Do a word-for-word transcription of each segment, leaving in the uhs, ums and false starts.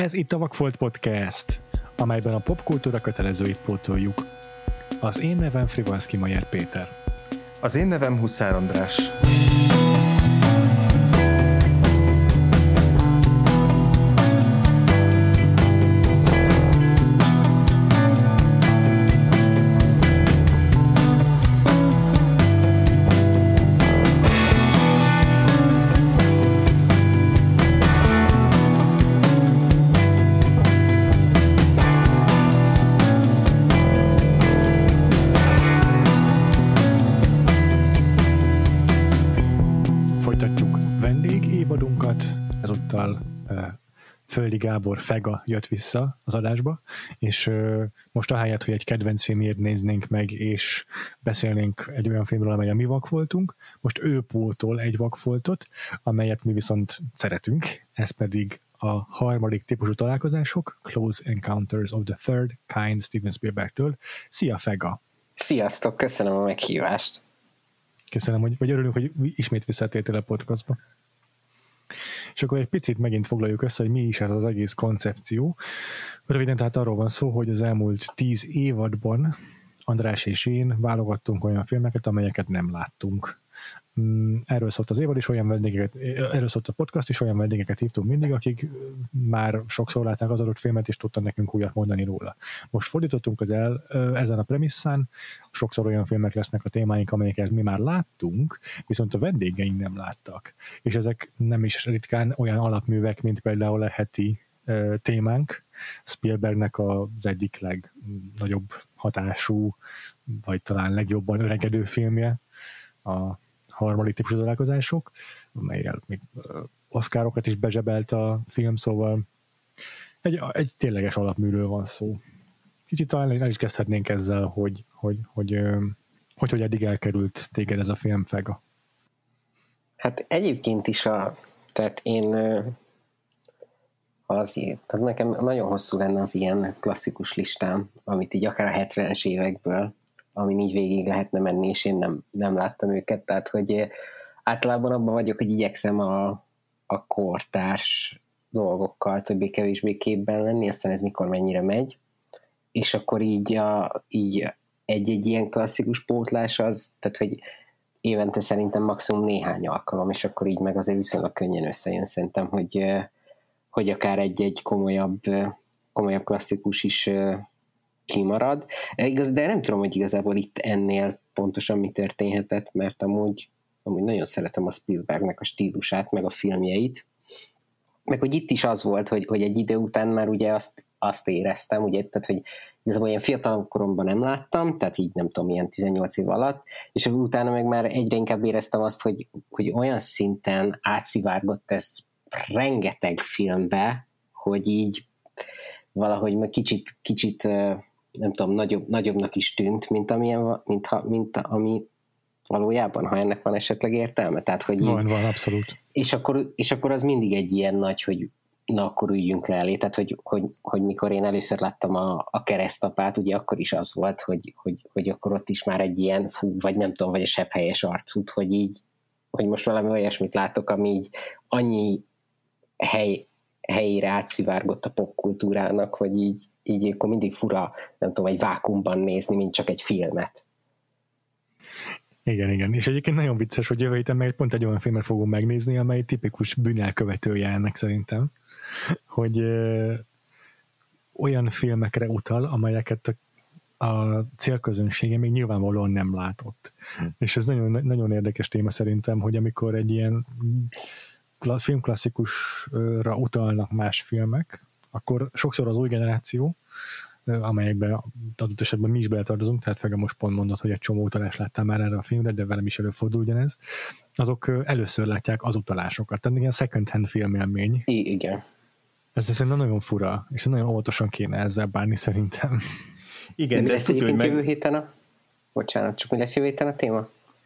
Ez itt a Vakfolt Podcast, amelyben a popkultúra kötelezőit pótoljuk. Az én nevem Frivalszky Majer Péter. Az én nevem Huszár András. Földi Gábor Fega jött vissza az adásba, és uh, most ahelyett, hogy egy kedvenc filmjét néznénk meg, és beszélnénk egy olyan filmről, amely a mi vakfoltunk, most ő pótol egy vakfoltot, amelyet mi viszont szeretünk, ez pedig a harmadik típusú találkozások, Close Encounters of the Third Kind Steven Spielbergtől. Szia Fega! Sziasztok, köszönöm a meghívást! Köszönöm, hogy, hogy örülünk, hogy ismét visszatértél a podcastba. És akkor egy picit megint foglaljuk össze, hogy mi is ez az egész koncepció. Röviden tehát arról van szó, hogy az elmúlt tíz évadban András és én válogattunk olyan filmeket, amelyeket nem láttunk. Erről szólt az évad is, olyan vendégeket, erről szólt a podcast is, olyan vendégeket hívtunk mindig, akik már sokszor látták az adott filmet, és tudtak nekünk újat mondani róla. Most fordítottunk az el ezen a premisszán, sokszor olyan filmek lesznek a témáink, amelyeket mi már láttunk, viszont a vendégeink nem láttak. És ezek nem is ritkán olyan alapművek, mint például a heti uh, témánk, Spielbergnek az egyik legnagyobb hatású, vagy talán legjobban öregedő filmje, a harmadik típusú találkozások, amelyel még Oscarokat is bezsebelt a film, szóval egy, egy tényleges alapműről van szó. Kicsit talán el is kezdhetnénk ezzel, hogy hogy, hogy, hogy, hogy eddig elkerült téged ez a film, Fega. Hát egyébként is a, tehát én az, tehát nekem nagyon hosszú lenne az ilyen klasszikus listám, amit így akár a hetvenes évekből, amin így végig lehetne menni, és én nem, nem láttam őket, tehát hogy általában abban vagyok, hogy igyekszem a, a kortárs dolgokkal többé-kevésbé képben lenni, aztán ez mikor mennyire megy, és akkor így, a, így egy-egy ilyen klasszikus pótlás az, tehát hogy évente szerintem maximum néhány alkalom, és akkor így meg azért viszonylag könnyen összejön szerintem, hogy, hogy akár egy-egy komolyabb, komolyabb klasszikus is kimarad. De nem tudom, hogy igazából itt ennél pontosan mi történhetett, mert amúgy, amúgy nagyon szeretem a Spielbergnek a stílusát, meg a filmjeit. Meg hogy itt is az volt, hogy, hogy egy idő után már ugye azt, azt éreztem, ugye, tehát, hogy igazából ilyen fiatalabb koromban nem láttam, tehát így nem tudom, ilyen tizennyolc év alatt, és utána meg már egyre inkább éreztem azt, hogy, hogy olyan szinten átszivárgott ez rengeteg filmbe, hogy így valahogy meg kicsit, kicsit nem tudom, nagyobb, nagyobbnak is tűnt, mint, amilyen, mint, ha, mint ami valójában, ha ennek van esetleg értelme. Tehát, hogy van, így, van, abszolút. És akkor, és akkor az mindig egy ilyen nagy, hogy na, akkor üljünk le elé. Tehát, hogy, hogy, hogy mikor én először láttam a, a Keresztapát, ugye akkor is az volt, hogy, hogy, hogy akkor ott is már egy ilyen, fú, vagy nem tudom, vagy a sebhelyes arcút, hogy így, hogy most valami olyasmit látok, ami így annyi hely, helyére átszivárgott a popkultúrának, hogy így, így akkor mindig fura, nem tudom, egy vákuumban nézni, mint csak egy filmet. Igen, igen. És egyébként nagyon vicces, hogy jövő héten meg pont egy olyan filmet fogom megnézni, amely tipikus bűnelkövetője ennek szerintem, hogy ö, olyan filmekre utal, amelyeket a, a célközönsége még nyilvánvalóan nem látott. Hm. És ez nagyon, nagyon érdekes téma szerintem, hogy amikor egy ilyen filmklasszikusra utalnak más filmek, akkor sokszor az új generáció, amelyekben adott esetben mi is beletartozunk, tehát Fega most pont mondod, hogy egy csomó utalást láttál már erre a filmre, de velem is előfordul ugyanez, azok először látják az utalásokat. Tehát ilyen second hand filmélmény. I- igen. Ez szerintem nagyon fura, és nagyon óvatosan kéne ezzel bánni szerintem. Igen, de, de lesz egyébként meg... jövő héten a... Bocsánat, csak mi lesz jövő héten a téma?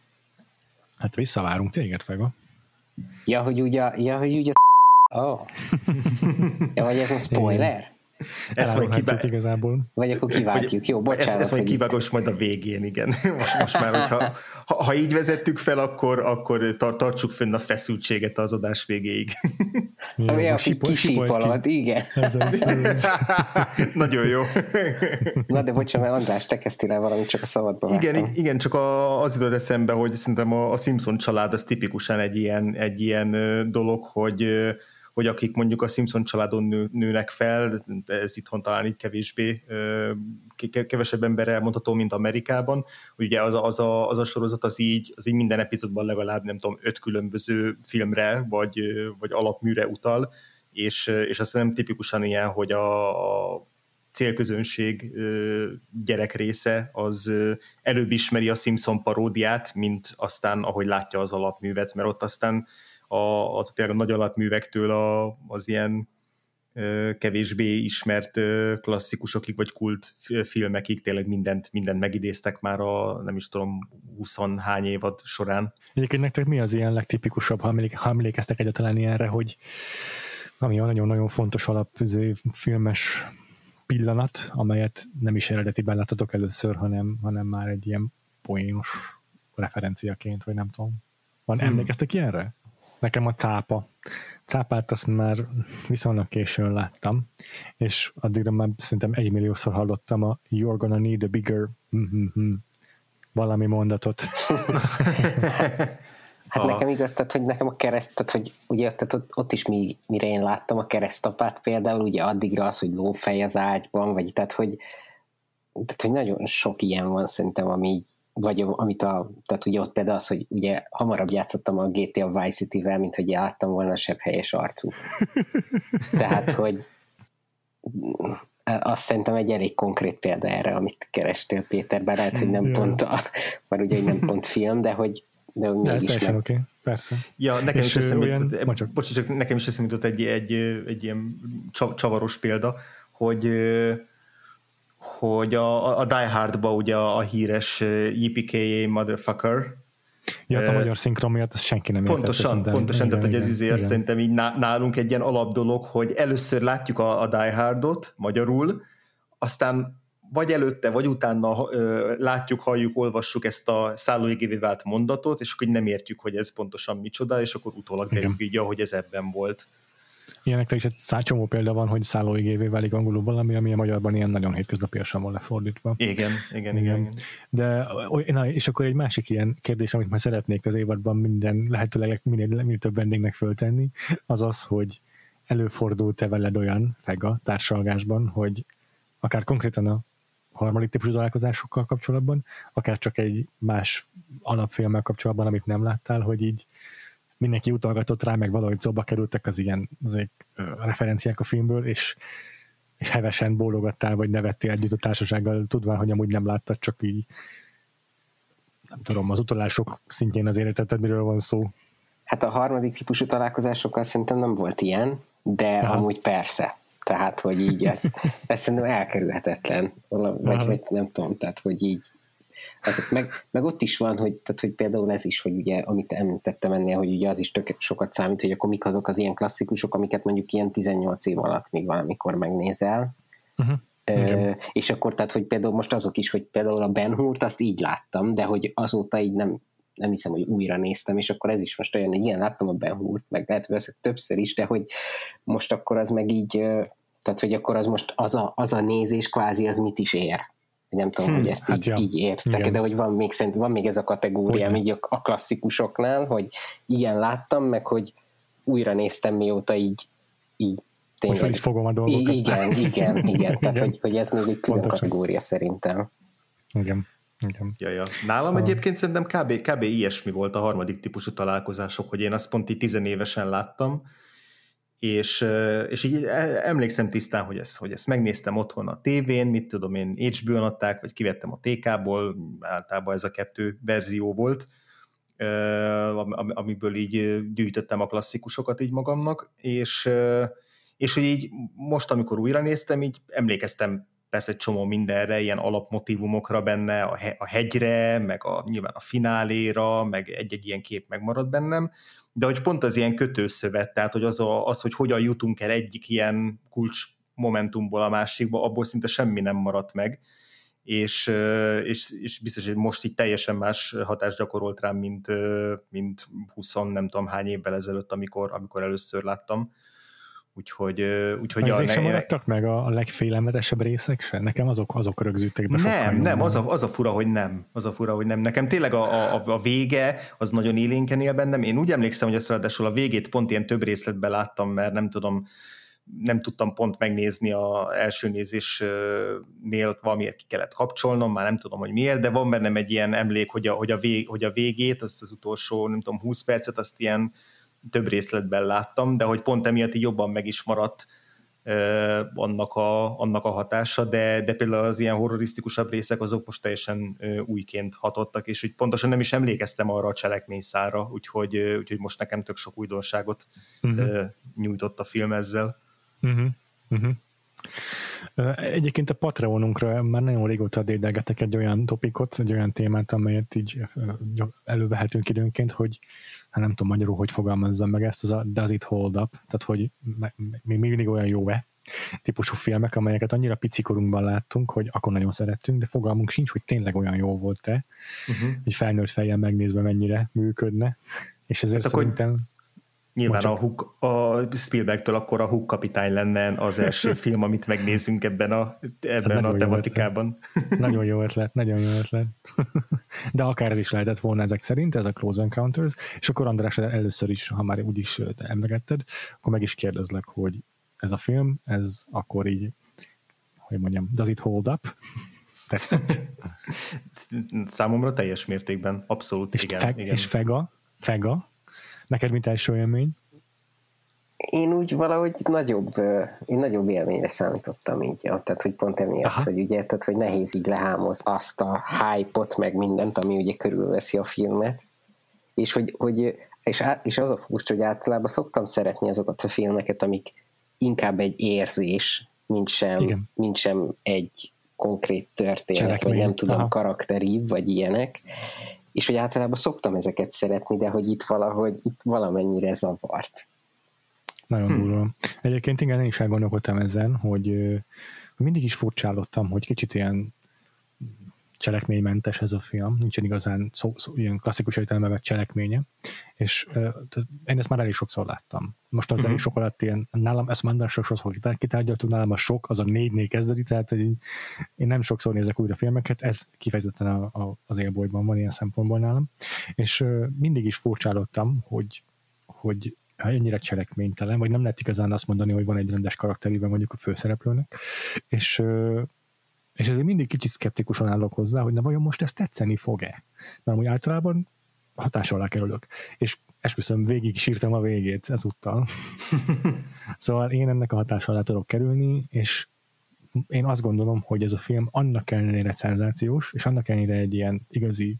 Hát visszavárunk téged, Fega. Ja, hogy ugye, ja, hogy ugye a... Oh. Ja, vagy ez a spoiler? Ezt majd kibá... igazából. Vagy akkor kivágjuk, jó, bocsánat. Ezt, ezt majd kivágos majd a végén, igen. Most, most már, hogyha ha, ha így vezettük fel, akkor, akkor tartsuk fönn a feszültséget az adás végéig. Olyan kisípolod, igen. Ez az, ez. Nagyon jó. Na de bocsánat, mert András, te kezdtél el valamit, csak a szabadba igen, igen, csak a, az jutott eszembe, hogy szerintem a, a Simpson család az tipikusan egy ilyen, egy ilyen dolog, hogy hogy akik mondjuk a Simpson családon nő, nőnek fel, ez itthon talán így kevésbé, kevesebb emberre elmondható, mint Amerikában. Ugye az a, az, a, az a sorozat az így, az így minden epizódban legalább, nem tudom, öt különböző filmre, vagy, vagy alapműre utal, és, és azt nem tipikusan ilyen, hogy a, a célközönség gyerek része az előbb ismeri a Simpson paródiát, mint aztán, ahogy látja az alapművet, mert ott aztán a, a, a nagy alapművektől a, az ilyen ö, kevésbé ismert ö, klasszikusokig, vagy kult filmekig tényleg mindent, mindent megidéztek már a, nem is tudom, huszonhány évad során. Egyébként nektek mi az ilyen legtipikusabb, ha, emlék, ha emlékeztek egyáltalán ilyenre, hogy ami a nagyon-nagyon fontos alapző filmes pillanat, amelyet nem is eredetiben láttatok először, hanem, hanem már egy ilyen poénos referenciaként, vagy nem tudom. Van, hmm. emlékeztek ilyenre? Nekem a cápa. Cápát azt már viszonylag későn láttam, és addigra már szerintem egymilliószor hallottam a You're gonna need a bigger mm-hmm. valami mondatot. Hát a... nekem igaz, tehát, hogy nekem a kereszt, tehát, hogy ugye tehát ott, ott is mi, mire én láttam a keresztapát például, ugye addigra az, hogy lófej az ágyban, vagy tehát, hogy tehát, hogy nagyon sok ilyen van szerintem, ami így vagy amit a, tehát ugye ott például az, hogy ugye hamarabb játszottam a gé té á Vice City-vel, mint hogy láttam volna a sebb helyes arcú. Tehát, hogy azt szerintem egy elég konkrét példa erre, amit kerestél, Péter, bár lehet, hogy nem pont a, mert ugye nem pont film, de hogy de hogy mégis meg... Okay. Persze. Ja, nekem és is eszembe jutott, bocs, csak nekem is eszembe jutott egy, egy, egy ilyen csavaros példa, hogy hogy a, a Die Hardba ugye a, a híres Yippee-ki-yay motherfucker. Ja, a magyar szinkron miatt ezt senki nem értette. Pontosan, pontosan, tehát hogy ez izé, azt szerintem így nálunk egy ilyen alapdolog, hogy először látjuk a, a Die Hardot magyarul, aztán vagy előtte, vagy utána ö, látjuk, halljuk, olvassuk ezt a szállóigévé vált mondatot, és akkor nem értjük, hogy ez pontosan micsoda, és akkor utólag derül így, hogy ez ebben volt. Ilyenekre is egy csomó példa van, hogy szállóigévé válik angolul valami, ami a magyarban ilyen nagyon hétköznapiasan van lefordítva. Igen, igen, igen. igen. De, na, és akkor egy másik ilyen kérdés, amit már szeretnék az évadban minden, lehetőleg minél, minél több vendégnek föltenni, az az, hogy előfordult-e veled olyan fega társalgásban, hogy akár konkrétan a harmadik típusú találkozásokkal kapcsolatban, akár csak egy más alapfilmmel kapcsolatban, amit nem láttál, hogy így mindenki utalgatott rá, meg valahogy szóba kerültek az ilyen azért, referenciák a filmből, és, és hevesen bólogattál, vagy nevettél együtt a társasággal, tudván, hogy amúgy nem láttad, csak így nem tudom, az utalások szintjén az értetted, miről van szó. Hát a harmadik típusú találkozásokkal szerintem nem volt ilyen, de Aha. amúgy persze. Tehát, hogy így ez, ez szerintem elkerülhetetlen. Vagy, vagy nem tudom, tehát, hogy így azok, meg, meg ott is van, hogy, tehát, hogy például ez is, hogy ugye, amit említettem ennél, hogy ugye az is tök sokat számít, hogy akkor mik azok az ilyen klasszikusok, amiket mondjuk ilyen tizennyolc év alatt még valamikor megnézel. Uh-huh. Ö, és akkor, tehát, hogy például most azok is, hogy például a Ben Hurt azt így láttam, de hogy azóta így nem, nem hiszem, hogy újra néztem, és akkor ez is most olyan, hogy ilyen láttam a Ben Hurt, meg lehet, hogy ezt többször is, de hogy most akkor az meg így, tehát, hogy akkor az most az a, az a nézés kvázi az mit is ér. Nem tudom, hmm, hogy ezt hát így, ja. így értek, igen. De hogy van még, szerint, van még ez a kategória így a klasszikusoknál, hogy igen, láttam, meg hogy újra néztem, mióta így, így tényleg. Most is fogom a dolgokat. Igen, igen, igen. igen. Tehát, hogy, hogy ez még egy külön Pontosan. Kategória szerintem. Igen. Igen. Ja, ja. Nálam a... egyébként szerintem kb, kb. Ilyesmi volt a harmadik típusú találkozások, hogy én azt pont így tizenévesen láttam, és, és így emlékszem tisztán, hogy ezt, hogy ezt megnéztem otthon a tévén, mit tudom én, há bé ó-n adták, vagy kivettem a té ká-ból, általában ez a kettő verzió volt, amiből így gyűjtöttem a klasszikusokat így magamnak, és, és hogy így most, amikor újra néztem, így emlékeztem persze egy csomó mindenre, ilyen alapmotívumokra benne, a hegyre, meg a, nyilván a fináléra, meg egy-egy ilyen kép megmaradt bennem, de hogy pont az ilyen kötőszövet, tehát hogy az, a, az, hogy hogyan jutunk el egyik ilyen kulcs momentumból a másikba, abból szinte semmi nem maradt meg, és, és, és biztos, hogy most így teljesen más hatást gyakorolt rám, mint, mint húsz nem tudom hány évvel ezelőtt, amikor, amikor először láttam. Úgyhogy, úgyhogy ezek ja, sem ne, maradtak meg a, a legfélelmetesebb részek sem? Nekem azok, azok rögzültek be sokkal. Nem, nem, az a, az a fura, hogy nem. Az a fura, hogy nem. Nekem tényleg a, a, a vége az nagyon élénken él bennem. Én úgy emlékszem, hogy ezt ráadásul a végét pont ilyen több részletben láttam, mert nem tudom, nem tudtam pont megnézni az első nézésnél, valamiért ki kellett kapcsolnom, már nem tudom, hogy miért, de van bennem egy ilyen emlék, hogy a, hogy a, vég, hogy a végét, azt az utolsó, nem tudom, húsz percet, azt ilyen több részletben láttam, de hogy pont emiatt így jobban meg is maradt uh, annak, a, annak a hatása, de, de például az ilyen horrorisztikusabb részek azok most teljesen uh, újként hatottak, és úgy pontosan nem is emlékeztem arra a cselekményszára, úgyhogy, uh, úgyhogy most nekem tök sok újdonságot uh-huh. uh, nyújtott a film ezzel. Uh-huh. Uh-huh. Egyébként a Patreonunkra már nagyon régóta dédelgetek egy olyan topikot, egy olyan témát, amelyet így elővehetünk időnként, hogy hát nem tudom magyarul, hogy fogalmazzam meg ezt, az a Does it hold up? Tehát, hogy még mindig olyan jó-e típusú filmek, amelyeket annyira picikorunkban láttunk, hogy akkor nagyon szerettünk, de fogalmunk sincs, hogy tényleg olyan jó volt-e, uh-huh. hogy felnőtt fejjel megnézve mennyire működne, és ezért hát szerintem nyilván a, Hook, a Spielbergtől akkor a Hook kapitány lenne az első film, amit megnézünk ebben a, ebben a tematikában. Nagyon jó ötlet, nagyon jó ötlet. De akár ez is lehetett volna ezek szerint, ez a Close Encounters, és akkor András először is, ha már úgyis te emlegetted, akkor meg is kérdezlek, hogy ez a film, ez akkor így, hogy mondjam, does it hold up? Tetszett? Számomra teljes mértékben, abszolút, és igen. Feg, igen. És Fega? Fega? Neked mint első élmény? Én úgy valahogy nagyobb, én nagyobb élményre számítottam így, tehát hogy pont emiatt, Aha. hogy ugye, tehát hogy nehéz így lehámoz azt a hype-ot, meg mindent, ami ugye körülveszi a filmet, és hogy, hogy és, és az a furcsa, hogy általában szoktam szeretni azokat a filmeket, amik inkább egy érzés, mint sem, mint sem egy konkrét történet, Cselekmény. Vagy nem tudom, Aha. karakterív, vagy ilyenek, és hogy általában szoktam ezeket szeretni, de hogy itt valahogy, itt valamennyire zavart. Nagyon hm. durva. Egyébként igen, én is elgondolkodtam ezen, hogy, hogy mindig is furcsálottam, hogy kicsit ilyen cselekménymentes ez a film, nincsen igazán szó, szó, ilyen klasszikus értelemben vett cselekménye, és uh, én ezt már elég sokszor láttam. Most az uh-huh. elég sok alatt ilyen, nálam, ezt már sok sokszor kitárgyaltuk, nálam a sok, az a négynél kezdődik, tehát hogy én nem sokszor nézek újra filmeket, ez kifejezetten a, a, az élbolyban van ilyen szempontból nálam, és uh, mindig is furcsálottam, hogy, hogy ennyire cselekménytelen, vagy nem lehet igazán azt mondani, hogy van egy rendes karakterében mondjuk a főszereplőnek, és uh, és ezért mindig kicsit szkeptikusan állok hozzá, hogy na vajon most ezt tetszeni fog-e? Mert úgy általában hatás alá kerülök. És esküszöm, végig sírtam a végét ezúttal. Szóval én ennek a hatás alá tudok kerülni, és én azt gondolom, hogy ez a film annak ellenére szenzációs, és annak ellenére egy ilyen igazi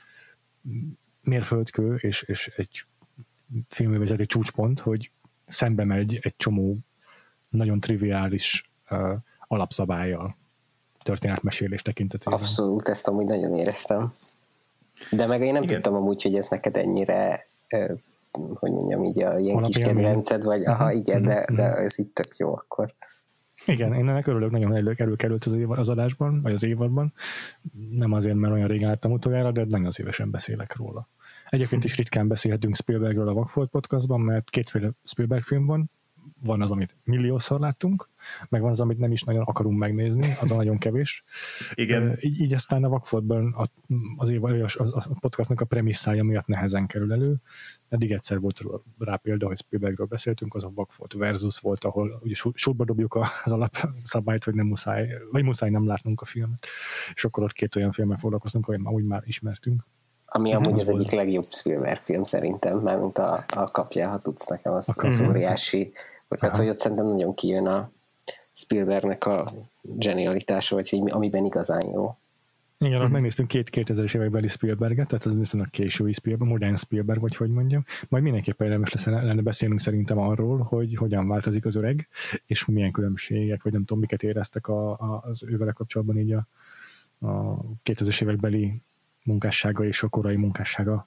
mérföldkő, és, és egy filmvezető csúcspont, hogy szembe megy egy csomó nagyon triviális uh, alapszabállyal történetmesélés tekintetében. Abszolút, ezt amúgy nagyon éreztem. De meg én nem Igen. tudtam amúgy, hogy ez neked ennyire, eh, hogy mondjam így, a ilyen kis kedvenced, vagy uh-huh. aha, igen, uh-huh. de, de ez itt tök jó akkor. Igen, én ennek örülök, nagyon elő, előkerült az, az adásban, vagy az évadban. Nem azért, mert olyan régen láttam utoljára, de nagyon szívesen beszélek róla. Egyébként is ritkán beszélhetünk Spielbergről a Vagfolt podcastban, mert kétféle Spielberg film van. Van az, amit milliószor láttunk, meg van az, amit nem is nagyon akarunk megnézni, az a nagyon kevés. Igen. Így, így aztán a Vagfoltban az, az, az a podcastnak a premisszája miatt nehezen kerül elő. Eddig egyszer volt rá példa, hogy Spielbergről beszéltünk, az a Vagfolt versus volt, ahol ugye sútba dobjuk az alapszabályt, hogy nem muszáj, vagy muszáj nem látnunk a filmet. És akkor ott két olyan filmmel foglalkoztunk, amit már úgy már ismertünk. Ami amúgy az, az egyik legjobb Spielberg film szerintem, mármint a, a Kapjál, ha tudsz nekem, az, az óriási. Tehát, hogy ott szerintem nagyon kijön a Spielbergnek a zsenialitása, vagy hogy amiben igazán jó. Igen, hmm. megnéztünk két kétezres évekbeli Spielberget, tehát az viszonylag késői Spielberg, modern Spielberg, vagy hogy mondjam. Majd mindenképpen érdemes lesz lenne beszélnünk szerintem arról, hogy hogyan változik az öreg, és milyen különbségek, vagy nem tudom, miket éreztek a, a, az ővele kapcsolatban így a, a kétezres évekbeli munkássága és a korai munkássága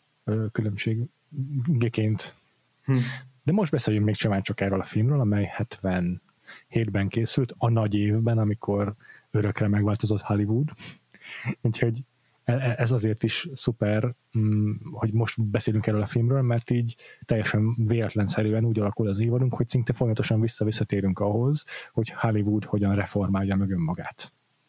különbségeként. Hmm. De most beszéljünk még csomán csak erről a filmről, amely hetven, hétben készült, a nagy évben, amikor örökre megváltozott Hollywood. Úgyhogy ez azért is szuper, hogy most beszélünk erről a filmről, mert így teljesen véletlenszerűen úgy alakul az évadunk, hogy szinte folyamatosan vissza-visszatérünk ahhoz, hogy Hollywood hogyan reformálja meg önmagát.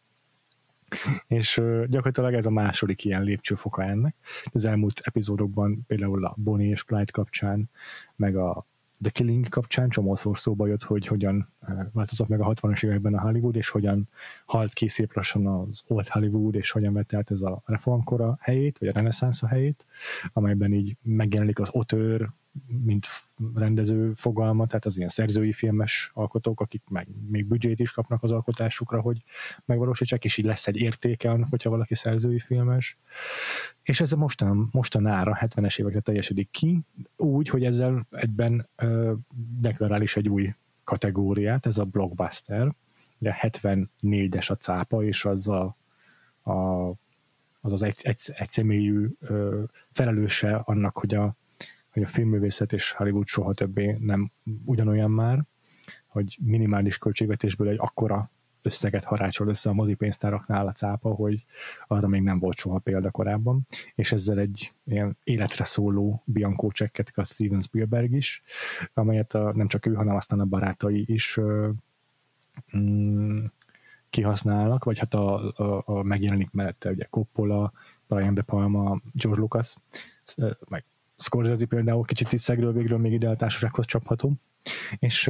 És gyakorlatilag ez a második ilyen lépcsőfoka ennek. Az elmúlt epizódokban például a Bonnie és Clyde kapcsán, meg a The Killing kapcsán csomószor szóba jött, hogy hogyan változott meg a hatvanas években a Hollywood, és hogyan halt ki szép lassan az Old Hollywood, és hogyan vett át ez a reformkora helyét, vagy a reneszánsz a helyét, amelyben így megjelenik az auteur, mint rendező fogalma, tehát az ilyen szerzői filmes alkotók, akik meg még büdzsét is kapnak az alkotásukra, hogy megvalósítsák, és így lesz egy értéke annak, hogyha valaki szerzői filmes. És ez a mostan, mostanára, hetvenes évekre teljesedik ki, úgy, hogy ezzel egyben ö, deklarál is egy új kategóriát, ez a blockbuster, de hetvennégyes a cápa, és az a, a, az, az egy, egy, egyszemélyű ö, felelőse annak, hogy a hogy a filmművészet és Hollywood soha többé nem ugyanolyan már, hogy minimális költségvetésből egy akkora összeget harácsol össze a mozipénztáraknál a cápa, hogy arra még nem volt soha példa korábban, és ezzel egy ilyen életre szóló Bianco csekket a Steven Spielberg is, amelyet a, nem csak ő, hanem aztán a barátai is mm, kihasználnak, vagy hát a, a, a megjelenik mellette ugye Coppola, Brian De Palma, George Lucas, meg Scorsese például kicsit itt szegről végről még ide a társasághoz csapható, és,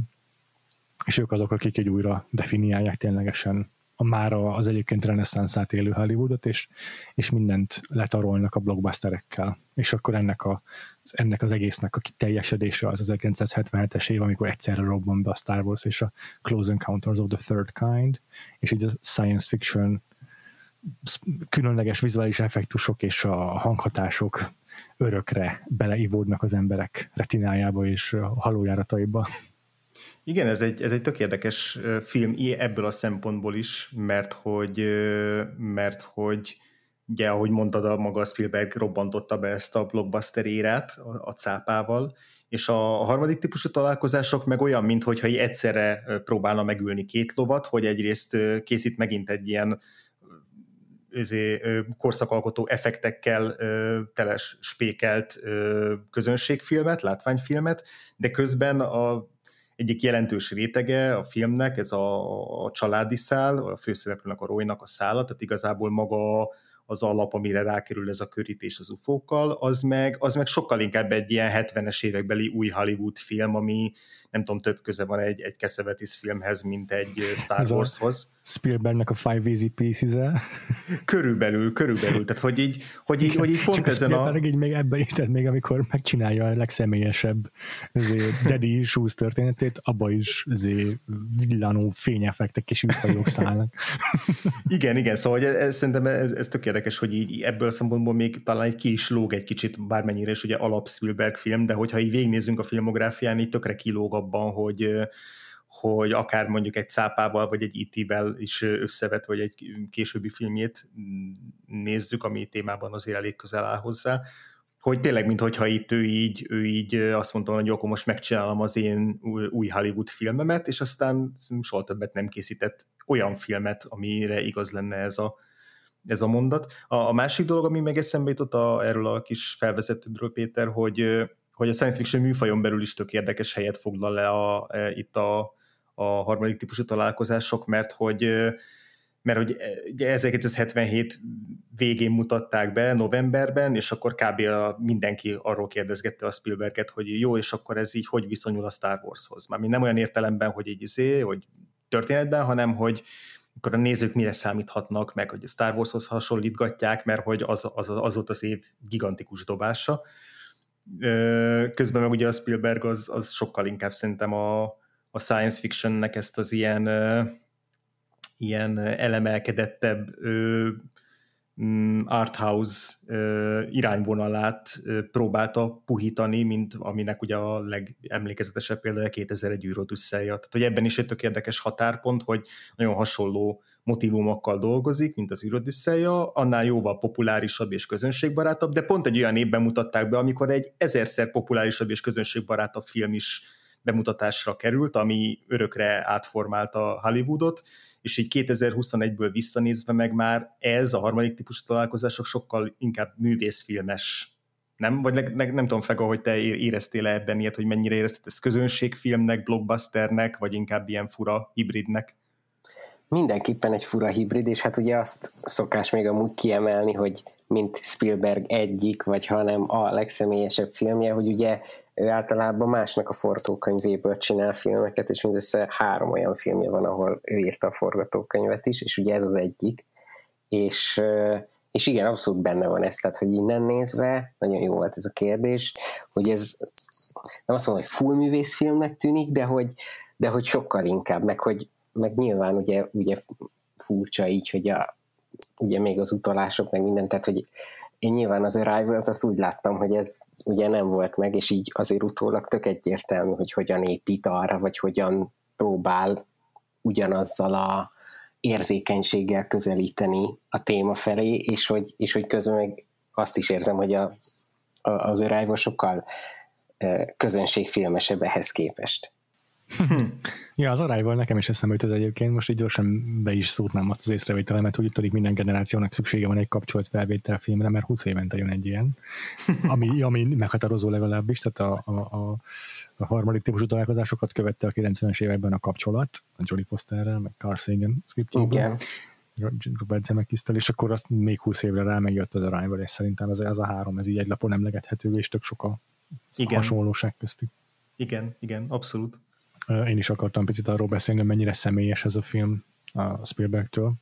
és ők azok, akik egy újra definiálják ténylegesen a mára az egyébként reneszánszát élő Hollywoodot, és, és mindent letarolnak a blockbusterekkel. És akkor ennek, a, ennek az egésznek a kiteljesedése az ezerkilencszázhetvenhetes év, amikor egyszerre robban be a Star Wars és a Close Encounters of the Third Kind, és így a science fiction különleges vizuális effektusok és a hanghatások örökre beleivódnak az emberek retinájába és halójárataiba. Igen, ez egy, ez egy tök érdekes film ebből a szempontból is, mert hogy, mert hogy ugye, ahogy mondtad, a maga Spielberg robbantotta be ezt a blockbuster érát a, a cápával, és a, a harmadik típusú találkozások meg olyan, mintha egyszerre próbálna megülni két lovat, hogy egyrészt készít megint egy ilyen ezért, korszakalkotó effektekkel teles spékelt közönségfilmet, látványfilmet, de közben a egyik jelentős rétege a filmnek, ez a, a családi szál, a főszereplőnek, a Roynak a szála, tehát igazából maga az alap, amire rákerül ez a körítés az ufókkal, az meg, az meg sokkal inkább egy ilyen hetvenes évekbeli új Hollywood film, ami nem tudom, több köze van egy, egy Cassavetes filmhez, mint egy Star Warshoz. Spielbergnek a Five Easy Pieces-e. Körülbelül, körülbelül. Tehát, hogy így, hogy így, hogy így pont csak ezen a... Spielberg így még ebben érted, még amikor megcsinálja a legszemélyesebb Daddy Issues történetét, abba is villanó fényeffektek és űrhajók szállnak. Igen, igen, szóval ez, ez, szerintem ez, ez tök érdekes, hogy így ebből a szempontból még talán egy ki is lóg egy kicsit, bármennyire is ugye alap Spielberg film, de hogyha így végignézzünk a filmográfián, így tökre kilóg abban, hogy, hogy akár mondjuk egy cápával, vagy egy í té-vel is összevet, vagy egy későbbi filmjét nézzük, ami témában azért elég közel áll hozzá, hogy tényleg, minthogyha itt ő így, ő így azt mondta, hogy akkor most megcsinálom az én új Hollywood filmemet, és aztán soha többet nem készített olyan filmet, amire igaz lenne ez a, ez a mondat. A, a másik dolog, ami meg eszembe jutott a, erről a kis felvezetődről, Péter, hogy hogy a science fiction műfajon belül is tök érdekes helyet foglal le a, e, itt a, a harmadik típusú találkozások, mert hogy, mert hogy ezerkilencszázhetvenhét végén mutatták be, novemberben, és akkor kb. A, mindenki arról kérdezgette a Spielberget, hogy jó, és akkor ez így hogy viszonyul a Star Warshoz. Mármint nem olyan értelemben, hogy így izé, hogy történetben, hanem hogy akkor a nézők mire számíthatnak, meg hogy a Star Warshoz hasonlítgatják, mert hogy az, az, az volt az év gigantikus dobása. Közben meg ugye a Spielberg az, az sokkal inkább szerintem a, a science fictionnek ezt az ilyen, ilyen elemelkedettebb arthouse irányvonalát próbálta puhítani, mint aminek ugye a legemlékezetesebb példája kétezer-egy űrodüsszeja. Tehát, hogy ebben is egy tök érdekes határpont, hogy nagyon hasonló motivumokkal dolgozik, mint az űrodüsszeja, annál jóval populárisabb és közönségbarátabb, de pont egy olyan évben mutatták be, amikor egy ezerszer populárisabb és közönségbarátabb film is bemutatásra került, ami örökre átformálta Hollywoodot, és így kétezer-huszonegyből visszanézve meg már ez a harmadik típusú találkozások sokkal inkább művészfilmes, nem? Vagy ne, ne, nem tudom, Fega, hogy te éreztél ebben ilyet, hogy mennyire érezted ezt közönségfilmnek, blockbusternek, vagy inkább ilyen fura hibridnek? Mindenképpen egy fura hibrid, és hát ugye azt szokás még amúgy kiemelni, hogy mint Spielberg egyik, vagy hanem a legszemélyesebb filmje, hogy ugye ő általában másnak a forgatókönyvéből csinál filmeket, és mindössze három olyan filmje van, ahol ő írta a forgatókönyvet is, és ugye ez az egyik. És, és igen, abszolút benne van ez, tehát hogy innen nézve, nagyon jó volt ez a kérdés, hogy ez nem azt mondom, hogy full művészfilmnek tűnik, de hogy, de hogy sokkal inkább, meg hogy meg nyilván ugye, ugye furcsa így, hogy a, ugye még az utalások, meg minden, tehát hogy én nyilván az Arrival-t azt úgy láttam, hogy ez ugye nem volt meg, és így azért utólag tök egyértelmű, hogy hogyan épít arra, vagy hogyan próbál ugyanazzal a érzékenységgel közelíteni a téma felé, és hogy, és hogy közben meg azt is érzem, hogy a, a, az Arrival sokkal közönségfilmesebb ehhez képest. Ja, az Arrival nekem is eszembe jutott egyébként, most így gyorsan be is szúrnám azt az észrevételemet, hogy itt minden generációnak szüksége van egy kapcsolat felvétel filmre, mert húsz évente jön egy ilyen, ami, ami meghatározó legalábbis, tehát a, a, a, a harmadik típusú találkozásokat követte a kilencvenes években a kapcsolat, a Jodie Fosterrel, meg Carl Sagan scriptjében, Robert Zemeckis-tel, és akkor azt még húsz évre rá megjött az Arrival, és szerintem ez, ez a három, ez így egy lapon emlegethető, és tök sok a hasonlóság köztük. Igen, igen, abszolút. Én is akartam picit arról beszélni, hogy mennyire személyes ez a film a Spielbergtől.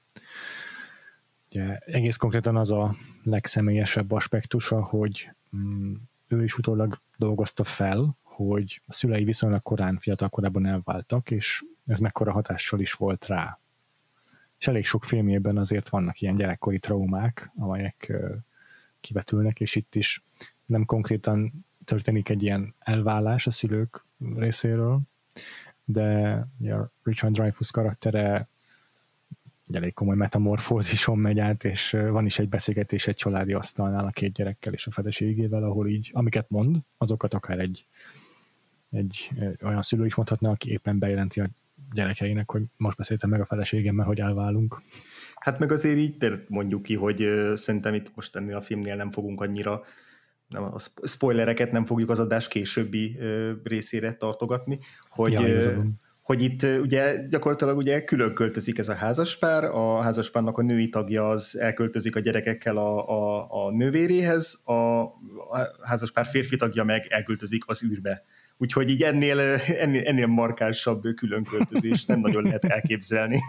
Ugye, egész konkrétan az a legszemélyesebb aspektusa, hogy mm, ő is utólag dolgozta fel, hogy a szülei viszonylag korán, fiatal korában elváltak, és ez mekkora hatással is volt rá. És elég sok filmjében azért vannak ilyen gyerekkori traumák, amelyek uh, kivetülnek, és itt is nem konkrétan történik egy ilyen elválás a szülők részéről, de ja, Richard Dreyfuss karaktere egy elég komoly metamorfózison megy át, és van is egy beszélgetés egy családi asztalnál a két gyerekkel és a feleségével, ahol így, amiket mond, azokat akár egy, egy olyan szülő is mondhatna, aki éppen bejelenti a gyerekeinek, hogy most beszéltem meg a feleségemmel, hogy elválunk. Hát meg azért így mondjuk ki, hogy uh, szerintem itt most ennél a filmnél nem fogunk annyira nem, a spoilereket nem fogjuk az adás későbbi uh, részére tartogatni, hogy, ja, uh, hogy itt uh, ugye gyakorlatilag ugye külön költözik ez a házaspár, a házaspárnak a női tagja az elköltözik a gyerekekkel a, a, a nővéréhez, a, a házaspár férfi tagja meg elköltözik az űrbe. Úgyhogy így ennél, ennél, ennél markánsabb külön költözés nem nagyon lehet elképzelni.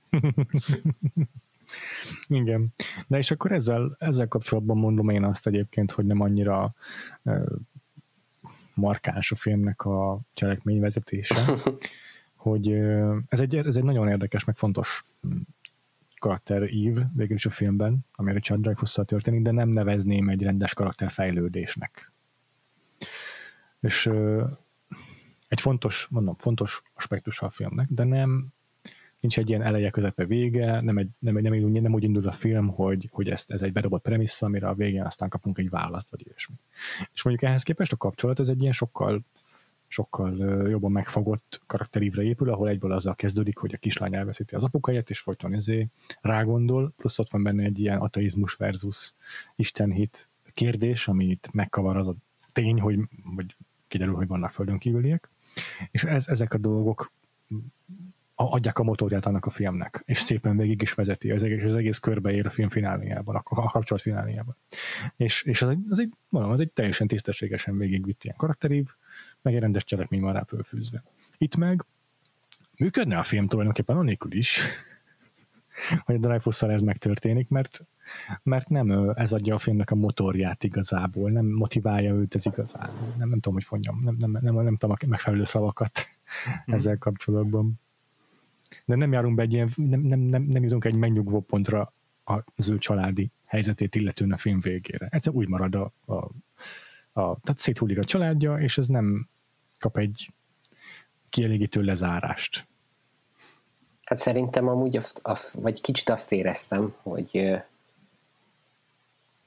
Igen. De és akkor ezzel, ezzel kapcsolatban mondom én azt egyébként, hogy nem annyira uh, markáns a filmnek a cselekményvezetése, hogy uh, ez, egy, ez egy nagyon érdekes, meg fontos karakterív végül is a filmben, ami Richard Dreyfusszal történik, de nem nevezném egy rendes karakterfejlődésnek. És uh, egy fontos, mondom, fontos aspektus a filmnek, de nem nincs egy ilyen eleje, közepe, vége, nem, egy, nem, nem, nem, nem úgy indul a film, hogy, hogy ezt, ez egy bedobott premissza, amire a végén aztán kapunk egy választ, vagy ilyesmi. És mondjuk ehhez képest a kapcsolat, ez egy ilyen sokkal, sokkal jobban megfogott karakterívre épül, ahol egyből azzal kezdődik, hogy a kislány elveszíti az apukáját, és folyton ezé rágondol, plusz ott van benne egy ilyen ateizmus versus istenhit kérdés, amit megkavar az a tény, hogy, hogy kiderül, hogy vannak földön kívüliek, és ez, ezek a dolgok adják a motorját annak a filmnek, és szépen végig is vezeti, az egész, az egész körbeér a film fináliában, a, a kapcsolat fináliában. És, és az egy, az egy, mondom, az egy teljesen tisztességesen végigvitt ilyen karakterív, meg egy rendes cselekmény van rá fölfűzve. Itt meg működne a film tulajdonképpen annélkül is, hogy a Dreyfusszal ez megtörténik, mert, mert nem ez adja a filmnek a motorját igazából, nem motiválja őt ez igazából. Nem, nem tudom, hogy mondjam, nem, nem, nem, nem tudom a megfelelő szavakat hmm. ezzel kapcsolatban. De nem járunk be egy ilyen, nem, nem, nem, nem jutunk egy megnyugvó pontra az ő családi helyzetét illetően a film végére. Egyszer úgy marad a, a, a tehát széthullik a családja, és ez nem kap egy kielégítő lezárást. Hát szerintem amúgy, a, a, vagy kicsit azt éreztem, hogy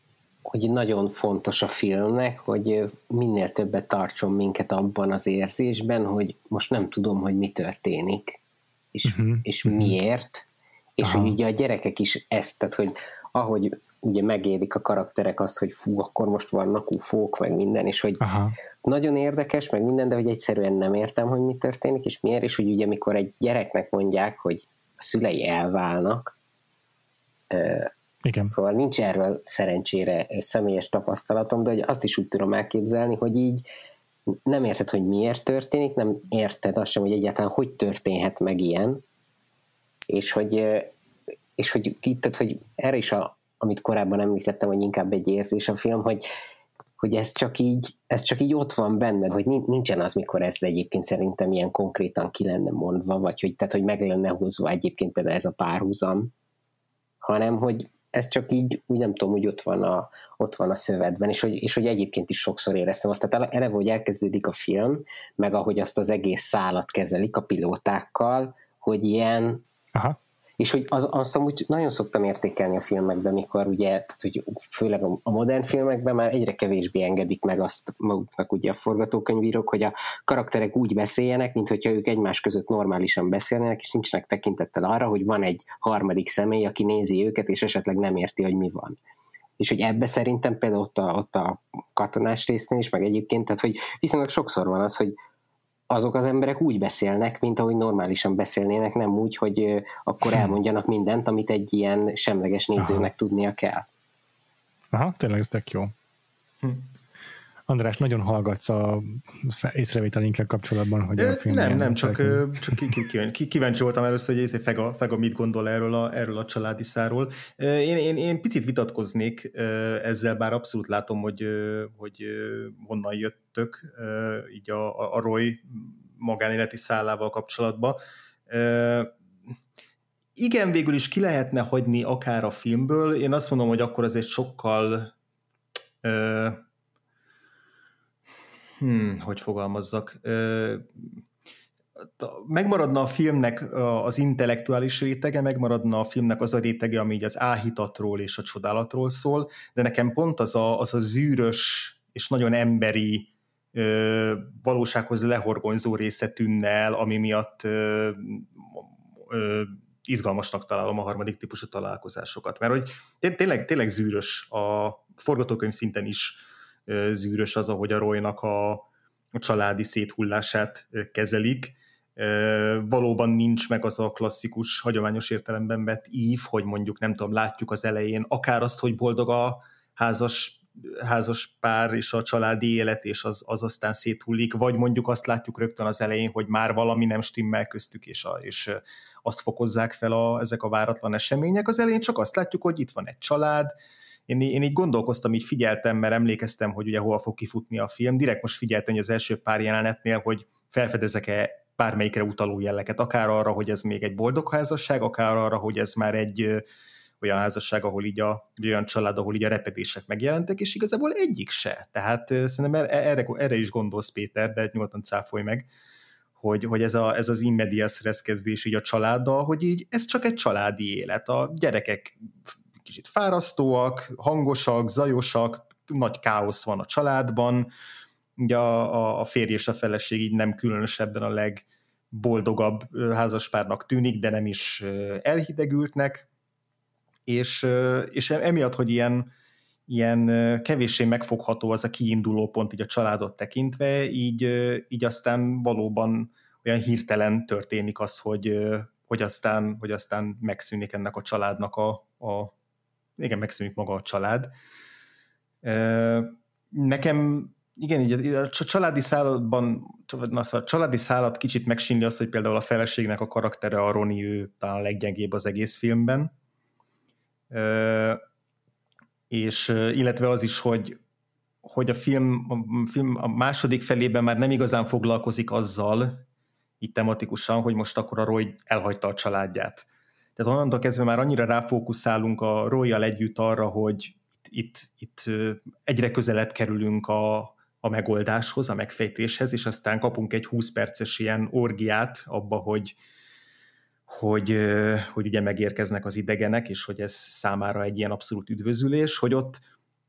hogy nagyon fontos a filmnek, hogy minél többet tartson minket abban az érzésben, hogy most nem tudom, hogy mi történik, és, uh-huh. és uh-huh. miért, és Aha. hogy ugye a gyerekek is ezt, tehát hogy ahogy ugye megérik a karakterek azt, hogy fú, akkor most vannak ufók, meg minden, és hogy Aha. nagyon érdekes, meg minden, de hogy egyszerűen nem értem, hogy mi történik, és miért, és hogy ugye amikor egy gyereknek mondják, hogy a szülei elválnak, Igen. Szóval nincs erről szerencsére személyes tapasztalatom, de hogy azt is úgy tudom elképzelni, hogy így nem érted, hogy miért történik, nem érted azt sem, hogy egyáltalán hogy történhet meg ilyen, és hogy, és hogy, tehát, hogy erre is, a, amit korábban említettem, hogy inkább egy érzés a film, hogy, hogy ez, csak így, ez csak így ott van benned, hogy nincsen az, mikor ez egyébként szerintem ilyen konkrétan ki lenne mondva, vagy hogy, tehát, hogy meg lenne húzva egyébként például ez a párhuzam, hanem hogy ez csak így, úgy nem tudom, hogy ott van a, ott van a szövetben, és hogy, és hogy egyébként is sokszor éreztem azt, tehát eleve, hogy elkezdődik a film, meg ahogy azt az egész szálat kezelik a pilótákkal, hogy ilyen, Aha. és hogy az, azt amúgy nagyon szoktam értékelni a filmekben, mikor ugye, tehát hogy főleg a modern filmekben már egyre kevésbé engedik meg azt maguknak ugye a forgatókönyvírók, hogy a karakterek úgy beszéljenek, mint hogyha ők egymás között normálisan beszélnének, és nincsenek tekintettel arra, hogy van egy harmadik személy, aki nézi őket, és esetleg nem érti, hogy mi van. És hogy ebbe szerintem például ott a, ott a katonás résznél is, meg egyébként, tehát hogy viszonylag sokszor van az, hogy azok az emberek úgy beszélnek, mint ahogy normálisan beszélnének, nem úgy, hogy akkor elmondjanak mindent, amit egy ilyen semleges nézőnek Aha. tudnia kell. Aha, tényleg ez tök jó. Hm. András, nagyon hallgatsz a észrevételinkkel kapcsolatban, hogy Ö, a film... Nem, nem, csak, csak kíváncsi voltam először, hogy ez Fega, Fega mit gondol erről a, erről a családi száról. Én, én, én picit vitatkoznék ezzel, bár abszolút látom, hogy, hogy honnan jöttök, így a, a Roy magánéleti szálával kapcsolatban. Igen, végül is ki lehetne hagyni akár a filmből. Én azt mondom, hogy akkor azért sokkal... Hmm, hogy fogalmazzak? Megmaradna a filmnek az intellektuális rétege, megmaradna a filmnek az a rétege, ami így az áhítatról és a csodálatról szól, de nekem pont az a, az a zűrös és nagyon emberi, valósághoz lehorgonyzó része tűnne el, ami miatt izgalmasnak találom a harmadik típusú találkozásokat. Mert hogy tényleg, tényleg zűrös, a forgatókönyv szinten is zűrös az, ahogy a Roynak a, a családi széthullását kezelik. Valóban nincs meg az a klasszikus, hagyományos értelemben vett ív, hogy mondjuk nem tudom, látjuk az elején akár azt, hogy boldog a házas, házas pár és a családi élet, és az, az aztán széthullik, vagy mondjuk azt látjuk rögtön az elején, hogy már valami nem stimmel köztük, és, a, és azt fokozzák fel a, ezek a váratlan események. Az elején csak azt látjuk, hogy itt van egy család. Én, én így gondolkoztam, így figyeltem, mert emlékeztem, hogy ugye hol fog kifutni a film. Direkt most figyeltem, hogy az első pár jelenetnél, hogy felfedezek-e bármelyikre utaló jelleket, akár arra, hogy ez még egy boldog házasság, akár arra, hogy ez már egy ö, olyan házasság, ahol így a, olyan család, ahol így a repedések megjelentek, és igazából egyik se. Tehát ö, szerintem erre, erre is gondolsz, Péter, de nyugodtan cáfolj meg, hogy, hogy ez, a, ez az in medias res kezdés így a családdal, hogy így ez csak egy családi élet. A gyerekek kicsit fárasztóak, hangosak, zajosak, nagy káosz van a családban, ugye a, a férj és a feleség így nem különösebben a legboldogabb házaspárnak tűnik, de nem is elhidegültnek, és, és emiatt, hogy ilyen, ilyen kevéssé megfogható az a kiinduló pont így a családot tekintve, így, így aztán valóban olyan hirtelen történik az, hogy, hogy, aztán, hogy aztán megszűnik ennek a családnak a, a igen, megszűnik maga a család. Nekem, igen, így a családi szálatban, a családi szálat kicsit megsínli azt, hogy például a feleségnek a karaktere, a Ronnie, ő talán a leggyengébb az egész filmben. És illetve az is, hogy, hogy a film, a film a második felében már nem igazán foglalkozik azzal, így tematikusan, hogy most akkor a Roy elhagyta a családját. Tehát onnantól kezdve már annyira ráfókuszálunk a Roy-jal együtt arra, hogy itt, itt, itt egyre közelebb kerülünk a, a megoldáshoz, a megfejtéshez, és aztán kapunk egy húsz perces ilyen orgiát abba, hogy, hogy, hogy ugye megérkeznek az idegenek, és hogy ez számára egy ilyen abszolút üdvözülés, hogy ott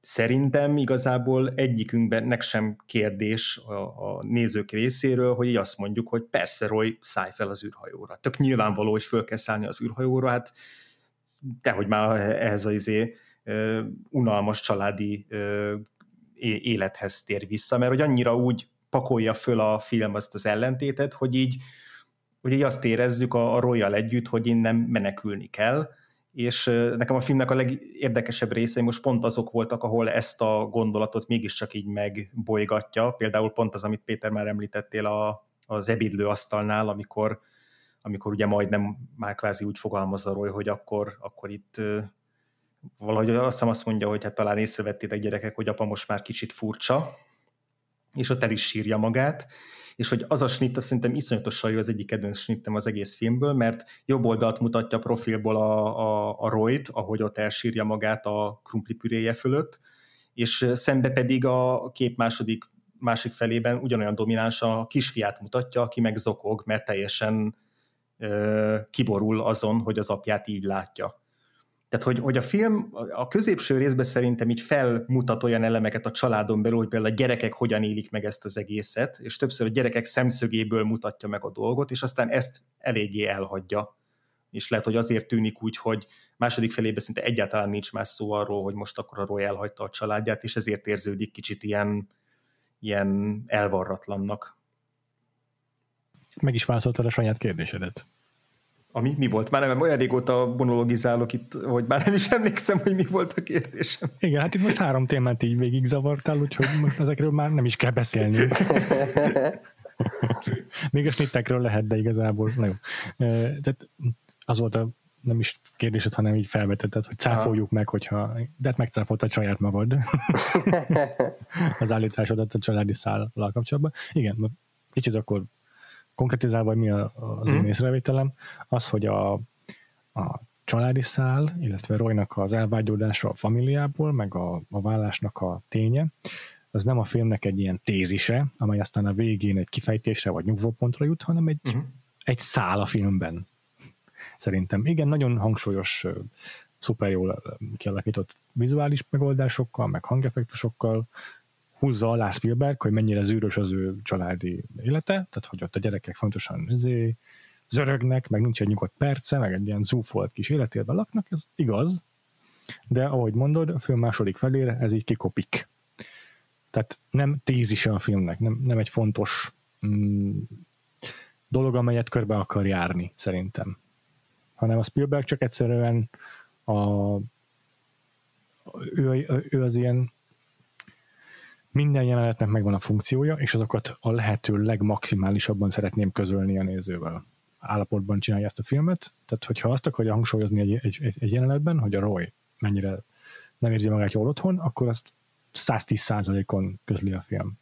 szerintem igazából egyikünkbennek sem kérdés a, a nézők részéről, hogy így azt mondjuk, hogy persze Roy, szállj fel az űrhajóra. Tök nyilvánvaló, hogy föl kell szállni az űrhajóra, hát tehogy már ehhez az izé, unalmas családi élethez tér vissza, mert hogy annyira úgy pakolja föl a film azt az ellentétet, hogy így, hogy így azt érezzük a, a Roy-jal együtt, hogy innen menekülni kell, és nekem a filmnek a legérdekesebb részei most pont azok voltak, ahol ezt a gondolatot mégiscsak így megbolygatja, például pont az, amit Péter már említettél a, az ebédlő asztalnál, amikor, amikor ugye majdnem már kvázi úgy fogalmazza Roy, hogy akkor, akkor itt valahogy azt hiszem azt mondja, hogy hát talán észrevettétek gyerekek, hogy apa most már kicsit furcsa, és ott el is sírja magát, és hogy az a snitt, azt szerintem iszonyatosan jó, az egyik kedvenc snittem az egész filmből, mert jobb oldalt mutatja a profilból a, a, a Royt, ahogy ott elsírja magát a krumplipüréje fölött, és szembe pedig a kép második, másik felében ugyanolyan domináns a kisfiát mutatja, aki meg zokog, mert teljesen ö, kiborul azon, hogy az apját így látja. Tehát, hogy, hogy a film a középső részben szerintem így felmutat olyan elemeket a családon belül, hogy például a gyerekek hogyan élik meg ezt az egészet, és többször a gyerekek szemszögéből mutatja meg a dolgot, és aztán ezt eléggé elhagyja. És lehet, hogy azért tűnik úgy, hogy második felében szinte egyáltalán nincs más szó arról, hogy most akkor a Roy elhagyta a családját, és ezért érződik kicsit ilyen, ilyen elvarratlannak. Meg is válaszoltad a saját kérdésedet. Ami mi volt? Már nem, olyan régóta monologizálok itt, hogy már nem is emlékszem, hogy mi volt a kérdésem. Igen, hát itt most három témát így végig zavartál, úgyhogy most ezekről már nem is kell beszélni. Még a snittekről lehet, de igazából na jó. Tehát az volt a nem is kérdésed, hanem így felvetetted, hogy cáfoljuk meg, hogyha, de hát megcáfoltad saját magad az állításodat a családi szállal kapcsolatban. Igen, kicsit akkor konkrétizálva, mi az én hmm. észrevételem, az, hogy a, a családi szál, illetve Roynak az elvágyódása a familiából, meg a, a vállásnak a ténye, az nem a filmnek egy ilyen tézise, amely aztán a végén egy kifejtésre vagy nyugvópontra jut, hanem egy, hmm. egy szál a filmben. Szerintem. Igen, nagyon hangsúlyos, szuper jól kialakított vizuális megoldásokkal, meg hangeffektusokkal, húzza alá Spielberg, hogy mennyire zűrös az ő családi élete, tehát hogy ott a gyerekek fontosan zé, zörögnek, meg nincs egy nyugodt perce, meg egy ilyen zúfolt kis életében laknak, ez igaz, de ahogy mondod, a film második felére ez így kikopik. Tehát nem tézise a filmnek, nem, nem egy fontos mm, dolog, amelyet körbe akar járni, szerintem. Hanem a Spielberg csak egyszerűen a, ő, ő az ilyen minden jelenetnek megvan a funkciója, és azokat a lehető legmaximálisabban szeretném közölni a nézővel. Állapotban csinálja ezt a filmet, tehát hogyha azt akarja hangsúlyozni egy, egy, egy jelenetben, hogy a Roy mennyire nem érzi magát jól otthon, akkor azt száztíz százalékon közli a film.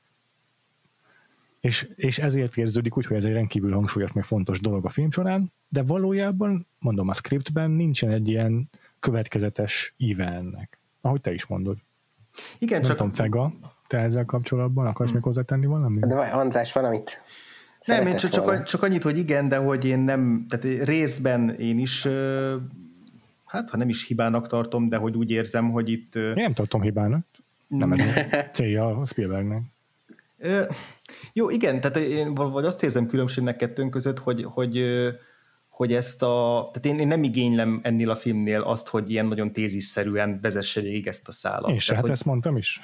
És, és ezért érződik úgy, hogy ez egy rendkívül hangsúlyos, meg fontos dolog a film során, de valójában, mondom, a scriptben nincsen egy ilyen következetes íve ennek. Ahogy te is mondod. Igen, nem csak... tudom, Fega, te ezzel kapcsolatban akarsz hmm. még hozzátenni valamit? De vagy András, valamit? Nem, én csak, csak, csak annyit, hogy igen, de hogy én nem, tehát részben én is, hát ha nem is hibának tartom, de hogy úgy érzem, hogy itt... Én nem tartom hibának. Nem ez a célja a Spielbergnek. Jó, igen, tehát én vagy azt érzem különbségnek kettőnk között, hogy, hogy, hogy ezt a... Tehát én, én nem igénylem ennél a filmnél azt, hogy ilyen nagyon tézisszerűen vezesse végig ezt a szálat. Én se, hát hogy... ezt mondtam is.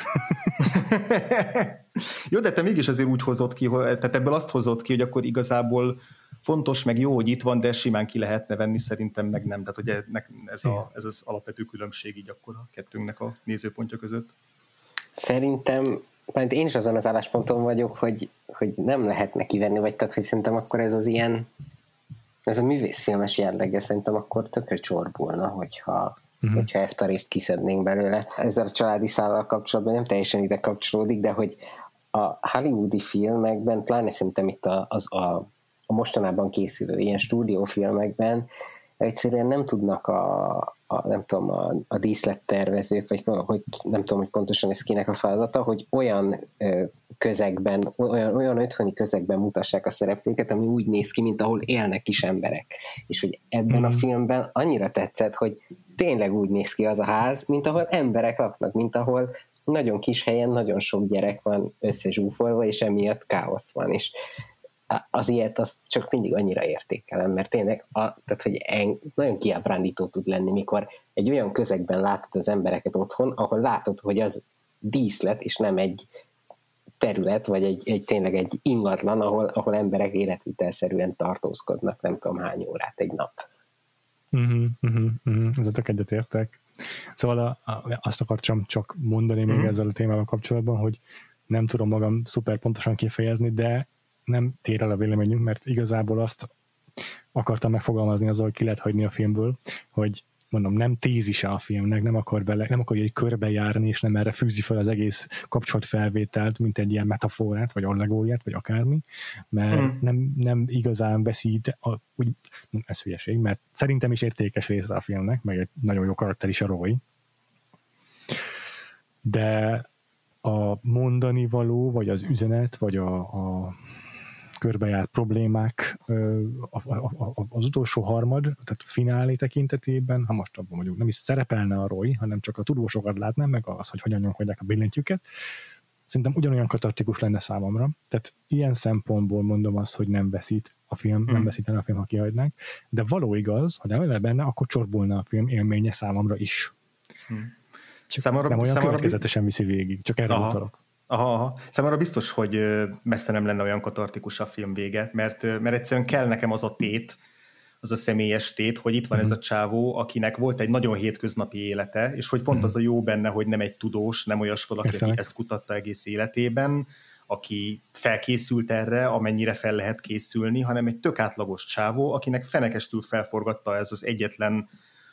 Jó, de te mégis azért úgy hozott ki, hogy, tehát ebből azt hozott ki, hogy akkor igazából fontos, meg jó, hogy itt van, de simán ki lehetne venni, szerintem meg nem. Tehát hogy ez, a, ez az alapvető különbség így akkor a kettőnknek a nézőpontja között. Szerintem, mert én is azon az állásponton vagyok, hogy, hogy nem lehetne kivenni, vagy tehát, hogy szerintem akkor ez az ilyen, ez a művészfilmes jellege szerintem akkor tökre csorbulna, hogyha, uh-huh. hogyha ezt a részt kiszednénk belőle. Ezzel a családi szállal kapcsolatban nem teljesen ide kapcsolódik, de hogy a hollywoodi filmekben, pláne szerintem itt a, az, a, a mostanában készülő ilyen stúdiófilmekben egyszerűen nem tudnak a, a nem tudom, a, a díszlettervezők, vagy hogy nem tudom, hogy pontosan ez kinek a feladata, hogy olyan ö, közegben, olyan, olyan otthoni közegben mutassák a szereplőket, ami úgy néz ki, mint ahol élnek kis emberek. És hogy ebben mm. a filmben annyira tetszett, hogy tényleg úgy néz ki az a ház, mint ahol emberek laknak, mint ahol nagyon kis helyen nagyon sok gyerek van összezsúfolva, és emiatt káosz van, és az ilyet azt csak mindig annyira értékelem, mert tényleg a, tehát, hogy en, nagyon kiábrándító tud lenni, mikor egy olyan közegben látod az embereket otthon, ahol látod, hogy az díszlet, és nem egy terület, vagy egy, egy tényleg egy ingatlan, ahol, ahol emberek életvitelszerűen tartózkodnak nem tudom hány órát egy nap. Uh-huh, uh-huh, uh-huh. Ezzel tök egyet értek. Szóval a, a, azt akartam csak mondani még uh-huh. ezzel a témával kapcsolatban, hogy nem tudom magam szuper pontosan kifejezni, de nem tér el a véleményünk, mert igazából azt akartam megfogalmazni azzal, hogy ki lehet hagyni a filmből, hogy mondom, nem tézise a filmnek, nem akar bele, nem akarja egy körbejárni, és nem erre fűzi fel az egész kapcsolatfelvételt, mint egy ilyen metaforát, vagy allegóriát, vagy akármi, mert mm. nem, nem igazán veszít, a, úgy, ez hülyeség, mert szerintem is értékes része a filmnek, meg egy nagyon jó karakter is a Roy. De a mondani való, vagy az üzenet, vagy a, a körbejárt problémák az utolsó harmad, tehát a finálé tekintetében, ha most abban mondjuk nem is szerepelne a Roy, hanem csak a tudósokat látnám, meg az, hogy hogyan nyomkodják a billentyűket, szerintem ugyanolyan katartikus lenne számomra. Tehát ilyen szempontból mondom azt, hogy nem veszít a film, hmm. nem veszítene a film, ha kihagynánk, de való igaz, hogy nem lenne benne, akkor csorbulna a film élménye számomra is. Hmm. Csak számomra, nem olyan számomra következetesen viszi végig, csak erre utalok. Aha, aha. Számomra biztos, hogy messze nem lenne olyan katartikus a film vége, mert, mert egyszerűen kell nekem az a tét, az a személyes tét, hogy itt van mm-hmm. ez a csávó, akinek volt egy nagyon hétköznapi élete, és hogy pont mm. az a jó benne, hogy nem egy tudós, nem olyas valaki, aki ezt kutatta egész életében, aki felkészült erre, amennyire fel lehet készülni, hanem egy tök átlagos csávó, akinek fenekestül felforgatta ez az egyetlen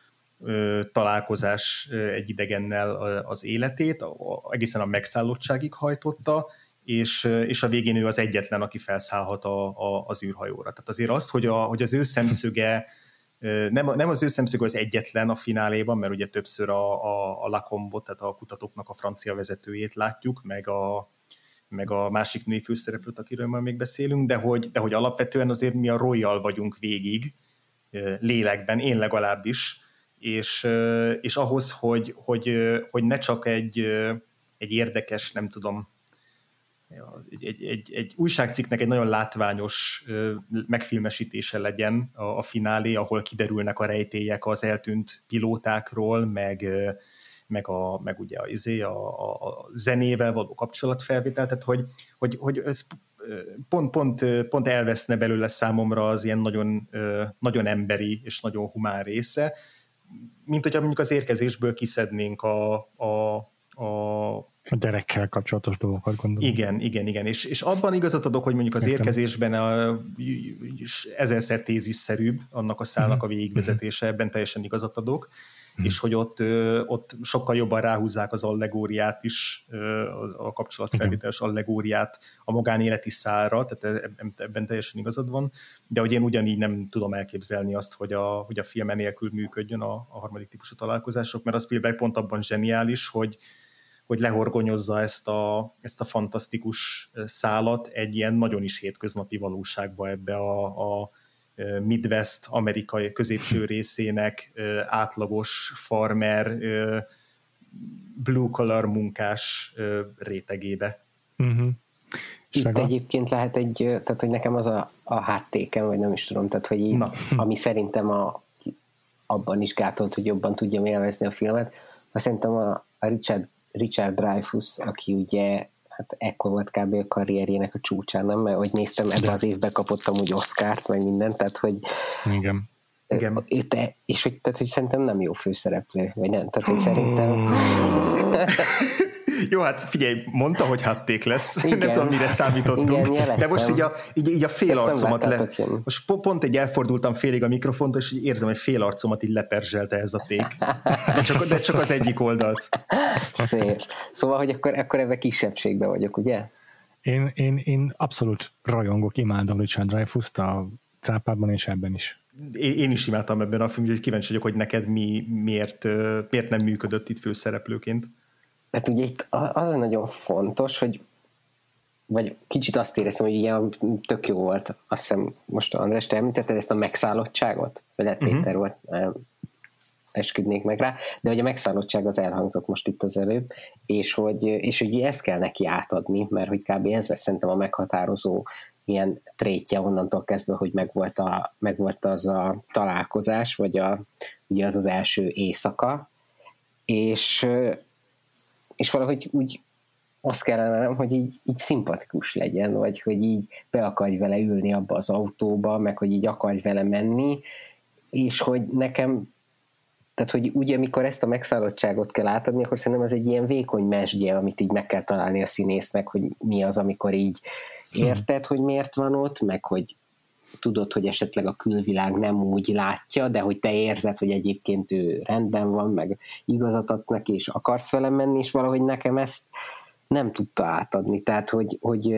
találkozás egy idegennel az életét, egészen a megszállottságig hajtotta, és, és a végén ő az egyetlen, aki felszállhat a, a, az űrhajóra. Tehát azért az, hogy, a, hogy az ő szemszöge, nem, nem az ő szemszöge az egyetlen a fináléban, mert ugye többször a, a, a Lacombot, tehát a kutatóknak a francia vezetőjét látjuk, meg a, meg a másik női főszereplőt, akiről majd még beszélünk, de hogy, de hogy alapvetően azért mi a Royal vagyunk végig, lélekben, én legalábbis, És, és ahhoz, hogy, hogy, hogy ne csak egy, egy érdekes, nem tudom, egy, egy, egy, egy újságcikknek egy nagyon látványos megfilmesítése legyen a, a finálé, ahol kiderülnek a rejtélyek az eltűnt pilótákról, meg, meg, a, meg ugye a, a, a zenével való kapcsolatfelvétel, tehát hogy, hogy, hogy ez pont, pont, pont elveszne belőle számomra az ilyen nagyon, nagyon emberi és nagyon humán része, mint hogyha mondjuk az érkezésből kiszednénk a, a, a a gyerekkel kapcsolatos dolgokat, gondolom. Igen, igen, igen. És, és abban igazat adok, hogy mondjuk az Értem. érkezésben a, ezerszer tézisszerűbb annak a szálnak a végigvezetése, ebben teljesen igazat adok, mm. és hogy ott, ott sokkal jobban ráhúzzák az allegóriát is, a kapcsolatfelvételes allegóriát a magánéleti szálra, tehát ebben teljesen igazad van, de hogy én ugyanígy nem tudom elképzelni azt, hogy a, hogy a filmen nélkül működjön a, a harmadik típusú találkozások, mert a Spielberg pont abban zseniális, hogy hogy lehorgonyozza ezt a, ezt a fantasztikus szálat egy ilyen nagyon is hétköznapi valóságba, ebbe a, a Midwest amerikai középső részének átlagos farmer, blue collar munkás rétegébe. Uh-huh. Itt egyébként lehet egy, tehát hogy nekem az a, a háttékem, vagy nem is tudom, tehát hogy így, ami szerintem a, abban is gátolt, hogy jobban tudjam élvezni a filmet, azt szerintem a, a Richard Richard Dreyfuss, aki ugye hát ekkor volt kb. A karrierjének a csúcsán, nem? Mert hogy néztem, ebben az évben kapottam úgy Oscart, meg mindent, tehát hogy igen. Igen. De, és hogy, tehát, hogy szerintem nem jó főszereplő, vagy nem, tehát hogy szerintem Jó, hát figyelj, mondta, hogy hátték lesz. Igen. Nem tudom, mire számítottunk. Igen, de most így a, így, így a fél Ezt arcomat le... Most pont egy elfordultam félig a mikrofontól, és így érzem, hogy fél arcomat így leperzselte ez a ték. De csak, de csak az egyik oldalt. Szép. Szóval, hogy akkor, akkor ebben kisebbségben vagyok, ugye? Én, én, én abszolút rajongok, imádom Richard Dreyfuszt a cápában és ebben is. Én is imádtam ebben a filmben, hogy kíváncsi vagyok, hogy neked mi, miért, miért nem működött itt főszereplőként. Hát ugye itt az nagyon fontos, hogy vagy kicsit azt éreztem, hogy ilyen tök jó volt, azt hiszem most András, te említetted ezt a megszállottságot? Vagy lehet Péter uh-huh. volt? esküdnék meg rá, de hogy a megszállottság az elhangzott most itt az előbb, és hogy, és hogy ezt kell neki átadni, mert hogy kb. Ez lesz szerintem a meghatározó ilyen trétje onnantól kezdve, hogy megvolt, a, megvolt az a találkozás, vagy a, ugye az az első éjszaka, és, és valahogy úgy azt kellene, hogy így, így szimpatikus legyen, vagy hogy így be akarj vele ülni abba az autóba, meg hogy így akarj vele menni, és hogy nekem, tehát hogy ugye amikor ezt a megszállottságot kell átadni, akkor szerintem ez egy ilyen vékony mesdje, amit így meg kell találni a színésznek, hogy mi az, amikor így érted, hogy miért van ott, meg hogy tudod, hogy esetleg a külvilág nem úgy látja, de hogy te érzed, hogy egyébként ő rendben van, meg igazat adsz neki, és akarsz vele menni, és valahogy nekem ezt nem tudta átadni. Tehát, hogy, hogy,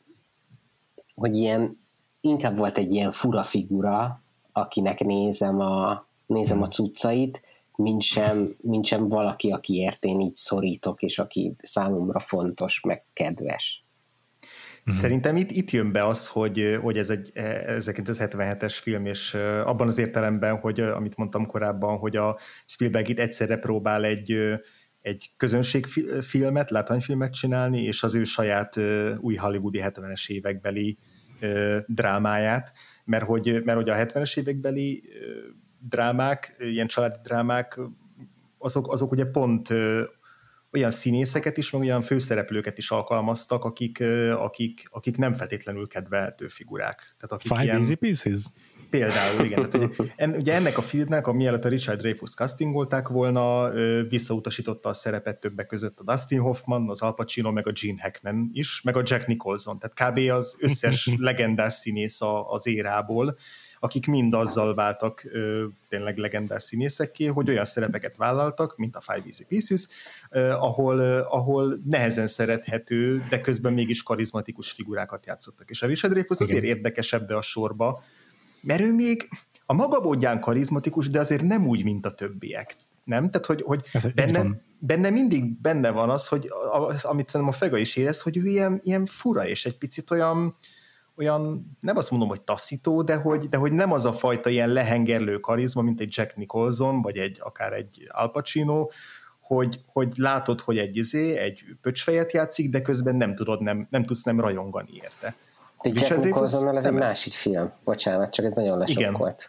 hogy ilyen, inkább volt egy ilyen fura figura, akinek nézem a, nézem a cuccait, mint sem, mint sem valaki, akiért én így szorítok, és aki számomra fontos, meg kedves. Szerintem itt, itt jön be az, hogy, hogy ez egy ezerkilencszázhetvenhetes film, és abban az értelemben, hogy amit mondtam korábban, hogy a Spielberg itt egyszerre próbál egy, egy közönségfilmet, látványfilmet csinálni, és az ő saját új hollywoodi hetvenes évekbeli drámáját, mert hogy, mert hogy a hetvenes évekbeli drámák, ilyen családi drámák, azok, azok ugye pont olyan színészeket is, meg olyan főszereplőket is alkalmaztak, akik, akik, akik nem feltétlenül kedvelhető figurák. Tehát akik Five ilyen, Easy Pieces? Például, igen. Tehát, ugye, en, ugye ennek a filmnek, a mielőtt a Richard Dreyfuss castingolták volna, visszautasította a szerepet többek között a Dustin Hoffman, az Al Pacino, meg a Gene Hackman is, meg a Jack Nicholson. Tehát kb. Az összes legendás színész az érából, akik mind azzal váltak ö, tényleg legendás színészekké, hogy olyan szerepeket vállaltak, mint a Five Easy Pieces, ö, ahol, ö, ahol nehezen szerethető, de közben mégis karizmatikus figurákat játszottak. És a Richard Dreyfuss azért érdekes ebbe a sorba, mert ő még a maga módján karizmatikus, de azért nem úgy, mint a többiek. Nem? Tehát, hogy, hogy benne, benne mindig benne van az, hogy amit szerintem a Fega is érez, hogy ő ilyen, ilyen fura, és egy picit olyan olyan, nem azt mondom, hogy taszító, de hogy, de hogy nem az a fajta ilyen lehengerlő karizma, mint egy Jack Nicholson, vagy egy, akár egy Al Pacino, hogy, hogy látod, hogy egy izé, egy pöcsfejet játszik, de közben nem tudod, nem, nem tudsz nem rajongani érte. De Jack Nicholsonnal ez egy másik film. Bocsánat, csak ez nagyon lesokkolt.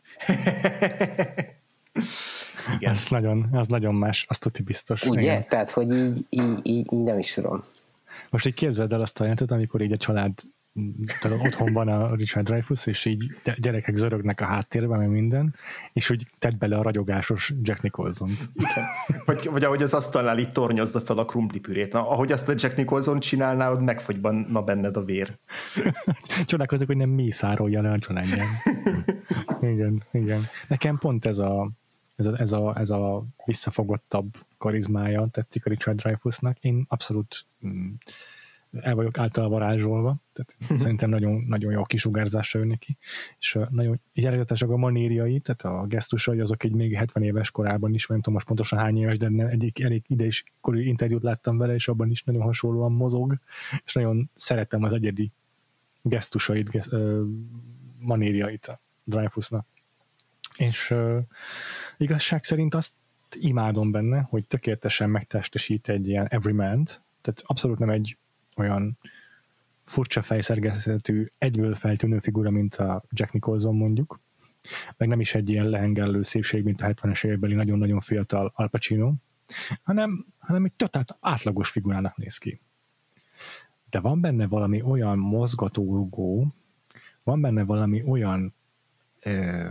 Igen. Ez nagyon, az nagyon más, azt tudti biztos. Ugye? Igen. Tehát, hogy így, így, így, így nem is tudom. Most így képzeld el azt a jelentet, amikor így a család, tehát otthon van a Richard Dreyfuss, és így gyerekek zörögnek a háttérben, meg minden, és úgy tedd bele a ragyogásos Jack Nicholsont. Igen. Vagy, vagy ahogy az asztalnál így tornyozza fel a krumplipürét. Na, ahogy azt a Jack Nicholson csinálná, ott megfogyna benned a vér. Csodálkozok, hogy nem mészárolja le a családján. Igen, igen. Nekem pont ez a, ez a, ez a, ez a visszafogottabb karizmája tetszik a Richard Dreyfussnak. Én abszolút el vagyok által varázsolva, tehát szerintem nagyon, nagyon jó kisugárzásra jön neki, és nagyon jellegzetesek a manériai, tehát a gesztusai, azok egy még hetven éves korában is, nem tudom most pontosan hány éves, de egyik elég ide is korú interjút láttam vele, és abban is nagyon hasonlóan mozog, és nagyon szeretem az egyedi gesztusait, geszt, uh, manériait a Dreyfussnak. És uh, igazság szerint azt imádom benne, hogy tökéletesen megtestesít egy ilyen everyman-t, tehát abszolút nem egy olyan furcsa fejszergezetű, egyből feltűnő figura, mint a Jack Nicholson mondjuk, meg nem is egy ilyen lehengellő szépség, mint a hetvenes évekbeli nagyon-nagyon fiatal Al Pacino, hanem, hanem egy totál átlagos figurának néz ki. De van benne valami olyan mozgatórugó, van benne valami olyan eh,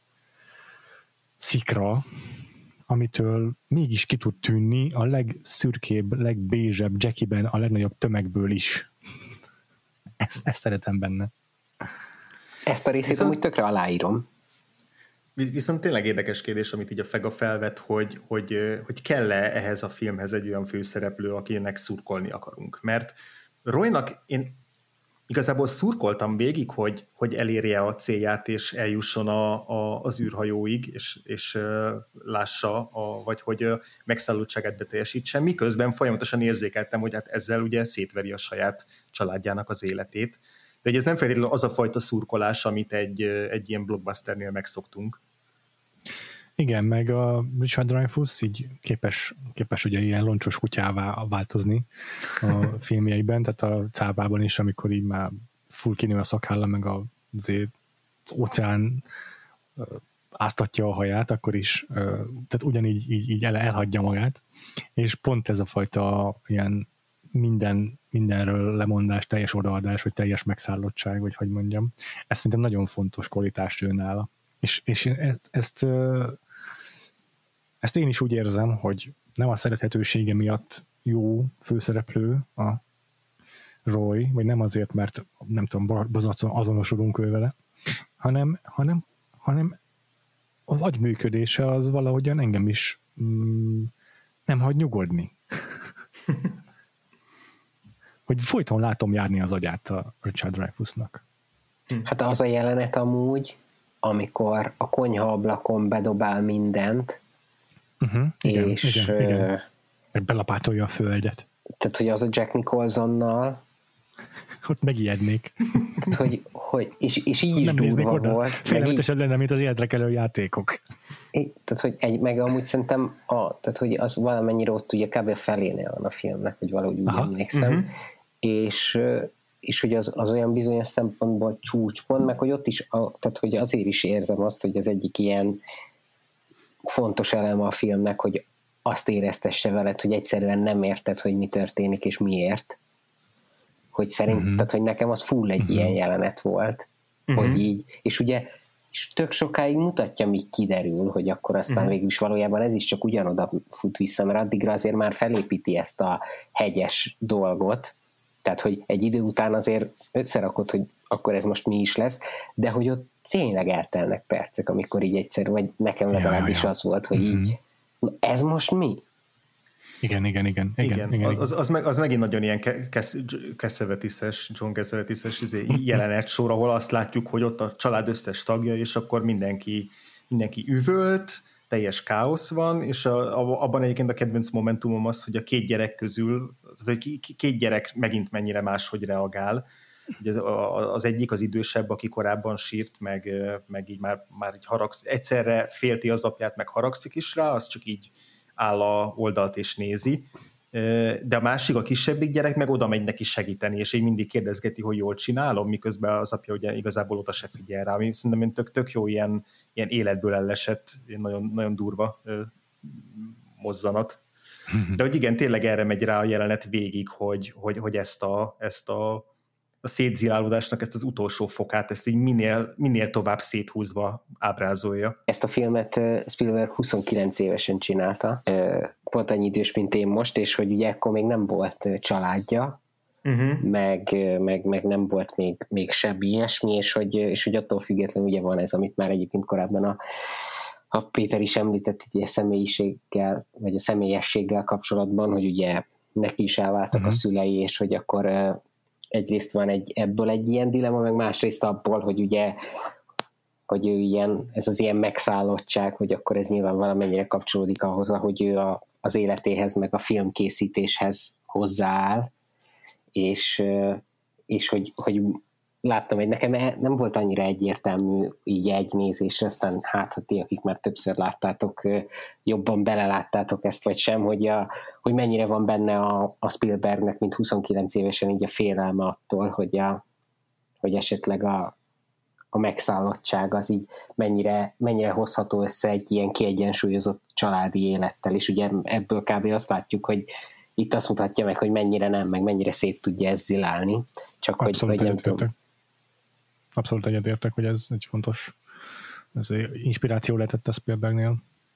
szikra, amitől mégis ki tud tűnni a legszürkébb, legbézsebb Jackie-ben a legnagyobb tömegből is. Ezt, ezt szeretem benne. Ezt a részét viszont, amúgy tökre aláírom. Viszont tényleg érdekes kérdés, amit így a Fega felvet, hogy, hogy, hogy kell-e ehhez a filmhez egy olyan főszereplő, akinek szurkolni akarunk. Mert Roynak én igazából szurkoltam végig, hogy, hogy elérje a célját, és eljusson a, a, az űrhajóig, és, és uh, lássa, a, vagy hogy uh, megszállottságát beteljesítsen, miközben folyamatosan érzékeltem, hogy hát ezzel ugye szétveri a saját családjának az életét. De ez nem feltétlenül az a fajta szurkolás, amit egy, egy ilyen blockbusternél megszoktunk. Igen, meg a Richard Dreyfuss így képes, képes ugye ilyen loncsos kutyává változni a filmjeiben, tehát a Cábában is, amikor így már full kinő a szakállam, meg a, azért az óceán áztatja a haját, akkor is, tehát ugyanígy így, így el, elhagyja magát, és pont ez a fajta ilyen minden, mindenről lemondás, teljes odaadás, vagy teljes megszállottság, vagy hogy mondjam, ez szerintem nagyon fontos kvalitás ő nála. És, és ezt, ezt, ezt én is úgy érzem, hogy nem a szerethetősége miatt jó főszereplő a Roy, vagy nem azért, mert nem tudom, azonosulunk ő vele, hanem, hanem, hanem az agyműködése az valahogyan engem is mm, nem hagy nyugodni. Hogy folyton látom járni az agyát a Richard Dreyfussnak. Hát az a jelenet amúgy, amikor a konyha ablakon bedobál mindent, uh-huh, igen, és igen, igen. Meg belapátolja a földet. Tehát, hogy az a Jack Nicholsonnal ott megijednék. Tehát, hogy, hogy és, és így is nem durva oda. volt. Félelmetesebb lenne, mint az életre kelő játékok. É, tehát, hogy egy, meg amúgy szerintem a, tehát, hogy az valamennyire ott ugye kb. A felénél van a filmnek, hogy valahogy úgy Aha. emlékszem. Uh-huh. És, és hogy az, az olyan bizonyos szempontból csúcspont, meg hogy ott is, a, tehát hogy azért is érzem azt, hogy az egyik ilyen fontos eleme a filmnek, hogy azt éreztesse veled, hogy egyszerűen nem érted, hogy mi történik és miért. Hogy szerint, uh-huh. tehát hogy nekem az full egy uh-huh. ilyen jelenet volt, uh-huh. hogy így, és ugye és tök sokáig mutatja, míg kiderül, hogy akkor aztán uh-huh. végül is valójában ez is csak ugyanoda fut vissza, mert addigra azért már felépíti ezt a hegyes dolgot, tehát hogy egy idő után azért összerakod, hogy akkor ez most mi is lesz, de hogy ott tényleg eltelnek percek, amikor így egyszer, vagy nekem legalábbis ja, ja. az volt, hogy uh-huh. így, ez most mi? Igen, igen, igen. igen, igen. igen, az, az, meg, az megint nagyon ilyen Cassavetes-es, John Cassavetes-es jelenet sor, ahol azt látjuk, hogy ott a család összes tagja, és akkor mindenki, mindenki üvölt, teljes káosz van, és a, a, abban egyébként a kedvenc momentumom az, hogy a két gyerek közül, tehát két gyerek megint mennyire máshogy reagál. Ugye az, az egyik, az idősebb, aki korábban sírt, meg, meg így már, már így haragszik, egyszerre félti az apját, meg haragszik is rá, az csak így áll a oldalt és nézi, de a másik, a kisebbik gyerek meg oda megy neki segíteni, és így mindig kérdezgeti, hogy jól csinálom, miközben az apja ugye igazából oda se figyel rá, ami szerintem tök, tök jó ilyen, ilyen életből ellesett, nagyon, nagyon durva mozzanat. De hogy igen, tényleg erre megy rá a jelenet végig, hogy, hogy, hogy ezt a, ezt a a szétzilálódásnak ezt az utolsó fokát, ezt így minél, minél tovább széthúzva ábrázolja. Ezt a filmet Spielberg huszonkilenc évesen csinálta, pont annyi idős, mint én most, és hogy ugye akkor még nem volt családja, uh-huh. meg, meg, meg nem volt még, még semmi ilyesmi, és hogy, és hogy attól függetlenül ugye van ez, amit már egyébként korábban a, a Péter is említett ugye a személyiséggel, vagy a személyességgel kapcsolatban, hogy ugye neki is elváltak uh-huh. a szülei, és hogy akkor egyrészt van egy, ebből egy ilyen dilemma, meg másrészt abból, hogy ugye hogy ő ilyen, ez az ilyen megszállottság, hogy akkor ez nyilván valamennyire kapcsolódik ahhoz, hogy ő a, az életéhez, meg a filmkészítéshez hozzááll, és, és hogy, hogy láttam, hogy nekem nem volt annyira egyértelmű így egy nézésre, aztán hát, ha ti, akik már többször láttátok, jobban beleláttátok ezt, vagy sem, hogy, a, hogy mennyire van benne a, a Spielbergnek, mint huszonkilenc évesen így a félelme attól, hogy, a, hogy esetleg a, a megszállottság az így mennyire, mennyire hozható össze egy ilyen kiegyensúlyozott családi élettel, és ugye ebből kb. Azt látjuk, hogy itt azt mutatja meg, hogy mennyire nem, meg mennyire szét tudja ez zilálni. Csak Abszolút hogy, hogy nem tudom. Abszolút egyetértek, hogy ez egy fontos ez egy inspiráció lehetett a Spielbergnél.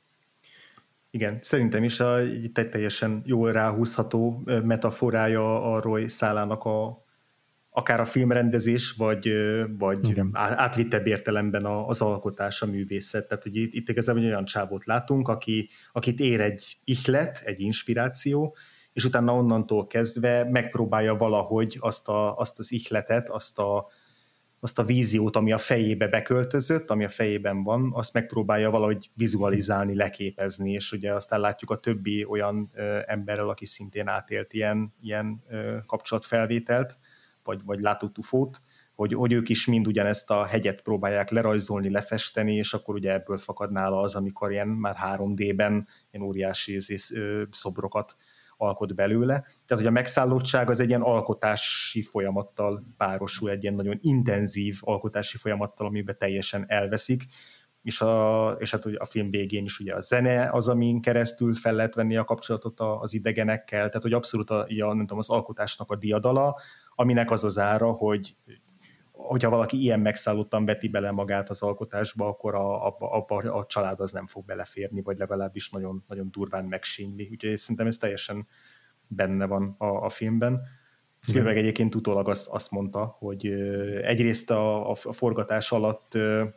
Igen, szerintem is a, egy teljesen jól ráhúzható metaforája a Roy szálának a, akár a filmrendezés, vagy, vagy átvittebb értelemben az alkotás, a művészet. Tehát, hogy itt, itt igazából olyan csávót látunk, aki, akit ér egy ihlet, egy inspiráció, és utána onnantól kezdve megpróbálja valahogy azt, a, azt az ihletet, azt a, azt a víziót, ami a fejébe beköltözött, ami a fejében van, azt megpróbálja valahogy vizualizálni, leképezni, és ugye aztán látjuk a többi olyan ö, emberrel, aki szintén átélt ilyen, ilyen ö, kapcsolatfelvételt, vagy, vagy látott ufót, hogy, hogy ők is mind ugyanezt a hegyet próbálják lerajzolni, lefesteni, és akkor ugye ebből fakad nála az, amikor ilyen már három dében ilyen óriási szobrokat alkot belőle. Tehát, hogy a megszállottság az egy ilyen alkotási folyamattal párosul, egy ilyen nagyon intenzív alkotási folyamattal, amiben teljesen elveszik, és, a, és hát a film végén is ugye a zene az, amin keresztül fel lehet venni a kapcsolatot az idegenekkel, tehát hogy abszolút a, a, nem tudom, az alkotásnak a diadala, aminek az az ára, hogy hogyha valaki ilyen megszállottan veti bele magát az alkotásba, akkor a, a, a, a család az nem fog beleférni, vagy legalábbis nagyon, nagyon durván megsínli. Úgyhogy szerintem ez teljesen benne van a, a filmben. Spielberg egyébként utólag azt, azt mondta, hogy egyrészt a, a forgatás alatt,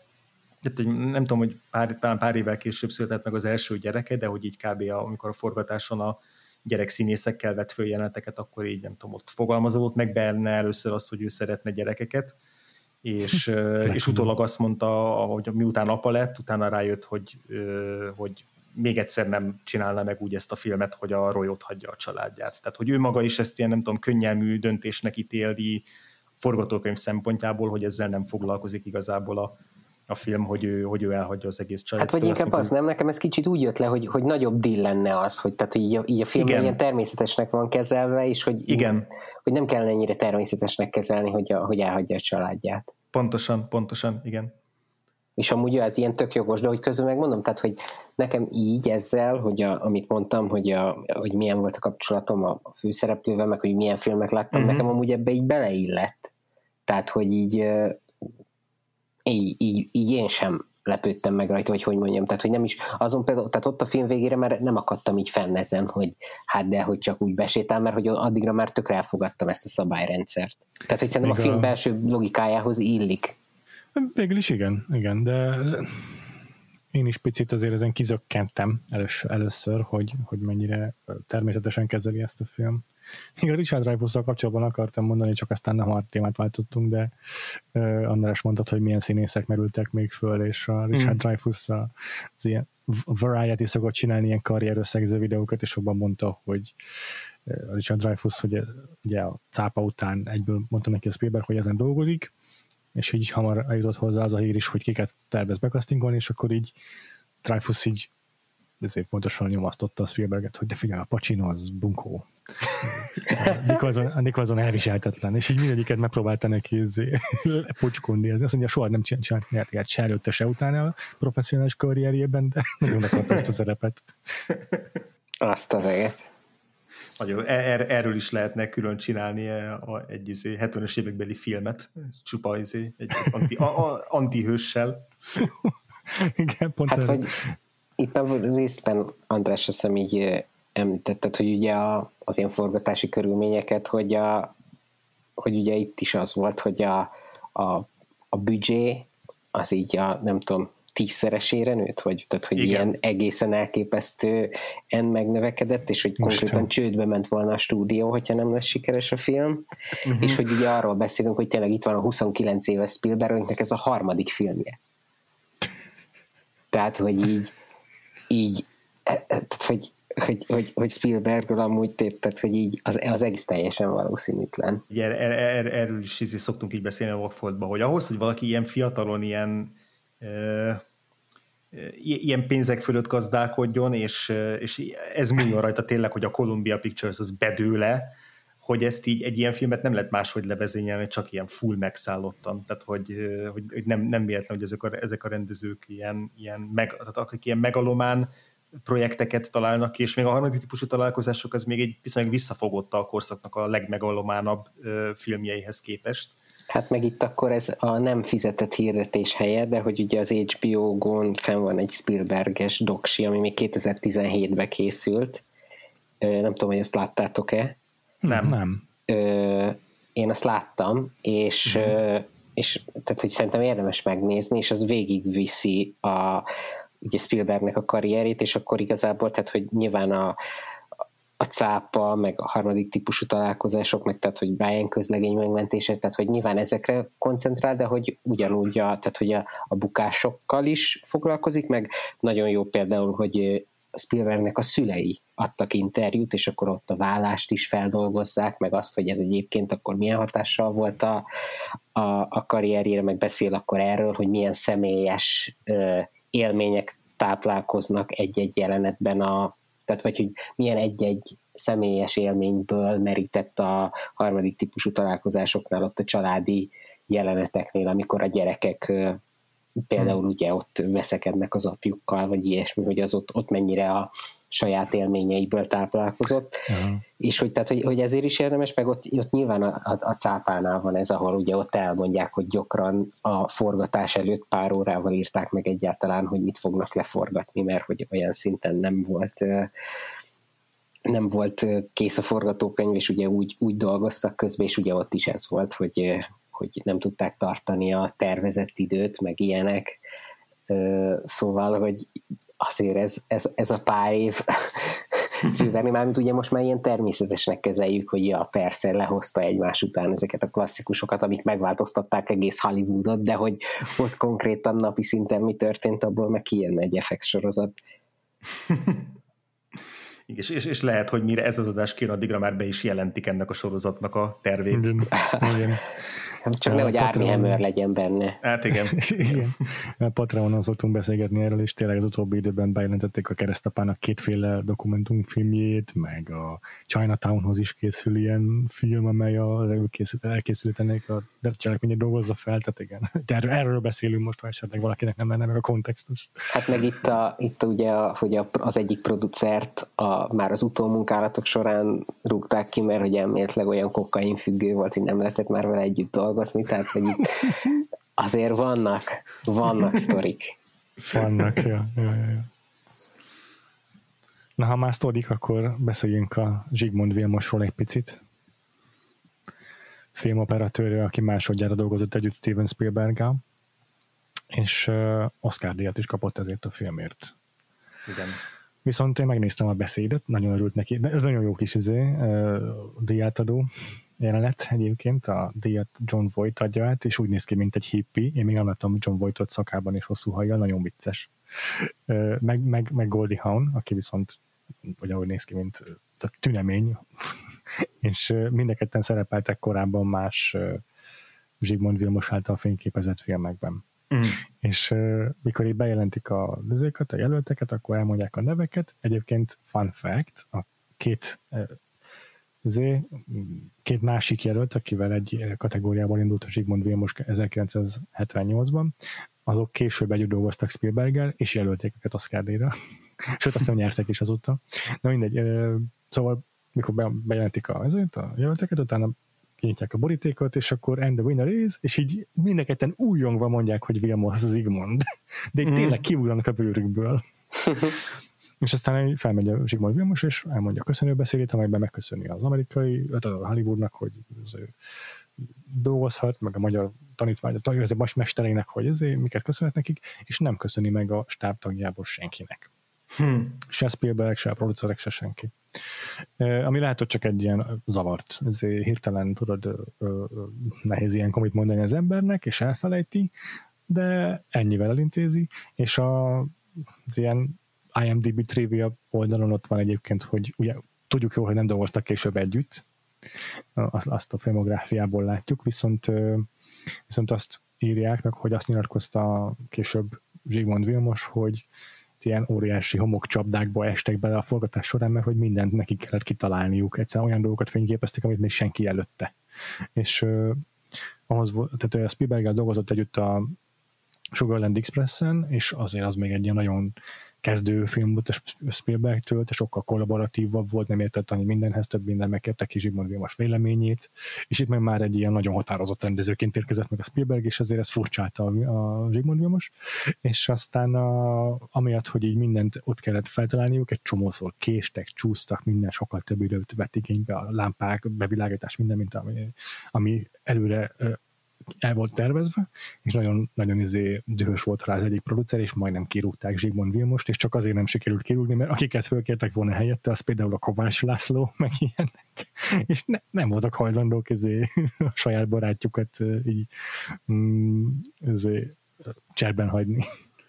nem tudom, hogy pár, talán pár évvel később született meg az első gyereke, de hogy így kb. Amikor a forgatáson a gyerekszínészekkel vett föl jeleneteket, akkor így nem tudom, ott fogalmazódott meg benne először az, hogy ő szeretne gyerekeket, és, és utólag azt mondta, hogy miután apa lett, utána rájött, hogy, hogy még egyszer nem csinálna meg úgy ezt a filmet, hogy a Royot hagyja a családját. Tehát, hogy ő maga is ezt ilyen, nem tudom, könnyelmű döntésnek ítéli forgatókönyv szempontjából, hogy ezzel nem foglalkozik igazából a a film, hogy ő, hogy ő elhagyja az egész családot. Hát vagy inkább az, nem? Nekem ez kicsit úgy jött le, hogy, hogy nagyobb deal lenne az, hogy, tehát, hogy így, a, így a film ilyen természetesnek van kezelve, és hogy, igen. hogy nem kellene ennyire természetesnek kezelni, hogy, a, hogy elhagyja a családját. Pontosan, pontosan, igen. És amúgy az ilyen tök jogos, de hogy közben megmondom, tehát, hogy nekem így ezzel, hogy a, amit mondtam, hogy, a, hogy milyen volt a kapcsolatom a főszereplővel, meg hogy milyen filmek láttam, uh-huh. nekem amúgy ebbe így beleillett. Tehát, hogy így Így, így, így én sem lepődtem meg rajta, vagy hogy mondjam, tehát hogy nem is, azon például, tehát ott a film végére már nem akadtam így fenn ezen, hogy hát de, hogy csak úgy besétál, mert hogy addigra már tökre elfogadtam ezt a szabályrendszert. Tehát, hogy szerintem még a film a... belső logikájához illik. Végül is igen, igen, de én is picit azért ezen kizökkentem először, először hogy, hogy mennyire természetesen kezeli ezt a film. Még a Richard Dreyfusszal kapcsolatban akartam mondani, csak aztán nem a témát váltottunk, de uh, András mondtad, hogy milyen színészek merültek még föl, és a Richard mm. Dreyfuss az ilyen variety szokott csinálni ilyen karrierösszegző videókat, és abban mondta, hogy a Richard Dreyfuss, hogy ugye a cápa után egyből mondta neki a Spielberg, hogy ezen dolgozik, és így hamar eljutott hozzá az a hír is, hogy kiket tervez bekasztingolni, és akkor így Dreyfuss így ezért pontosan nyomasztotta a Spielberget, hogy de figyelj, a Pacino az bunkó. A Nicholson, a Nicholson elviselhetetlen, és így mindegyiket megpróbálta neki pocskonni. Azt mondja, soha nem csinált se előtte, se utána a professzionális karrierjében, de nagyon akarta ezt a szerepet. Azt az eget. Nagyon, er, erről is lehetne külön csinálni egy izé, hetvenes évekbeli filmet, csupa izé, egy anti, a, a, antihőssel. Igen, pont hát erről. vagy itt a részben András azt hiszem így említetted, hogy ugye a, az ilyen forgatási körülményeket, hogy, a, hogy ugye itt is az volt, hogy a, a, a büdzsé az így a, nem tudom, tízszeresére nőtt, vagy tehát, hogy igen. Ilyen egészen elképesztő en megnövekedett, és hogy most konkrétan csődbe ment volna a stúdió, hogyha nem lesz sikeres a film, uh-huh. és hogy ugye arról beszélünk, hogy tényleg itt van a huszonkilenc éves Spielbergnek ez a harmadik filmje. Tehát, hogy így így, tehát, hogy Hogy, hogy, hogy Spielbergről amúgy tehát, hogy így az, az egész teljesen valószínűtlen. Er, er, er, erről is ízé szoktunk így beszélni a Vagfoltban, hogy ahhoz, hogy valaki ilyen fiatalon ilyen e, ilyen pénzek fölött gazdálkodjon, és, és ez múljon rajta tényleg, hogy a Columbia Pictures az bedőle, hogy ezt így egy ilyen filmet nem lehet máshogy levezényelni, csak ilyen full megszállottan. Tehát, hogy, hogy, hogy nem, nem véletlen, hogy ezek a, ezek a rendezők ilyen, ilyen meg, tehát akik ilyen megalomán projekteket találnak ki, és még a harmadik típusú találkozások az még egy viszonylag visszafogotta a korszaknak a legmegalománabb ö, filmjeihez képest. Hát meg itt akkor ez a nem fizetett hirdetés helye, de hogy ugye az há bé o Go-n fenn van egy Spielberges doksi, ami még kétezer-tizenhétben készült. Ö, nem tudom, hogy ezt láttátok-e? Nem. Nem. Ö, én azt láttam, és, mm. ö, és tehát, hogy szerintem érdemes megnézni, és az végigviszi a ugye Spielbergnek a karrierét, és akkor igazából, tehát, hogy nyilván a, a cápa, meg a harmadik típusú találkozások, meg tehát, hogy Brian közlegény megmentése, tehát, hogy nyilván ezekre koncentrál, de hogy ugyanúgy a, tehát, hogy a, a bukásokkal is foglalkozik, meg nagyon jó például, hogy Spielbergnek a szülei adtak interjút, és akkor ott a vállást is feldolgozzák, meg azt, hogy ez egyébként akkor milyen hatással volt a, a, a karrierjére, meg beszél akkor erről, hogy milyen személyes ö, élmények táplálkoznak egy-egy jelenetben, a, tehát vagy hogy milyen egy-egy személyes élményből merített a harmadik típusú találkozásoknál, ott a családi jeleneteknél, amikor a gyerekek például hmm. ugye ott veszekednek az apjukkal, vagy ilyesmi, hogy az ott, ott mennyire a saját élményeiből táplálkozott, uh-huh. és hogy, tehát, hogy, hogy ezért is érdemes, meg ott, ott nyilván a, a, a cápánál van ez, ahol ugye ott elmondják, hogy gyakran a forgatás előtt pár órával írták meg egyáltalán, hogy mit fognak leforgatni, mert hogy olyan szinten nem volt nem volt kész a forgatókönyv, és ugye úgy, úgy dolgoztak közben, és ugye ott is ez volt, hogy hogy nem tudták tartani a tervezett időt, meg ilyenek. Szóval, hogy azért ez, ez, ez a pár év Spielberg, mármint ugye most már ilyen természetesnek kezeljük, hogy ja, persze lehozta egymás után ezeket a klasszikusokat, amik megváltoztatták egész Hollywoodot, de hogy ott konkrétan napi szinten mi történt, abból meg kijönne egy ef iksz sorozat. És, és, és lehet, hogy mire ez az adás kér, addigra már be is jelentik ennek a sorozatnak a tervét. Igen. Igen. Csak a nehogy Armie Patreon... Hammer legyen benne. Hát igen. Igen. A Patreonon szoktunk beszélgetni erről, és tényleg az utóbbi időben bejelentették a Keresztapának kétféle dokumentumfilmjét, meg a Chinatownhoz is készül ilyen film, amely az elkészítenék a cselekményét dolgozza fel, tehát igen. Erről, erről beszélünk most, ha esetleg valakinek nem lenne meg a kontextus. Hát meg itt, a, itt ugye, a, hogy a, az egyik producert a, már az utómunkálatok során rúgták ki, mert hogy elméletileg olyan kokain függő volt, hogy nem lehetett már vele együtt dolgozni, tehát hogy itt azért vannak, vannak sztorik. Vannak, ja, ja, ja, ja. Na, ha már sztorik, akkor beszéljünk a Zsigmond Vilmosról egy picit. Filmoperatőrje, aki másodjára dolgozott együtt Steven Spielberggel, és uh, Oscar-díjat is kapott ezért a filmért. Igen. Viszont én megnéztem a beszédet, nagyon örült neki, de ez nagyon jó kis izé, uh, díjátadó jelenet egyébként, a díjat John Voight adja át, és úgy néz ki, mint egy hippi. Én még nem láttam John Voightot szakában és hosszú hajjal, nagyon vicces. Uh, meg, meg, meg Goldie Hawn, aki viszont ugyanúgy néz ki, mint a tünemény, és uh, mindenketten szerepeltek korábban más uh, Zsigmond Vilmos által fényképezett filmekben. Mm. És uh, mikor így bejelentik a dizékat, a jelölteket, akkor elmondják a neveket. Egyébként fun fact, a két uh, zé, két másik jelölt, akivel egy kategóriában indult a Zsigmond Vilmos ezerkilencszázhetvennyolcban, azok később együtt dolgoztak Spielberggel, és jelölték őket Oscar-díjra. Sőt, aztán nyertek is azóta. Na mindegy, uh, szóval mikor bejelentik a, ezért, a jelölteket, utána kinyitják a borítékot, és akkor and the winner is, és így mindenketten újongva mondják, hogy Vilmos Zsigmond. De így mm. tényleg kiugranak a bőrükből. És aztán felmegy a Zsigmond Vilmos, és elmondja a köszönőbeszédét, amelyben megköszöni az amerikai, a Hollywoodnak, hogy dolgozhat, meg a magyar tanítvány, a mestereinek, hogy ezért miket köszönhet nekik, és nem köszöni meg a stábtagjából senkinek. Hmm. Se Spielberg, se a producerek, se senki. Uh, ami lehet, hogy csak egy ilyen zavart. Ezért hirtelen, tudod, uh, uh, nehéz ilyen komit mondani az embernek, és elfelejti, de ennyivel elintézi, és a, az ilyen i em dé bé trivia oldalon ott van egyébként, hogy ugye tudjuk jól, hogy nem dolgoztak később együtt, azt, azt a filmográfiából látjuk, viszont, uh, viszont azt írják meg, hogy azt nyilatkozta később Zsigmond Vilmos, hogy ilyen óriási homokcsapdákba estek bele a forgatás során, mert hogy mindent nekik kellett kitalálniuk. Egyszerűen olyan dolgokat fényképeztek, amit még senki előtte. És uh, ahhoz, tehát a Spielberggel dolgozott együtt a Sugarland Expressen, és azért az még egy ilyen nagyon kezdő film volt a Spielbergtől, de sokkal kollaboratívabb volt, nem értett annyi mindenhez, több minden megkérte ki Zsigmond Vilmos véleményét, és itt meg már egy ilyen nagyon határozott rendezőként érkezett meg a Spielberg, és ezért ez furcsálta a Zsigmond Vilmos, és aztán a, amiatt, hogy így mindent ott kellett feltalálniuk, egy csomószor késtek, csúsztak, minden sokkal több időt vett igénybe, a lámpák, bevilágítás, minden, mint ami, ami előre el volt tervezve, és nagyon, nagyon izé dühös volt rá az egyik producer, és majdnem kirúgták Zsigmond Vilmost, és csak azért nem sikerült kirúgni, mert akiket fölkértek volna helyette, az például a Kovács László, meg ilyenek, és ne, nem voltak hajlandók izé, a saját barátjukat így mm, izé, cserben hagyni.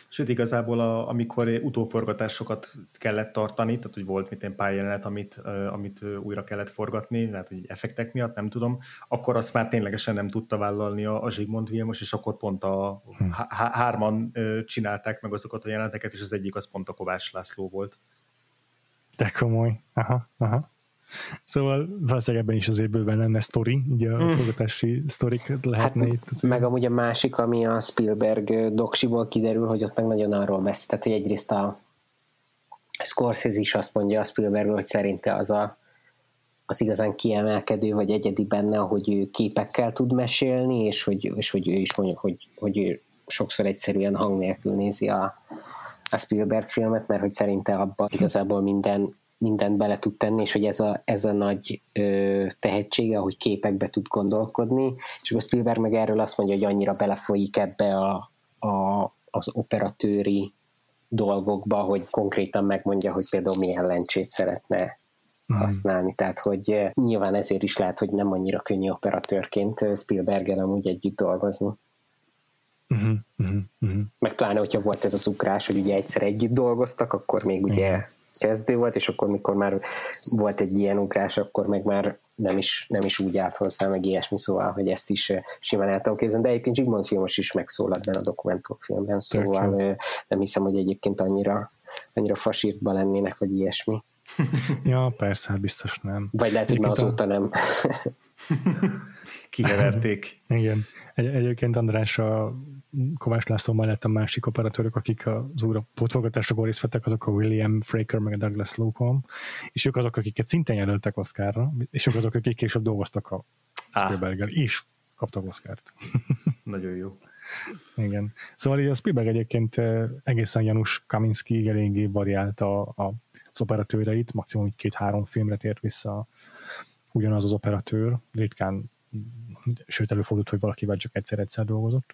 Sőt, igazából a, amikor utóforgatásokat kellett tartani, tehát hogy volt mint egy pályajelenet, amit, amit újra kellett forgatni, lehet, hogy effektek miatt, nem tudom, akkor azt már ténylegesen nem tudta vállalni a, a Zsigmond Vilmos, és akkor pont a hm. há- hárman csinálták meg azokat a jeleneteket, és az egyik az pont a Kovács László volt. De komoly. Aha, aha. Szóval valószínűleg ebben is azért bőven lenne sztori, ugye a mm. forgatási sztorik lehetne hát, itt. Meg amúgy a másik, ami a Spielberg doksiból kiderül, hogy ott meg nagyon arról vesz, tehát hogy egyrészt a Scorsese is azt mondja a Spielbergről, hogy szerinte az a, az igazán kiemelkedő, vagy egyedi benne, hogy ő képekkel tud mesélni, és hogy, és hogy ő is mondja, hogy, hogy ő sokszor egyszerűen hang nélkül nézi a, a Spielberg filmet, mert hogy szerinte abban igazából minden mindent bele tud tenni, és hogy ez a, ez a nagy ö, tehetsége, hogy képekbe tud gondolkodni, és a Spielberg meg erről azt mondja, hogy annyira belefolyik ebbe a, a, az operatőri dolgokba, hogy konkrétan megmondja, hogy például milyen lencsét szeretne mm. használni, tehát hogy nyilván ezért is lehet, hogy nem annyira könnyű operatőrként Spielberggel amúgy együtt dolgozni. Uh-huh, uh-huh, uh-huh. Meg pláne, hogyha volt ez az ugrás, hogy ugye egyszer együtt dolgoztak, akkor még ugye uh-huh. kezdő volt, és akkor mikor már volt egy ilyen ugrás, akkor meg már nem is, nem is úgy állt hozzá, meg ilyesmi, szóval, hogy ezt is simán el tudom képzelni, de egyébként Zsigmond Vilmos is megszólalt benne a dokumentumfilmben, szóval Tök nem hiszem, hogy egyébként annyira, annyira fasírtban lennének, vagy ilyesmi. Ja, persze, biztos nem. Vagy lehet, hogy már azóta nem. Kiheverték. Igen. Egy, egyébként András a Kovács László mellett a másik operatőrök, akik az újra pótforgatásokon részt vettek, azok a William Fraker meg a Douglas Slocum, és ők azok, akiket szintén jelöltek Oscarra, és ők azok, akik később dolgoztak a Spielberggel, és kaptak Oscart. Nagyon jó. Igen. Szóval így a Spielberg egyébként egészen Janusz Kaminski eléggé variált a, a, az operatőreit, maximum két-három filmre tért vissza ugyanaz az operatőr, ritkán, sőt előfordult, hogy valakivel csak egyszer-egyszer dolgozott.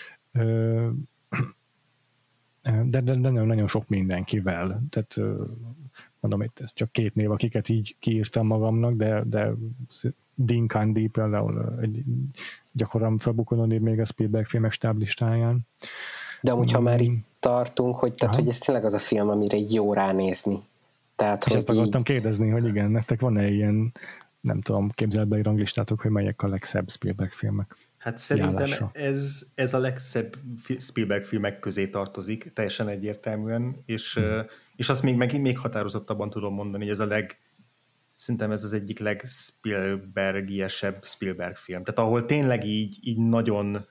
De, de, de nagyon, nagyon sok mindenkivel. Tehát mondom, itt ez csak két név, akiket így kiírtam magamnak, de, de Dean Candy például egy gyakran felbukkanó név még a Spielberg filmek stáblistáján. De amúgy, ha már itt tartunk, hogy, tehát, hogy ez tényleg az a film, amire jó ránézni. Tehát, és hogy ezt akartam így... kérdezni, hogy igen, nektek van-e ilyen, nem tudom, képzelbeli ranglistátok, hogy melyek a legszebb Spielberg filmek? Hát szerintem ez, ez a legszebb Spielberg filmek közé tartozik, teljesen egyértelműen, és, hmm. és azt még, meg, még határozottabban tudom mondani, hogy ez a leg, szerintem ez az egyik legspielbergiesebb Spielberg film. Tehát ahol tényleg így, így nagyon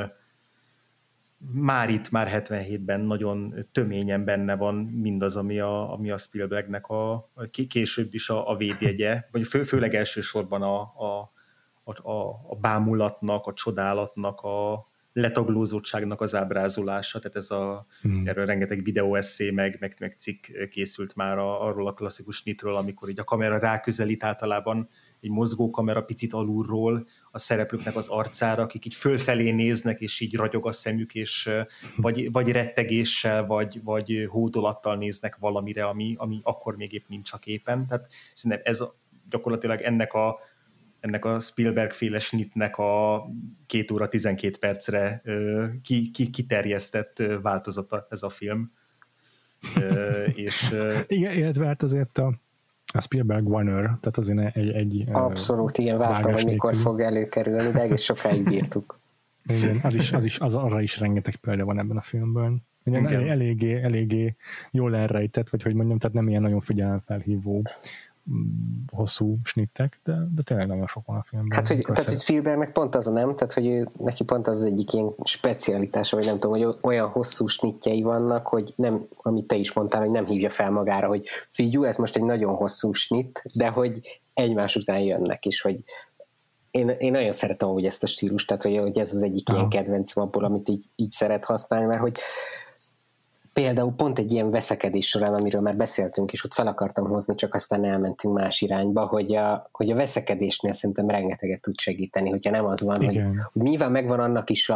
már itt, már hetvenhétben nagyon töményen benne van mindaz, ami a, ami a Spielbergnek a, a később is a, a védjegye, vagy fő, főleg elsősorban a, a, a, a bámulatnak, a csodálatnak, a letaglózottságnak az ábrázolása, tehát ez a, hmm. erről rengeteg videóesszé, meg, meg, meg cikk készült már a, arról a klasszikus nyitról, amikor így a kamera ráközelít általában egy mozgó kamera picit alulról a szereplőknek az arcára, akik így fölfelé néznek, és így ragyog a szemük, és vagy, vagy rettegéssel, vagy, vagy hódolattal néznek valamire, ami, ami akkor még épp nincs a képen. Tehát szerintem ez gyakorlatilag ennek a, ennek a Spielberg-féle snitnek a két óra tizenkét percre ki, ki, kiterjesztett változata ez a film. és, igen, illetve hát azért a a Spielberg Warner, tehát azért egy... egy abszolút, igen, vártam, hogy mikor nélkül fog előkerülni, de egész sokáig bírtuk. Igen, az is, az is, az arra is rengeteg példa van ebben a filmben. Ugyan eléggé, eléggé jól elrejtett, vagy hogy mondjam, tehát nem ilyen nagyon figyelemfelhívó hosszú snittek, de, de tényleg nagyon sok van a filmben. Hát, hogy, tehát, hogy Spielbergnek pont az a nem, tehát, hogy ő, neki pont az, az egyik ilyen specialitása, vagy nem tudom, hogy olyan hosszú snittjei vannak, hogy nem, amit te is mondtál, hogy nem hívja fel magára, hogy figyú, ez most egy nagyon hosszú snitt, de hogy egymás után jönnek is, hogy én, én nagyon szeretem úgy ezt a stílust, tehát, hogy, hogy ez az egyik Aha. ilyen kedvencem abból, amit így, így szeret használni, mert hogy például pont egy ilyen veszekedés során, amiről már beszéltünk, és ott fel akartam hozni, csak aztán elmentünk más irányba, hogy a, hogy a veszekedésnél szerintem rengeteget tud segíteni, hogyha nem az van, hogy, hogy nyilván megvan annak is a,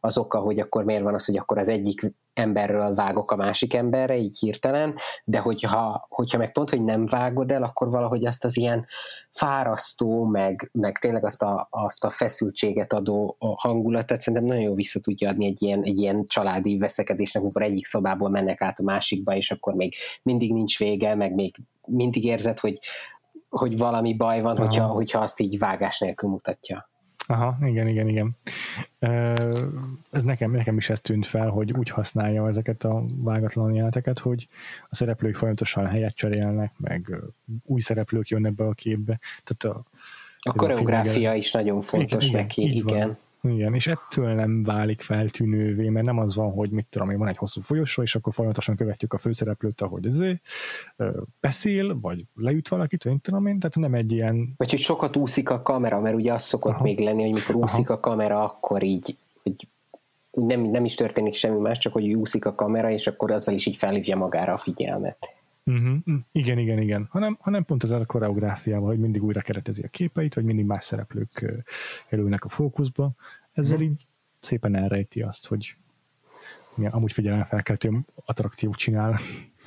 az oka, hogy akkor miért van az, hogy akkor az egyik emberről vágok a másik emberre, így hirtelen, de hogyha, hogyha meg pont, hogy nem vágod el, akkor valahogy azt az ilyen fárasztó, meg, meg tényleg azt a, azt a feszültséget adó a hangulatot szerintem nagyon jó vissza tudja adni egy ilyen, egy ilyen családi veszekedésnek, amikor egyik szobából mennek át a másikba, és akkor még mindig nincs vége, meg még mindig érzed, hogy, hogy valami baj van, hogyha, hogyha azt így vágás nélkül mutatja. Aha, igen, igen, igen. Ez nekem, nekem is ez tűnt fel, hogy úgy használja ezeket a vágatlan jeleneteket, hogy a szereplők folyamatosan helyet cserélnek, meg új szereplők jönnek be a képbe. Tehát a, a koreográfia a is nagyon fontos igen, neki, igen. igen. Igen, és ettől nem válik feltűnővé, mert nem az van, hogy mit tudom, hogy van egy hosszú folyosó, és akkor folyamatosan követjük a főszereplőt, ahogy ezért beszél, vagy leüt valakit, vagy tudom én, tehát nem egy ilyen... Vagy hogy sokat úszik a kamera, mert ugye az szokott Aha. még lenni, hogy mikor úszik Aha. a kamera, akkor így, hogy nem, nem is történik semmi más, csak hogy úszik a kamera, és akkor azzal is így felhívja magára a figyelmet. Uh-huh. Igen, igen, igen. Hanem, hanem pont ezzel a koreográfiával, hogy mindig újra keretezi a képeit, hogy mindig más szereplők kerülnek a fókuszba. Ezzel uh-huh. így szépen elrejti azt, hogy ja, amúgy figyelemfelkeltő attrakciót csinál.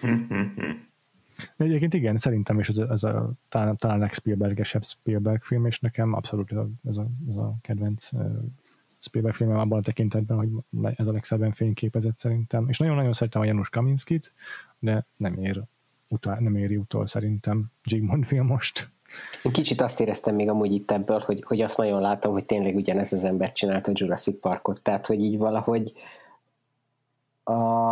De egyébként igen, szerintem is ez a, ez a talán, talán legspielbergesebb Spielberg film, és nekem abszolút ez a, ez a, ez a kedvenc Spielberg filmem abban a tekintetben, hogy ez a legszebben fényképezett szerintem. És nagyon-nagyon szeretem a Janusz Kaminskit, de nem ér utol, nem éri utol szerintem Zsigmond film most. Én kicsit azt éreztem még amúgy itt ebből, hogy, hogy azt nagyon látom, hogy tényleg ugyanez az ember csinálta a Jurassic Parkot, tehát hogy így valahogy a,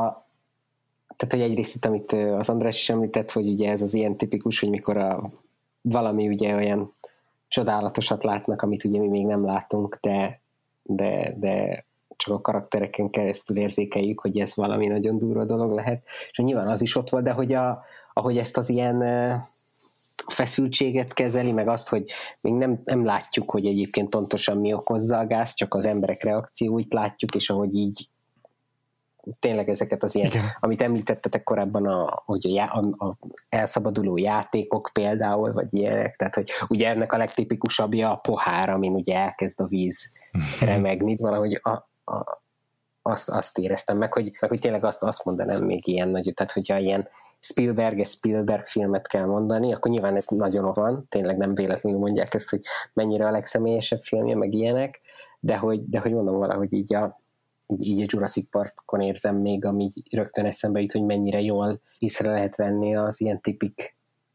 tehát hogy egyrészt itt, amit az András is említett, hogy ugye ez az ilyen tipikus, hogy mikor a, valami ugye olyan csodálatosat látnak, amit ugye mi még nem látunk, de, de, de csak a karaktereken keresztül érzékeljük, hogy ez valami nagyon durva dolog lehet, és nyilván az is ott volt, de hogy a, ahogy ezt az ilyen feszültséget kezeli, meg azt, hogy még nem, nem látjuk, hogy egyébként pontosan mi okozza a gáz, csak az emberek reakcióit látjuk, és ahogy így tényleg ezeket az ilyen, Igen. amit említettetek korábban, a, hogy a, já, a, a elszabaduló játékok például, vagy ilyenek, tehát hogy ugye ennek a legtipikusabbja a pohár, amin ugye elkezd a víz remegni, valahogy a, a, azt, azt éreztem meg, hogy, meg, hogy tényleg azt, azt mondanám még ilyen nagy, tehát hogyha ilyen Spielberg, Spielberg filmet kell mondani, akkor nyilván ez nagyon ott van, tényleg nem véletlenül mondják ezt, hogy mennyire a legszemélyesebb filmje, meg ilyenek, de hogy, de hogy mondom valahogy így a, így a Jurassic Parkon érzem még, ami rögtön eszembe jut, hogy mennyire jól észre lehet venni az ilyen tipik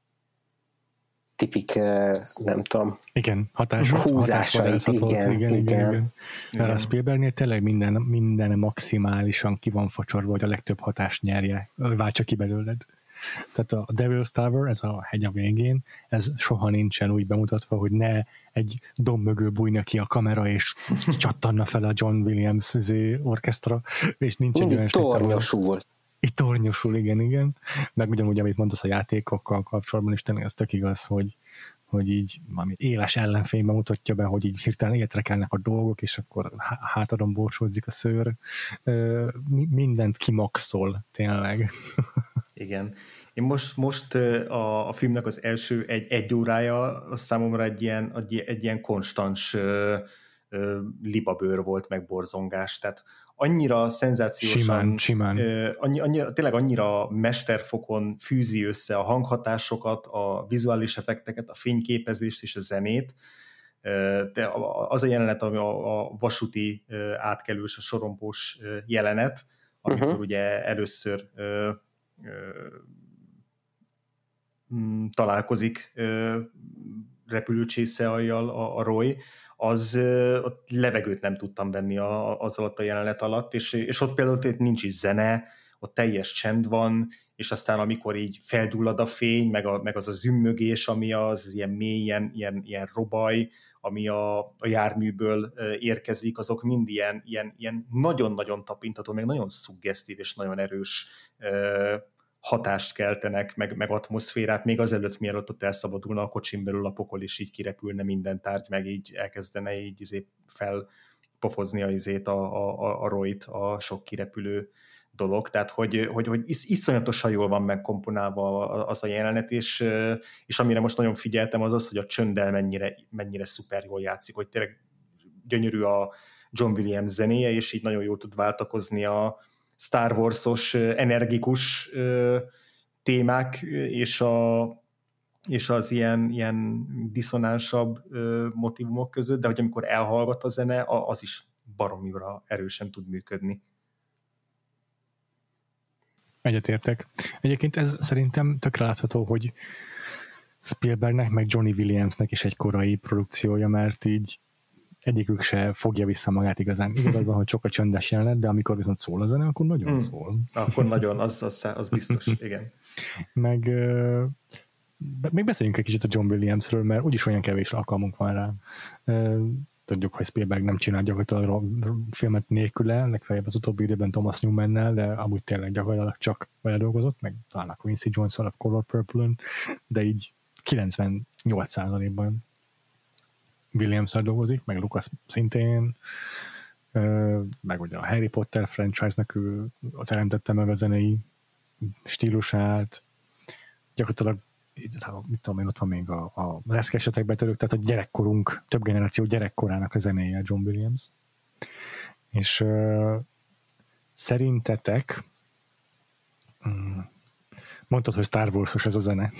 tipik, nem tudom, igen, hatások, húzásait, igen, igen, igen, igen. igen. igen. A Spielbergnél tényleg minden, minden maximálisan ki van facsorva, hogy a legtöbb hatást nyerje, váltsa ki belőled. Tehát a Devil's Tower, ez a hegy a végén, ez soha nincsen úgy bemutatva, hogy ne egy domb mögül bújna ki a kamera, és csattanna fel a John Williams orkesztra, és nincs egy olyan tornyosul. Itt tornyosul, igen, igen. Meg ugyanúgy, amit mondasz a játékokkal kapcsolatban is, tényleg ez tök igaz, hogy, hogy így valami éles ellenfényben mutatja be, hogy így hirtelen életre kelnek a dolgok, és akkor hátadon borsódzik a szőr. Mindent kimaxol, tényleg. Igen. Én most, most a, a filmnek az első egy, egy órája az számomra egy ilyen, egy, egy ilyen konstans uh, uh, libabőr volt, meg borzongás, tehát annyira szenzációsan, simán, simán. Uh, annyi, annyira, tényleg annyira mesterfokon fűzi össze a hanghatásokat, a vizuális effekteket, a fényképezést és a zenét. Uh, de az a jelenet, ami a, a vasúti uh, átkelős, a sorompós uh, jelenet, amikor uh-huh. ugye először uh, találkozik repülőcsészehajjal a, a Roy, az ott levegőt nem tudtam venni a, az alatt a jelenet alatt, és, és ott például nincs is zene, ott teljes csend van, és aztán amikor így feldullad a fény, meg, a, meg az a zümmögés, ami az ilyen mély, ilyen, ilyen, ilyen robaj, ami a, a járműből érkezik, azok mind ilyen, ilyen, ilyen nagyon-nagyon tapintató, meg nagyon szuggesztív és nagyon erős hatást keltenek, meg, meg atmoszférát, még azelőtt, mielőtt ott elszabadulna a kocsin belül a pokol, és így kirepülne minden tárgy, meg így elkezdene így izé felpofozni a izét, a, a, a Royt, a sok kirepülő dolog, tehát hogy, hogy, hogy is, iszonyatosan jól van megkomponálva az a jelenet, és, és amire most nagyon figyeltem az az, hogy a csönddel mennyire, mennyire szuper jól játszik, hogy tényleg gyönyörű a John Williams zenéje, és így nagyon jól tud váltakozni a Star Wars-os energikus témák és, a, és az ilyen, ilyen diszonánsabb motivumok között, de hogy amikor elhallgat a zene, az is baromira erősen tud működni. Egyetértek. Egyébként ez szerintem tökre látható, hogy Spielbergnek meg Johnny Williamsnek is egy korai produkciója, mert így egyikük se fogja vissza magát igazán. Igazán, hogy sokkal csöndes jelenet, de amikor viszont szól a zene, akkor nagyon mm. szól. Akkor nagyon, az, az, az biztos, igen. Meg uh, még beszéljünk egy kicsit a John Williamsről, mert úgyis olyan kevés alkalmunk van rá. Uh, tudjuk, hogy Spielberg nem csinál gyakorlatilag filmet nélküle, legfeljebb az utóbbi időben Thomas Newman-nel, de amúgy tényleg gyakorlatilag csak vele dolgozott, meg talán a Quincy Jones-szal a Color Purple-ön, de így kilencvennyolc százalékban Williams-szel dolgozik, meg Lucas szintén, meg ugye a Harry Potter franchise-nak ő teremtette meg a zenei stílusát, gyakorlatilag mit tudom én, ott van még a, a reszkesetek betörők, tehát a gyerekkorunk, több generáció gyerekkorának a zenéje John Williams. És uh, szerintetek um, mondtad, hogy Star Wars-os ez a zene,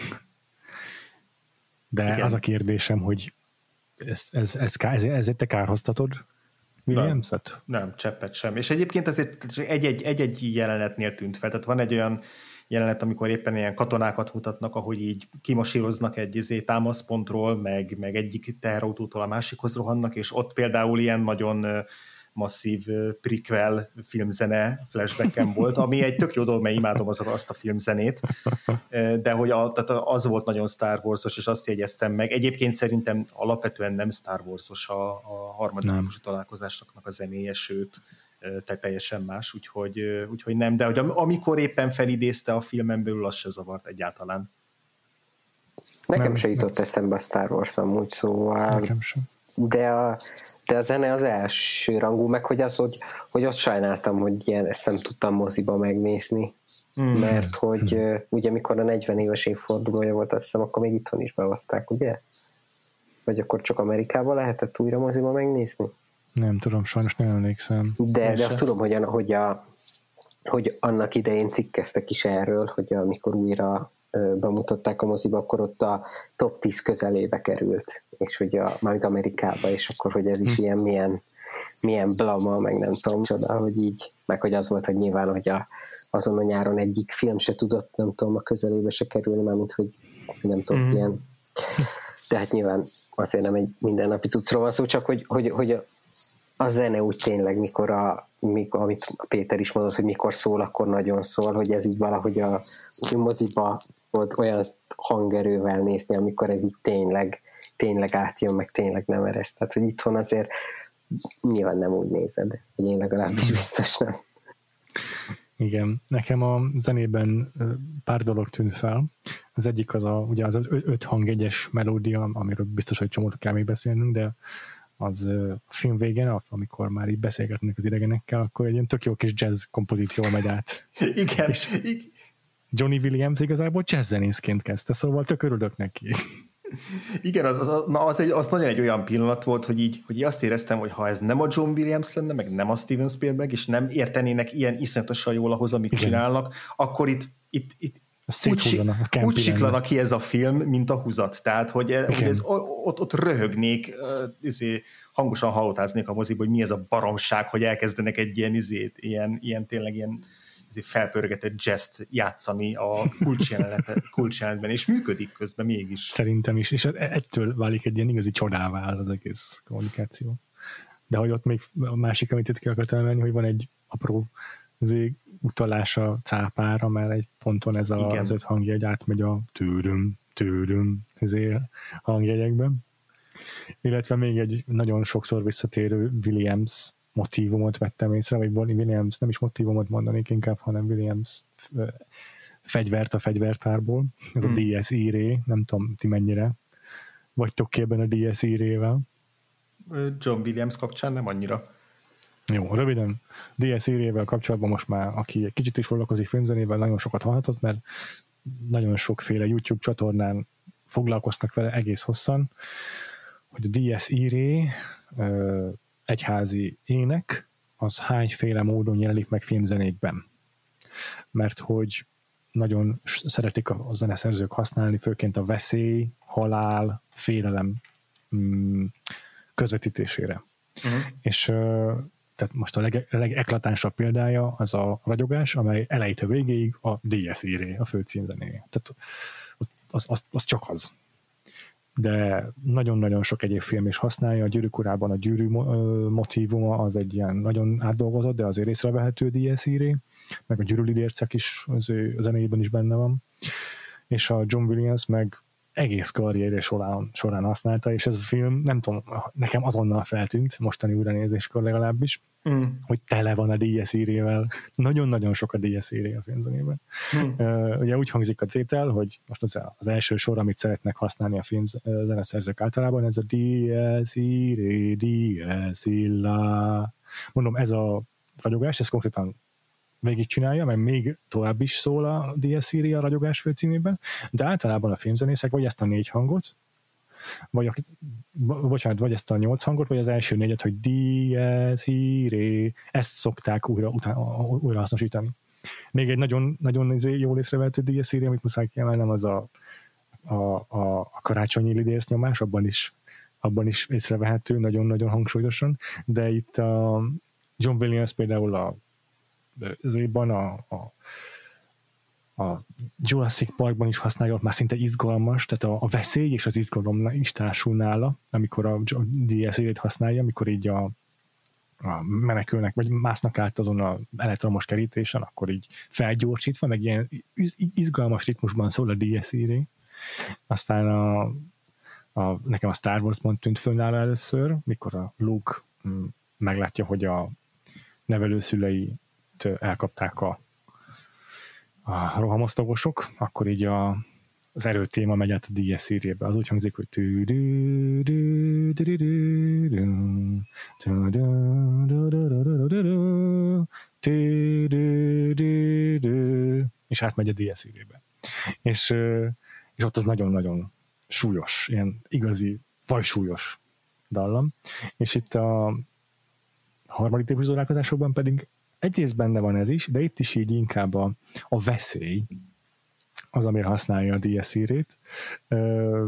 de igen. Az a kérdésem, hogy ez, ez, ez, ez, ezért te kárhoztatod Williams-et? Nem, nem, cseppet sem. És egyébként azért egy-egy, egy-egy jelenetnél tűnt fel. Tehát van egy olyan jelenet, amikor éppen ilyen katonákat mutatnak, ahogy így kimasíroznak egy izé támaszpontról, meg, meg egyik teherautótól a másikhoz rohannak, és ott például ilyen nagyon masszív prequel filmzene flashbacken volt, ami egy tök jó dolog, mert imádom az, azt a filmzenét, de hogy a, tehát az volt nagyon Star Wars-os, és azt jegyeztem meg. Egyébként szerintem alapvetően nem Star Wars-os a, a harmadik típusú találkozásoknak a zenéje, sőt, te teljesen más, úgyhogy, úgyhogy nem, de hogy amikor éppen felidézte a filmen belül, az se zavart egyáltalán. Nekem nem, se jutott nem. eszembe a Star Wars amúgy, szóval nekem sem. De a, de a zene az első rangú, meg hogy az, hogy, hogy azt sajnáltam, hogy ilyen, ezt nem tudtam moziba megnézni, mm. mert hogy mm. ugye mikor a negyven éves évfordulója volt, azt hiszem, akkor még itthon is behozták, ugye? Vagy akkor csak Amerikában lehetett újra moziba megnézni? Nem tudom, sajnos nem emlékszem. De, de azt tudom, hogy, a, hogy, a, hogy annak idején cikkeztek is erről, hogy amikor újra bemutatták a moziba, akkor ott a top tíz közelébe került, és hogy a, mármint Amerikába, és akkor, hogy ez is hm. ilyen milyen, milyen blama, meg nem tudom, csoda, hogy így, meg hogy az volt, hogy nyilván, hogy a, azon a nyáron egyik film se tudott, nem tudom, a közelébe se kerülni, mármint, hogy nem tudott hm. ilyen. Tehát nyilván azért nem egy mindennapi cuccról van szó, csak hogy, hogy, hogy a, a zene úgy tényleg, mikor a mikor, amit Péter is mondott, hogy mikor szól, akkor nagyon szól, hogy ez így valahogy a moziba volt olyan hangerővel nézni, amikor ez így tényleg, tényleg átjön, meg tényleg nem ereszt. Tehát, hogy itthon azért nyilván nem úgy nézed, hogy én legalábbis biztos nem. Igen, nekem a zenében pár dolog tűnt fel. Az egyik az a, ugye az öt hangjegyes melódia, amiről biztos, hogy csomót kell még beszélnünk, de az a film végén, amikor már így beszélgetnek az idegenekkel, akkor egy ilyen tök jó kis jazz kompozíció megy át. Igen. És Johnny Williams igazából jazzzenészként kezdte, szóval tök örülök neki. Igen, az, az, na az, egy, az nagyon egy olyan pillanat volt, hogy így, hogy így azt éreztem, hogy ha ez nem a John Williams lenne, meg nem a Steven Spielberg, és nem értenének ilyen iszonyatosan jól ahhoz, amit igen. csinálnak, akkor itt, itt, itt úgy, úgy siklana ki ez a film, mint a húzat. Tehát, hogy, hogy ez, ott, ott röhögnék, izé, hangosan hallotáznék a moziba, hogy mi ez a baromság, hogy elkezdenek egy ilyen, izét, ilyen, ilyen tényleg ilyen izé felpörgetett jazzt játszani a kulcsjelenetben, és működik közben mégis. Szerintem is, és ettől válik egy ilyen igazi csodává az az egész kommunikáció. De hogy ott még a másik, amit itt ki akartam emelni, hogy van egy apró azért utalás a cápára, mert egy ponton ez a, az öt hangjegy átmegy a tőröm, tőröm ezért hangjegyekben. Illetve még egy nagyon sokszor visszatérő Williams motívumot vettem észre, vagy Williams, nem is motívumot mondanék inkább, hanem Williams fegyvert a fegyvertárból. Ez hmm. a dé es i-ré, nem tudom, ti mennyire vagytok ki ebben a dé es i-rével. John Williams kapcsán nem annyira. Jó, röviden, dé es i-rével kapcsolatban most már, aki egy kicsit is foglalkozik filmzenével, nagyon sokat hallhatott, mert nagyon sokféle YouTube csatornán foglalkoztak vele egész hosszan, hogy a dé es i-ré egyházi ének az hányféle módon jelenik meg filmzenékben. Mert hogy nagyon szeretik a zeneszerzők használni, főként a veszély, halál, félelem mm, közvetítésére. Uh-huh. És uh, tehát most a leg, legeklatánsabb példája az a ragyogás, amely elejétől végéig a dé es í-ré, a főcímzenéje. Tehát az, az, az csak az. De nagyon-nagyon sok egyéb film is használja. A Gyűrűk urában a gyűrű motívuma az egy ilyen nagyon átdolgozott, de azért észrevehető dé es í-ré, meg a gyűrűlidércek is az ő zenéjében is benne van. És a John Williams meg egész karrierje során, során használta, és ez a film, nem tudom, nekem azonnal feltűnt, mostani újranézéskor legalábbis, mm. hogy tele van a dé es í-rével. Nagyon-nagyon sok a dé es í-ré a filmzenében. Mm. Uh, ugye úgy hangzik a tétel, hogy most az, az első sor, amit szeretnek használni a filmzeneszerzők általában, ez a dé es í-ré, dé es í-lá. Mondom, ez a ragyogás, ez konkrétan végigcsinálja, mert még tovább is szól a dé es í-ré a ragyogás főcímében, de általában a filmzenészek vagy ezt a négy hangot, vagy, a, bocsánat, vagy ezt a nyolc hangot, vagy az első négyet, hogy dé es í-ré, ezt szokták újra, utána, újra hasznosítani. Még egy nagyon, nagyon jól észrevehető dé es í-ré, amit muszáj kiemelnem, az a, a, a, a karácsonyi lidérc nyomás, abban is, abban is észrevehető, nagyon-nagyon hangsúlyosan, de itt a John Williams például a azért a, a, a Jurassic Parkban is használja, már szinte izgalmas, tehát a, a veszély és az izgalom is társul nála, amikor a dé es í-rét használja, amikor így a, a menekülnek, vagy másznak át azon a elektromos kerítésen, akkor így felgyorsítva, meg ilyen izgalmas ritmusban szól a dé es í-ré. Aztán a, a, nekem a Star Wars-ban tűnt föl nála először, mikor a Luke m, meglátja, hogy a nevelőszülei elkapták a, a rohamosztagosok, akkor így a, az erőtéma megy át a dé es í-rébe. Az úgy hangzik, hogy és átmegy a dé es í-rébe. És, és ott az nagyon-nagyon súlyos, ilyen igazi, fajsúlyos dallam. És itt a harmadik típusú találkozásokban pedig egyrészt benne van ez is, de itt is így inkább a, a veszély az, amire használja a dé es í-rét. Uh,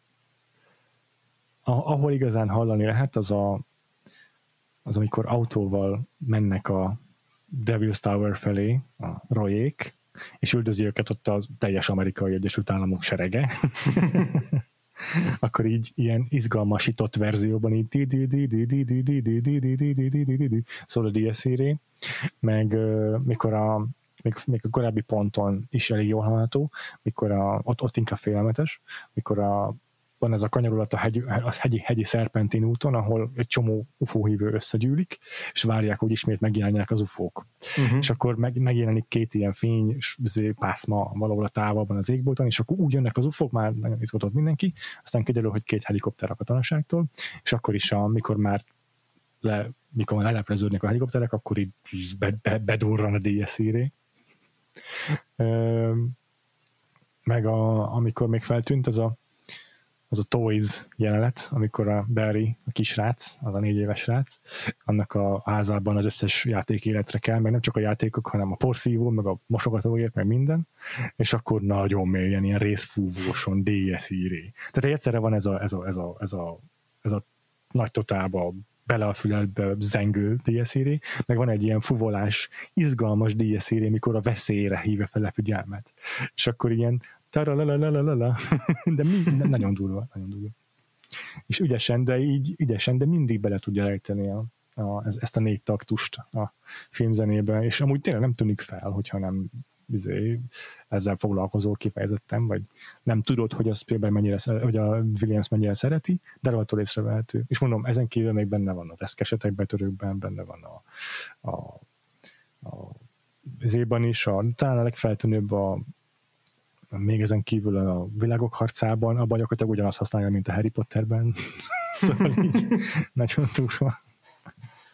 ahol igazán hallani lehet, az, a, az amikor autóval mennek a Devil's Tower felé, a Royék, és üldözi őket ott a teljes Amerikai Egyesült Államok serege. Akkor így ilyen izgalmasított verzióban így szól a dé es í-ré, meg mikor a még, még a korábbi ponton is elég jól hallható, mikor a, ott, ott inkább félelmetes, mikor a, van ez a kanyarulat a, hegy, a hegyi, hegyi szerpentin úton, ahol egy csomó ufóhívő összegyűlik, és várják, hogy ismét megjelenjenek az ufók. Uh-huh. És akkor meg, megjelenik két ilyen fény pászma valahol a távolban az égbolton, és akkor úgy jönnek az ufók, már nagyon izgatott mindenki, aztán kiderül, hogy két helikopter a katonaságtól, és akkor is, amikor már le, mikor már lelepleződnek a helikopterek, akkor így be, be, bedurran a dé es í-ré. Meg a, amikor még feltűnt, az a az a Toys jelenet, amikor a Barry, a kisrác, az a négy éves srác, annak a házában az összes játék életre kell, meg nem csak a játékok, hanem a porszívó, meg a mosogatógép, meg minden, és akkor nagyon mélyen ilyen részfúvóson dé es í-ré. Tehát egyszerre van ez a, ez a, ez a, ez a, ez a nagy totálba bele a füledbe zengő dé es í-ré, meg van egy ilyen fuvolás, izgalmas dé es í-ré, mikor a veszélyre hívja fel a figyelmet. És akkor ilyen taralalalala, de mi, nagyon durva, nagyon durva. És ügyesen, de így ügyesen, de mindig bele tudja rejteni a, a, ezt a négy taktust a filmzenébe, és amúgy tényleg nem tűnik fel, hogyha nem bizony, ezzel foglalkozol kifejezetten, vagy nem tudod, hogy a Spielberg mennyire, hogy a Williams mennyire szereti, de rohadtul észrevehető. És mondom, ezen kívül még benne van a reszkesetek betörőkben, benne van a, a, a zében is, a, talán a legfeltűnőbb a még ezen kívül a Világok harcában, abban gyakorlatilag ugyanazt használja, mint a Harry Potterben. Szóval így nagyon túl van.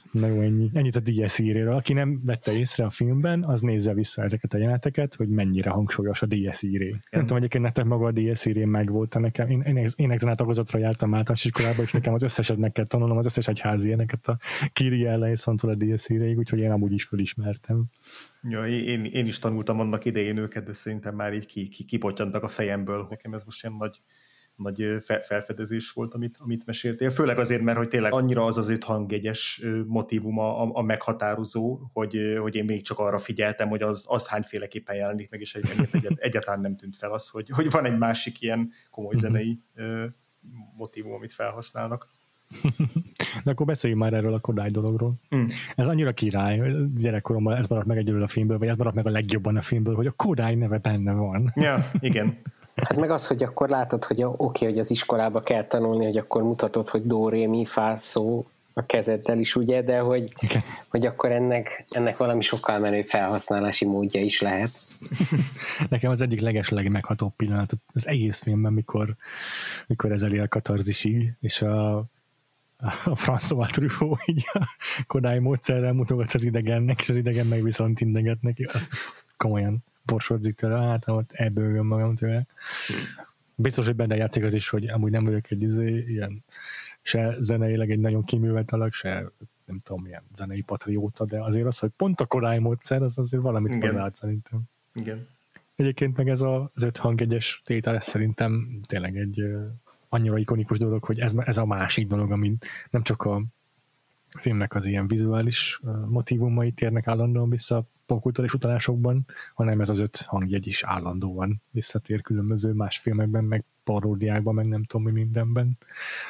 Na jó, ennyi. Ennyit a dé es í-ről. Aki nem vette észre a filmben, az nézze vissza ezeket a jeleneteket, hogy mennyire hangsúlyos a dé es í-ré. Nem tudom, egyébként nektek maga a dé es í-ré megvolt nekem. Én, én, én exzenál tagozatra jártam általános iskolába, és nekem az összeset meg kell tanulnom, az összes egyházi éneket a Kyrie elejészhontól a dé es í-réig, úgyhogy én amúgy is fölismertem. Ja, én, én is tanultam annak idején őket, de szerintem már így ki, ki, kipottyantak a fejemből. Nekem ez most ilyen nagy nagy felfedezés volt, amit, amit meséltél. Főleg azért, mert hogy tényleg annyira az az öt hangjegyes motívum a, a meghatározó, hogy, hogy én még csak arra figyeltem, hogy az, az hányféleképpen jelenik meg, és egyet, egyet, egyáltalán nem tűnt fel az, hogy, hogy van egy másik ilyen komoly zenei motívum, amit felhasználnak. De akkor beszéljünk már erről a Kodály dologról. Mm. Ez annyira király, gyerekkoromban ez maradt meg egyedül a filmből, vagy ez maradt meg a legjobban a filmből, hogy a Kodály neve benne van. Ja, igen. Hát meg az, hogy akkor látod, hogy oké, okay, hogy az iskolába kell tanulni, hogy akkor mutatod, hogy do, ré, mi, fá, szó a kezeddel is, ugye, de hogy, hogy akkor ennek, ennek valami sokkal menőbb felhasználási módja is lehet. Nekem az egyik legesleg meghatóbb pillanat az egész filmben, mikor, mikor ez elér katarzisig, és a, a François Truffaut így a Kodály módszerrel mutogat az idegennek, és az idegen meg viszont integet neki. Azt komolyan borsodzik tőle, hát ott elbőgöm magam tőle. Biztos, hogy benne játszik az is, hogy amúgy nem vagyok egy izé, ilyen se zeneileg egy nagyon kiművelt alak, se nem tudom, milyen zenei patrióta, de azért az, hogy pont a Kodály módszer, az azért valamit hozált szerintem. Igen. Egyébként meg ez az öt hangjegyes tétel, ez szerintem tényleg egy uh, annyira ikonikus dolog, hogy ez, ez a másik dolog, ami nem csak a filmnek az ilyen vizuális uh, motívumai térnek állandóan vissza a popkulturális utalásokban, hanem ez az öt hangjegy is állandóan visszatér különböző más filmekben, meg paródiákban, meg nem tudom mi mindenben.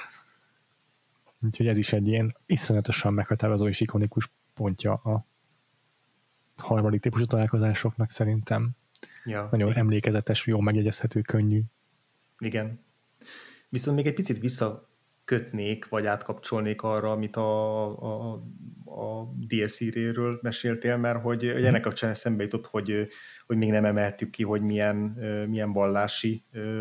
Úgyhogy ez is egy ilyen iszonyatosan meghatározó és ikonikus pontja a harmadik típusú találkozásoknak szerintem. Ja, nagyon igen. Emlékezetes, jó megjegyezhető, könnyű. Igen. Viszont még egy picit visszakötnék, vagy átkapcsolnék arra, amit a, a, a dé es í-ről meséltél, mert hogy, hogy ennek kapcsán eszembe jutott, hogy, hogy még nem emeltük ki, hogy milyen, milyen vallási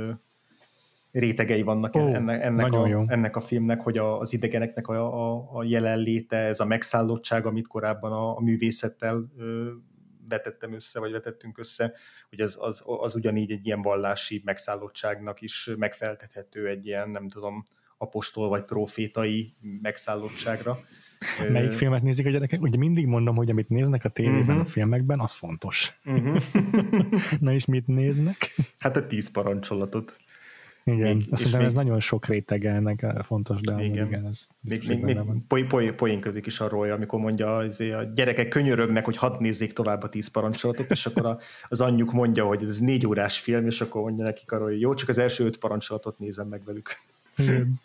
rétegei vannak oh, ennek, ennek, a, ennek a filmnek, hogy a, az idegeneknek a, a, a jelenléte, ez a megszállottság, amit korábban a, a művészettel ö, vetettem össze, vagy vetettünk össze, hogy az, az, az ugyanígy egy ilyen vallási megszállottságnak is megfeltethető egy ilyen, nem tudom, apostol vagy profétai megszállottságra. Melyik ö... filmet nézik a gyerekek? Ugye mindig mondom, hogy amit néznek a tévében, uh-huh. a filmekben, az fontos. Uh-huh. Na és mit néznek? Hát a tíz parancsolatot. Igen, még, azt hiszem még, ez nagyon sok rétege ennek fontos, de igen, igen ez még, még, még poén, poén, poénködik is arról, amikor mondja azért, a gyerekek könyörögnek, hogy hadd nézzék tovább a tíz parancsolatot, és akkor a, az anyjuk mondja, hogy ez négy órás film, és akkor mondja nekik arról, hogy jó, csak az első öt parancsolatot nézem meg velük. Igen.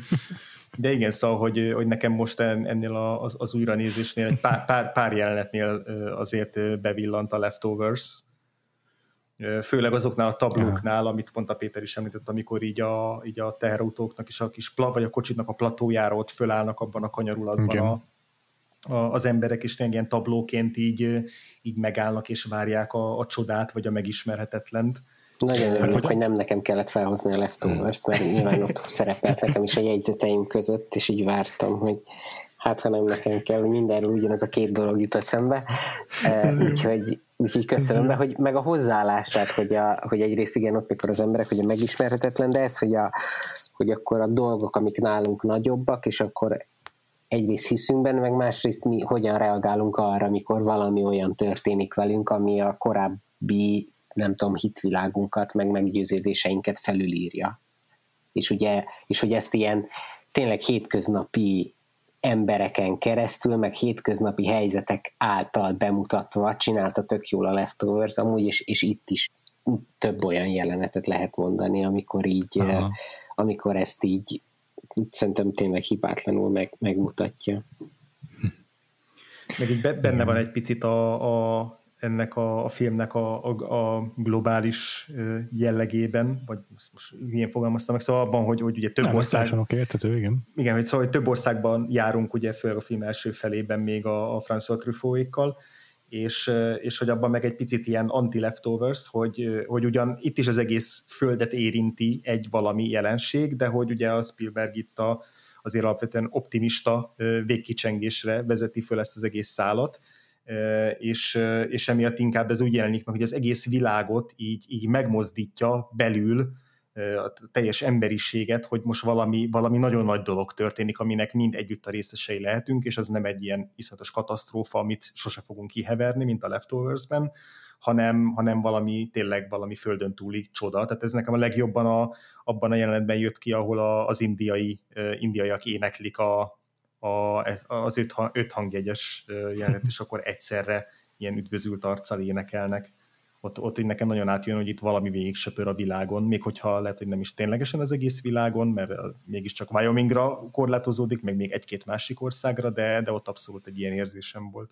De igen, szóval, hogy, hogy nekem most ennél az, az újranézésnél egy pár, pár, pár jelenetnél azért bevillant a Leftovers, főleg azoknál a tablóknál, amit pont a Péter is említett, amikor így a, így a teherautóknak is a kis pla, vagy a kocsitnak a platójára ott fölállnak abban a kanyarulatban a, a, az emberek, és tényleg ilyen tablóként így, így megállnak és várják a, a csodát, vagy a megismerhetetlent. Nagyon örülök, hát, hogy nem nekem kellett felhozni a Leftovers-t, mert nyilván ott szerepelt nekem is a jegyzeteim között, és így vártam, hogy hát ha nem nekem kell, hogy mindenről ugyanaz a két dolog jut eszembe. Úgyhogy Úgyhogy köszönöm, de hogy meg a hozzáállás, tehát hogy, a, hogy egyrészt igen, ott mikor az emberek, hogy a megismerhetetlen, de ez, hogy, a, hogy akkor a dolgok, amik nálunk nagyobbak, és akkor egyrészt hiszünk benne, meg másrészt mi hogyan reagálunk arra, amikor valami olyan történik velünk, ami a korábbi, nem tudom, hitvilágunkat, meg meggyőződéseinket felülírja. És ugye, és hogy ezt ilyen tényleg hétköznapi embereken keresztül, meg hétköznapi helyzetek által bemutatva csinálta tök jól a Leftovers amúgy, és, és itt is több olyan jelenetet lehet mondani, amikor így, Aha. amikor ezt így szerintem tényleg hibátlanul meg, megmutatja. Meg így benne van egy picit a, a ennek a, a filmnek a, a, a globális jellegében, vagy most ilyen fogalmaztam meg, szóval abban, hogy, hogy ugye több Nem, ország... értető, igen. Igen, hogy szóval hogy több országban járunk, ugye főleg a film első felében még a, a François Truffaut-ékkal, és, és hogy abban meg egy picit ilyen anti-leftovers, hogy, hogy ugyan itt is az egész földet érinti egy valami jelenség, de hogy ugye a Spielberg itt a, azért alapvetően optimista végkicsengésre vezeti föl ezt az egész szálat, és, és emiatt inkább ez úgy jelenik meg, hogy az egész világot így, így megmozdítja belül a teljes emberiséget, hogy most valami, valami nagyon nagy dolog történik, aminek mind együtt a részesei lehetünk, és ez nem egy ilyen iszonyatos katasztrófa, amit sose fogunk kiheverni, mint a Leftovers-ben, hanem, hanem valami, tényleg valami földön túli csoda. Tehát ez nekem a legjobban a, abban a jelenetben jött ki, ahol a, az indiai, indiaiak éneklik a, a, az öt, öt hangjegyes jelenet, és akkor egyszerre ilyen üdvözült arccal énekelnek. Ott, ott így nekem nagyon átjön, hogy itt valami végig söpör a világon, még hogyha lehet, hogy nem is ténylegesen az egész világon, mert mégiscsak Wyomingra korlátozódik, meg még egy-két másik országra, de, de ott abszolút egy ilyen érzésem volt.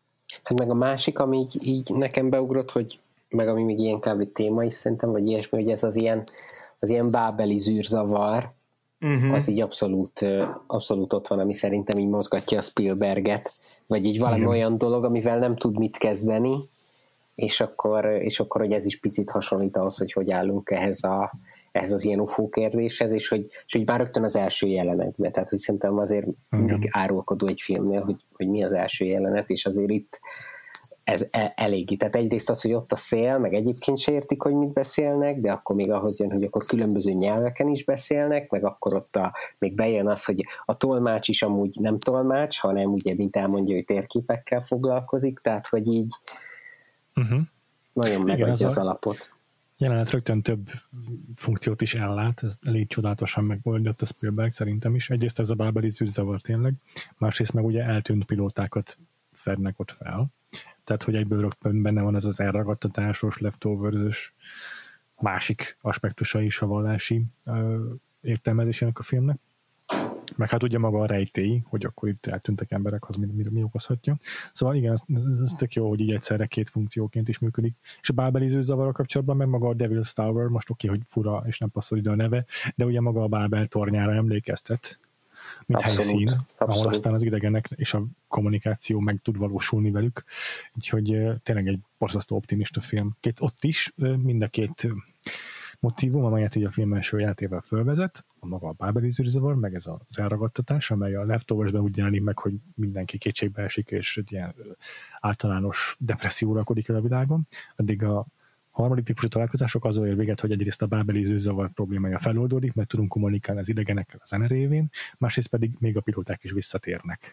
Hát meg a másik, ami így, így nekem beugrott, hogy meg ami még ilyen kb. Téma is szerintem, vagy ilyesmi, hogy ez az ilyen, az ilyen bábeli zűrzavar, uh-huh. az így abszolút, abszolút ott van, ami szerintem így mozgatja a Spielberget, vagy így valami uh-huh. olyan dolog, amivel nem tud mit kezdeni, és akkor, és akkor hogy ez is picit hasonlít ahhoz, hogy hogy állunk ehhez, a, ehhez az ilyen ufó kérdéshez, és hogy, és hogy már rögtön az első jelenetben, tehát hogy szerintem azért mindig árulkodó egy filmnél, hogy, hogy mi az első jelenet, és azért itt ez eléggé. Tehát egyrészt az, hogy ott a szél, meg egyébként se értik, hogy mit beszélnek, de akkor még ahhoz jön, hogy akkor különböző nyelveken is beszélnek, meg akkor ott a, még bejön az, hogy a tolmács is amúgy nem tolmács, hanem ugye, mint elmondja, hogy térképekkel foglalkozik, tehát hogy így uh-huh. nagyon megadja az, az alapot. Jelenet rögtön több funkciót is ellát, ez elég csodálatosan megoldott a Spielberg szerintem is. Egyrészt ez a bábeli zűrzavar tényleg, másrészt meg ugye eltűnt pilótákat fednek ott fel. Tehát, hogy egyből rögtön benne van ez az elragadtatásos, leftovers-ös másik aspektusa is a vallási ö, értelmezésének a filmnek. Meg hát ugye maga a rejtély, hogy akkor itt eltűntek emberek, az mi, mi, mi okozhatja. Szóval igen, ez, ez, ez tök jó, hogy így egyszerre két funkcióként is működik. És a bábeli zűrzavarral kapcsolatban meg maga a Devil's Tower, most oké, okay, hogy fura és nem passzol ide a neve, de ugye maga a Bábel tornyára emlékeztet, mint abszolút, helyszín, abszolút. Ahol aztán az idegenek és a kommunikáció meg tud valósulni velük. Úgyhogy uh, tényleg egy borzasztó optimista film. Két, ott is uh, mind a két motívum, amelyet így a film első játével fölvezet, a maga a bábeli zűrzavar, meg ez az elragadtatás, amely a Leftoversben úgy jelenik meg, hogy mindenki kétségbe esik, és egy ilyen általános depresszió uralkodik el a világon. Addig a harmadik típusú találkozások azzal ér véget, hogy egyrészt a bábeli zűrzavar problémája feloldódik, mert tudunk kommunikálni az idegenekkel a zene révén, másrészt pedig még a pilóták is visszatérnek.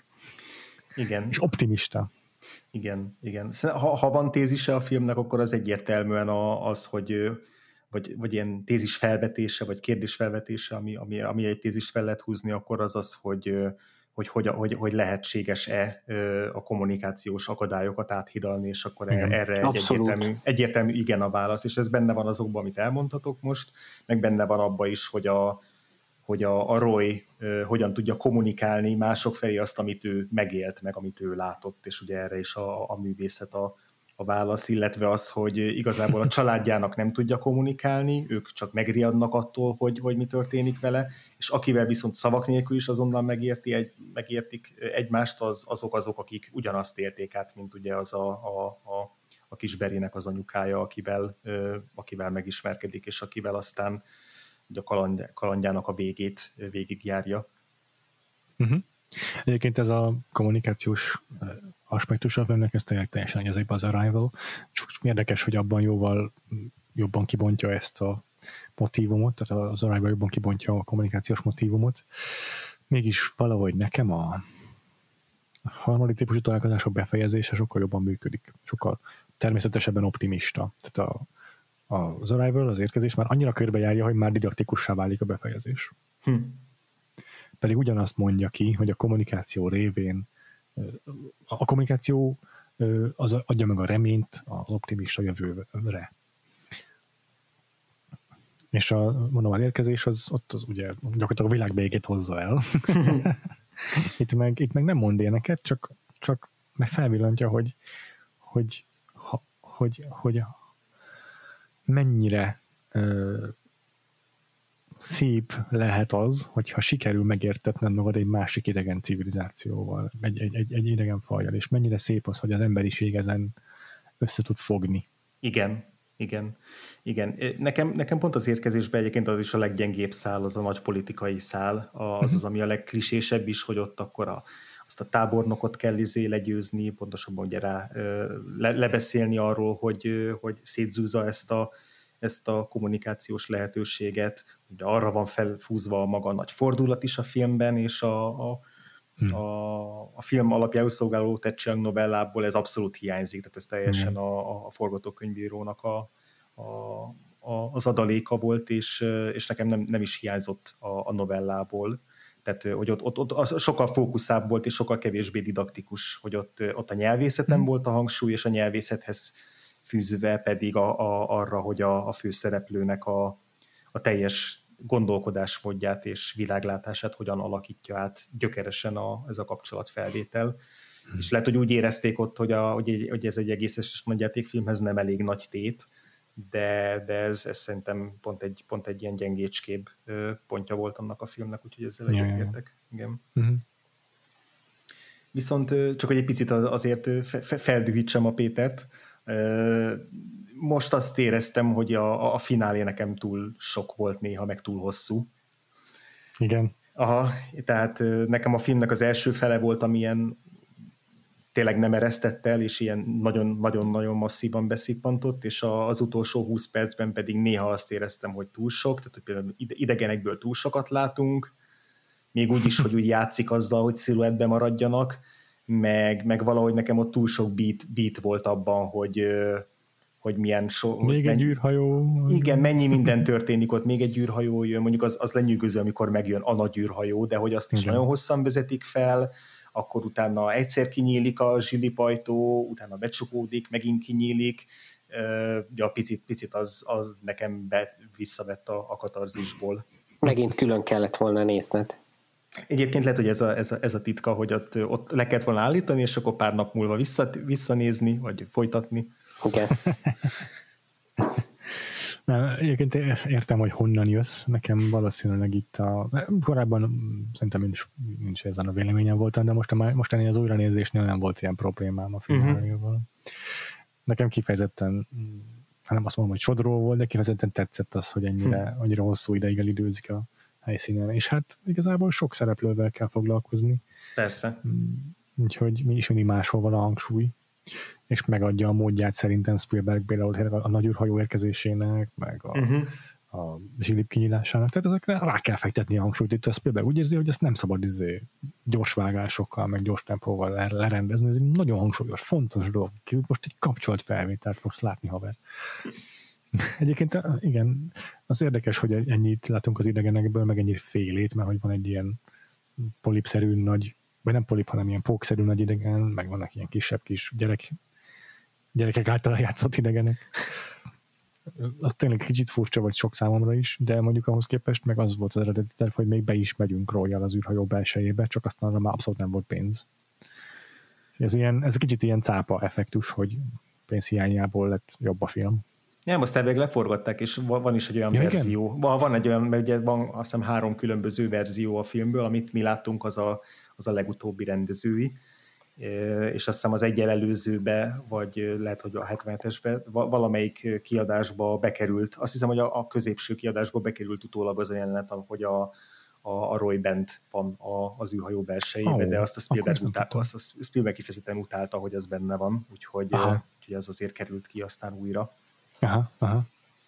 Igen. És optimista. Igen, igen. Ha, ha van tézise a filmnek, akkor az egyértelműen a, az, hogy vagy, vagy ilyen tézis felvetése, vagy kérdés felvetése, ami, ami, ami egy tézist fel lehet húzni, akkor az az, hogy hogy, hogy, hogy, hogy lehetséges-e a kommunikációs akadályokat áthidalni, és akkor igen, erre egy egyértelmű, egyértelmű igen a válasz, és ez benne van azokban, amit elmondhatok most, meg benne van abban is, hogy a, hogy a, a Roy uh, hogyan tudja kommunikálni mások felé azt, amit ő megélt, meg amit ő látott, és ugye erre is a, a művészet a, a válasz, illetve az, hogy igazából a családjának nem tudja kommunikálni, ők csak megriadnak attól, hogy, hogy mi történik vele, és akivel viszont szavak nélkül is azonnal megérti egy, megértik egymást, az, azok azok, akik ugyanazt érték át, mint ugye az a, a, a, a kis Berinek az anyukája, akivel, ö, akivel megismerkedik, és akivel aztán ugye a kaland, kalandjának a végét végigjárja. Uh-huh. Egyébként ez a kommunikációs aspektus a filmnek, ez teljesen egy ezekben az Arrival. Csak érdekes, hogy abban jóval jobban kibontja ezt a motívumot, tehát az Arrival jobban kibontja a kommunikációs motívumot. Mégis valahogy nekem a harmadik típusú találkozások befejezése sokkal jobban működik. Sokkal természetesebben optimista. Tehát a, a, az Arrival, az érkezés már annyira körbejárja, hogy már didaktikussá válik a befejezés. Hm. Pedig ugyanazt mondja ki, hogy a kommunikáció révén a kommunikáció az adja meg a reményt az optimista jövőre. És a, mondom, az érkezés az ott az ugye gyakorlatilag a világ végét hozza el. itt, meg, itt meg nem mond ilyeneket, csak, csak meg felvillantja, hogy, hogy, hogy, hogy mennyire ö, szép lehet az, hogyha sikerül megértetned magad egy másik idegen civilizációval, egy, egy, egy, egy idegen fajjal, és mennyire szép az, hogy az emberiség ezen össze tud fogni. Igen, Igen, igen. Nekem, nekem pont az érkezésben egyébként az is a leggyengébb szál, az a nagy politikai szál, az az, ami a legklisésebb is, hogy ott akkor a, azt a tábornokot kell izé legyőzni, pontosabban ugye rá le, lebeszélni arról, hogy, hogy szétzúzza ezt a, ezt a kommunikációs lehetőséget. Ugye arra van felfúzva a maga nagy fordulat is a filmben, és a, a Hmm. A, a film alapjául szolgáló Ted Chiang novellából ez abszolút hiányzik, tehát ez teljesen hmm. a, a forgatókönyvírónak a, a, a, az adaléka volt, és, és nekem nem, nem is hiányzott a, a novellából. Tehát, hogy ott, ott, ott sokkal fókuszább volt, és sokkal kevésbé didaktikus, hogy ott, ott a nyelvészeten hmm. volt a hangsúly, és a nyelvészethez fűzve pedig a, a, arra, hogy a, a főszereplőnek a, a teljes gondolkodásmódját és világlátását hogyan alakítja át gyökeresen a, ez a kapcsolatfelvétel. Hmm. És lehet, hogy úgy érezték ott, hogy, a, hogy, hogy ez egy egészes nagyjátékfilmhez nem elég nagy tét, de, de ez, ez szerintem pont egy, pont egy ilyen gyengécskébb pontja volt annak a filmnek, úgyhogy ezzel ja, egyetértek. Igen. Uh-huh. Viszont csak hogy egy picit azért feldühítsem a Pétert, most azt éreztem, hogy a, a finálé nekem túl sok volt néha, meg túl hosszú. Igen. Aha, tehát nekem a filmnek az első fele volt, amilyen tényleg nem eresztett el, és ilyen nagyon-nagyon-nagyon masszívan beszippantott, és az utolsó húsz percben pedig néha azt éreztem, hogy túl sok, tehát hogy például idegenekből túl sokat látunk, még úgy is, hogy úgy játszik azzal, hogy sziluettben maradjanak, meg, meg valahogy nekem ott túl sok beat, beat volt abban, hogy hogy milyen so, még hogy egy űrhajó. Igen, mennyi minden történik ott, még egy űrhajó jön, mondjuk az, az lenyűgöző, amikor megjön a nagy űrhajó, de hogy azt is igen. nagyon hosszan vezetik fel, akkor utána egyszer kinyílik a zsilipajtó, utána becsukódik, megint kinyílik, ja, picit, picit az, az nekem be, visszavett a, a katarzisból. Megint külön kellett volna nézned. Egyébként lehet, hogy ez a, ez a, ez a titka, hogy ott, ott le kellett volna állítani, és akkor pár nap múlva vissza, visszanézni, vagy folytatni. Igen. Nem, egyébként értem, hogy honnan jössz. Nekem valószínűleg itt a... Korábban szerintem én is, én is ezen a véleményen voltam, de most a, mostani az újranézésnél nem volt ilyen problémám a filmről. Uh-huh. Nekem kifejezetten, nem azt mondom, hogy sodró volt, de kifejezetten tetszett az, hogy ennyire, uh-huh. annyira hosszú ideig elidőzik a helyszínen. És hát igazából sok szereplővel kell foglalkozni. Persze. Úgyhogy mi is mindig máshol van a hangsúly, és megadja a módját szerintem Spielberg például a nagy űrhajó érkezésének, meg a, uh-huh. a zsilip kinyílásának. Tehát ezekre rá kell fektetni a hangsúlyt. Itt a Spielberg úgy érzi, hogy ezt nem szabad izé, gyors vágásokkal, meg gyors tempóval lerendezni. Ez egy nagyon hangsúlyos, fontos dolog. Most egy kapcsolt felvételt fogsz látni, haver. Egyébként igen, az érdekes, hogy ennyit látunk az idegenekből, meg ennyi félét, mert hogy van egy ilyen polipszerű nagy, vagy nem polip, hanem ilyen pókszerű nagy idegen, meg vannak ilyen kisebb kis gyerek, gyerekek által játszott idegenek. Az tényleg kicsit furcsa vagy sok számomra is, de mondjuk ahhoz képest meg az volt az eredeti terv, hogy még be is megyünk Royal az űrhajó belsejébe, csak aztán arra már abszolút nem volt pénz. Ez, ilyen, ez kicsit ilyen cápa effektus, hogy pénz hiányából lett jobb a film. Nem, azt elvég leforgatták, és van is egy olyan ja, verzió. Igen? Van egy olyan, mert ugye van azt hiszem három különböző verzió a filmből, amit mi láttunk, az a, az a legutóbbi rendezői, és azt hiszem az egyel előzőbe, vagy lehet, hogy a hetvenhetesbe valamelyik kiadásba bekerült, azt hiszem, hogy a, a középső kiadásba bekerült utólag az a jelenet, hogy a, a, a Roy Bent van a, az űrhajó belsejébe, oh, de azt a Spielberg, utál, azt a Spielberg kifejezetten utálta, hogy az benne van, úgyhogy, úgyhogy az azért került ki aztán újra. Aha, aha.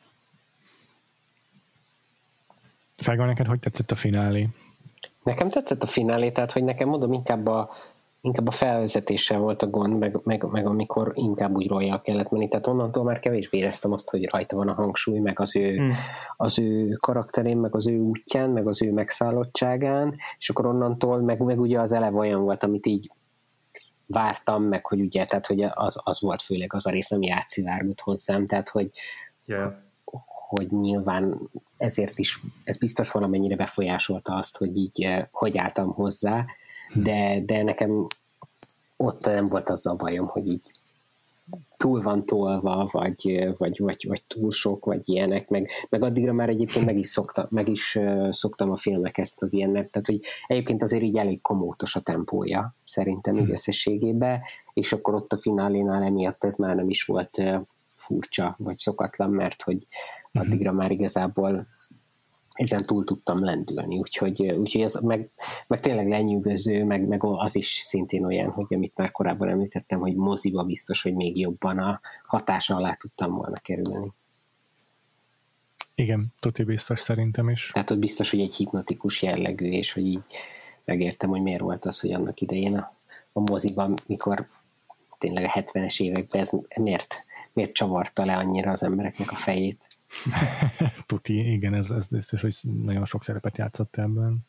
Felgól, neked hogy tetszett a finálé? Nekem tetszett a finálé, tehát hogy nekem mondom, inkább a, inkább a felvezetéssel volt a gond, meg, meg, meg amikor inkább úgy Royal kellett menni, tehát onnantól már kevésbé éreztem azt, hogy rajta van a hangsúly, meg az ő, hmm. az ő karakterén, meg az ő útján, meg az ő megszállottságán, és akkor onnantól, meg, meg ugye az eleve olyan volt, amit így vártam, meg hogy ugye, tehát hogy az, az volt főleg az a rész, ami átszivárgott hozzám, tehát hogy, yeah. hogy nyilván ezért is, ez biztos valamennyire befolyásolta azt, hogy így, hogy álltam hozzá, de, de nekem ott nem volt az a bajom, hogy így túl van tolva, vagy, vagy, vagy, vagy túl sok, vagy ilyenek, meg, meg addigra már egyébként meg is, szokta, meg is szoktam a filmek ezt az ilyennek, tehát hogy egyébként azért így elég komótos a tempója, szerintem így összességében, és akkor ott a finálénál emiatt ez már nem is volt furcsa, vagy szokatlan, mert hogy addigra már igazából ezen túl tudtam lendülni, úgyhogy, úgyhogy ez meg, meg tényleg lenyűgöző, meg, meg az is szintén olyan, hogy amit már korábban említettem, hogy moziba biztos, hogy még jobban a hatása alá tudtam volna kerülni. Igen, tuti biztos szerintem is. Tehát ott biztos, hogy egy hipnotikus jellegű, és hogy így megértem, hogy miért volt az, hogy annak idején a, a moziban, mikor tényleg a hetvenes években ez miért, miért csavarta le annyira az embereknek a fejét. Tuti, igen, ez, ez biztos, hogy nagyon sok szerepet játszott ebben.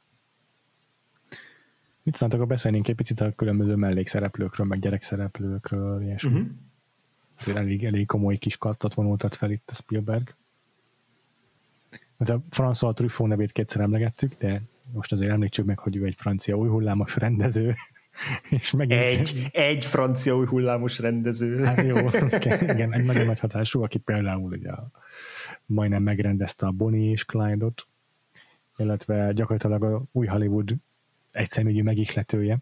Mit szántak, ha beszélnénk egy picit a különböző mellékszereplőkről, meg gyerekszereplőkről, és uh-huh. elég, elég komoly kis kasztot vonultat fel itt a Spielberg. A François Truffaut nevét kétszer emlegettük, de most azért említsük meg, hogy ő egy francia új hullámos rendező. És megint... Egy, egy francia új hullámos rendező. Hát jó, igen, egy nagyon nagy hatású, aki például ugye majdnem megrendezte a Bonnie és Clyde-ot, illetve gyakorlatilag a új Hollywood egyszemélyű megihletője.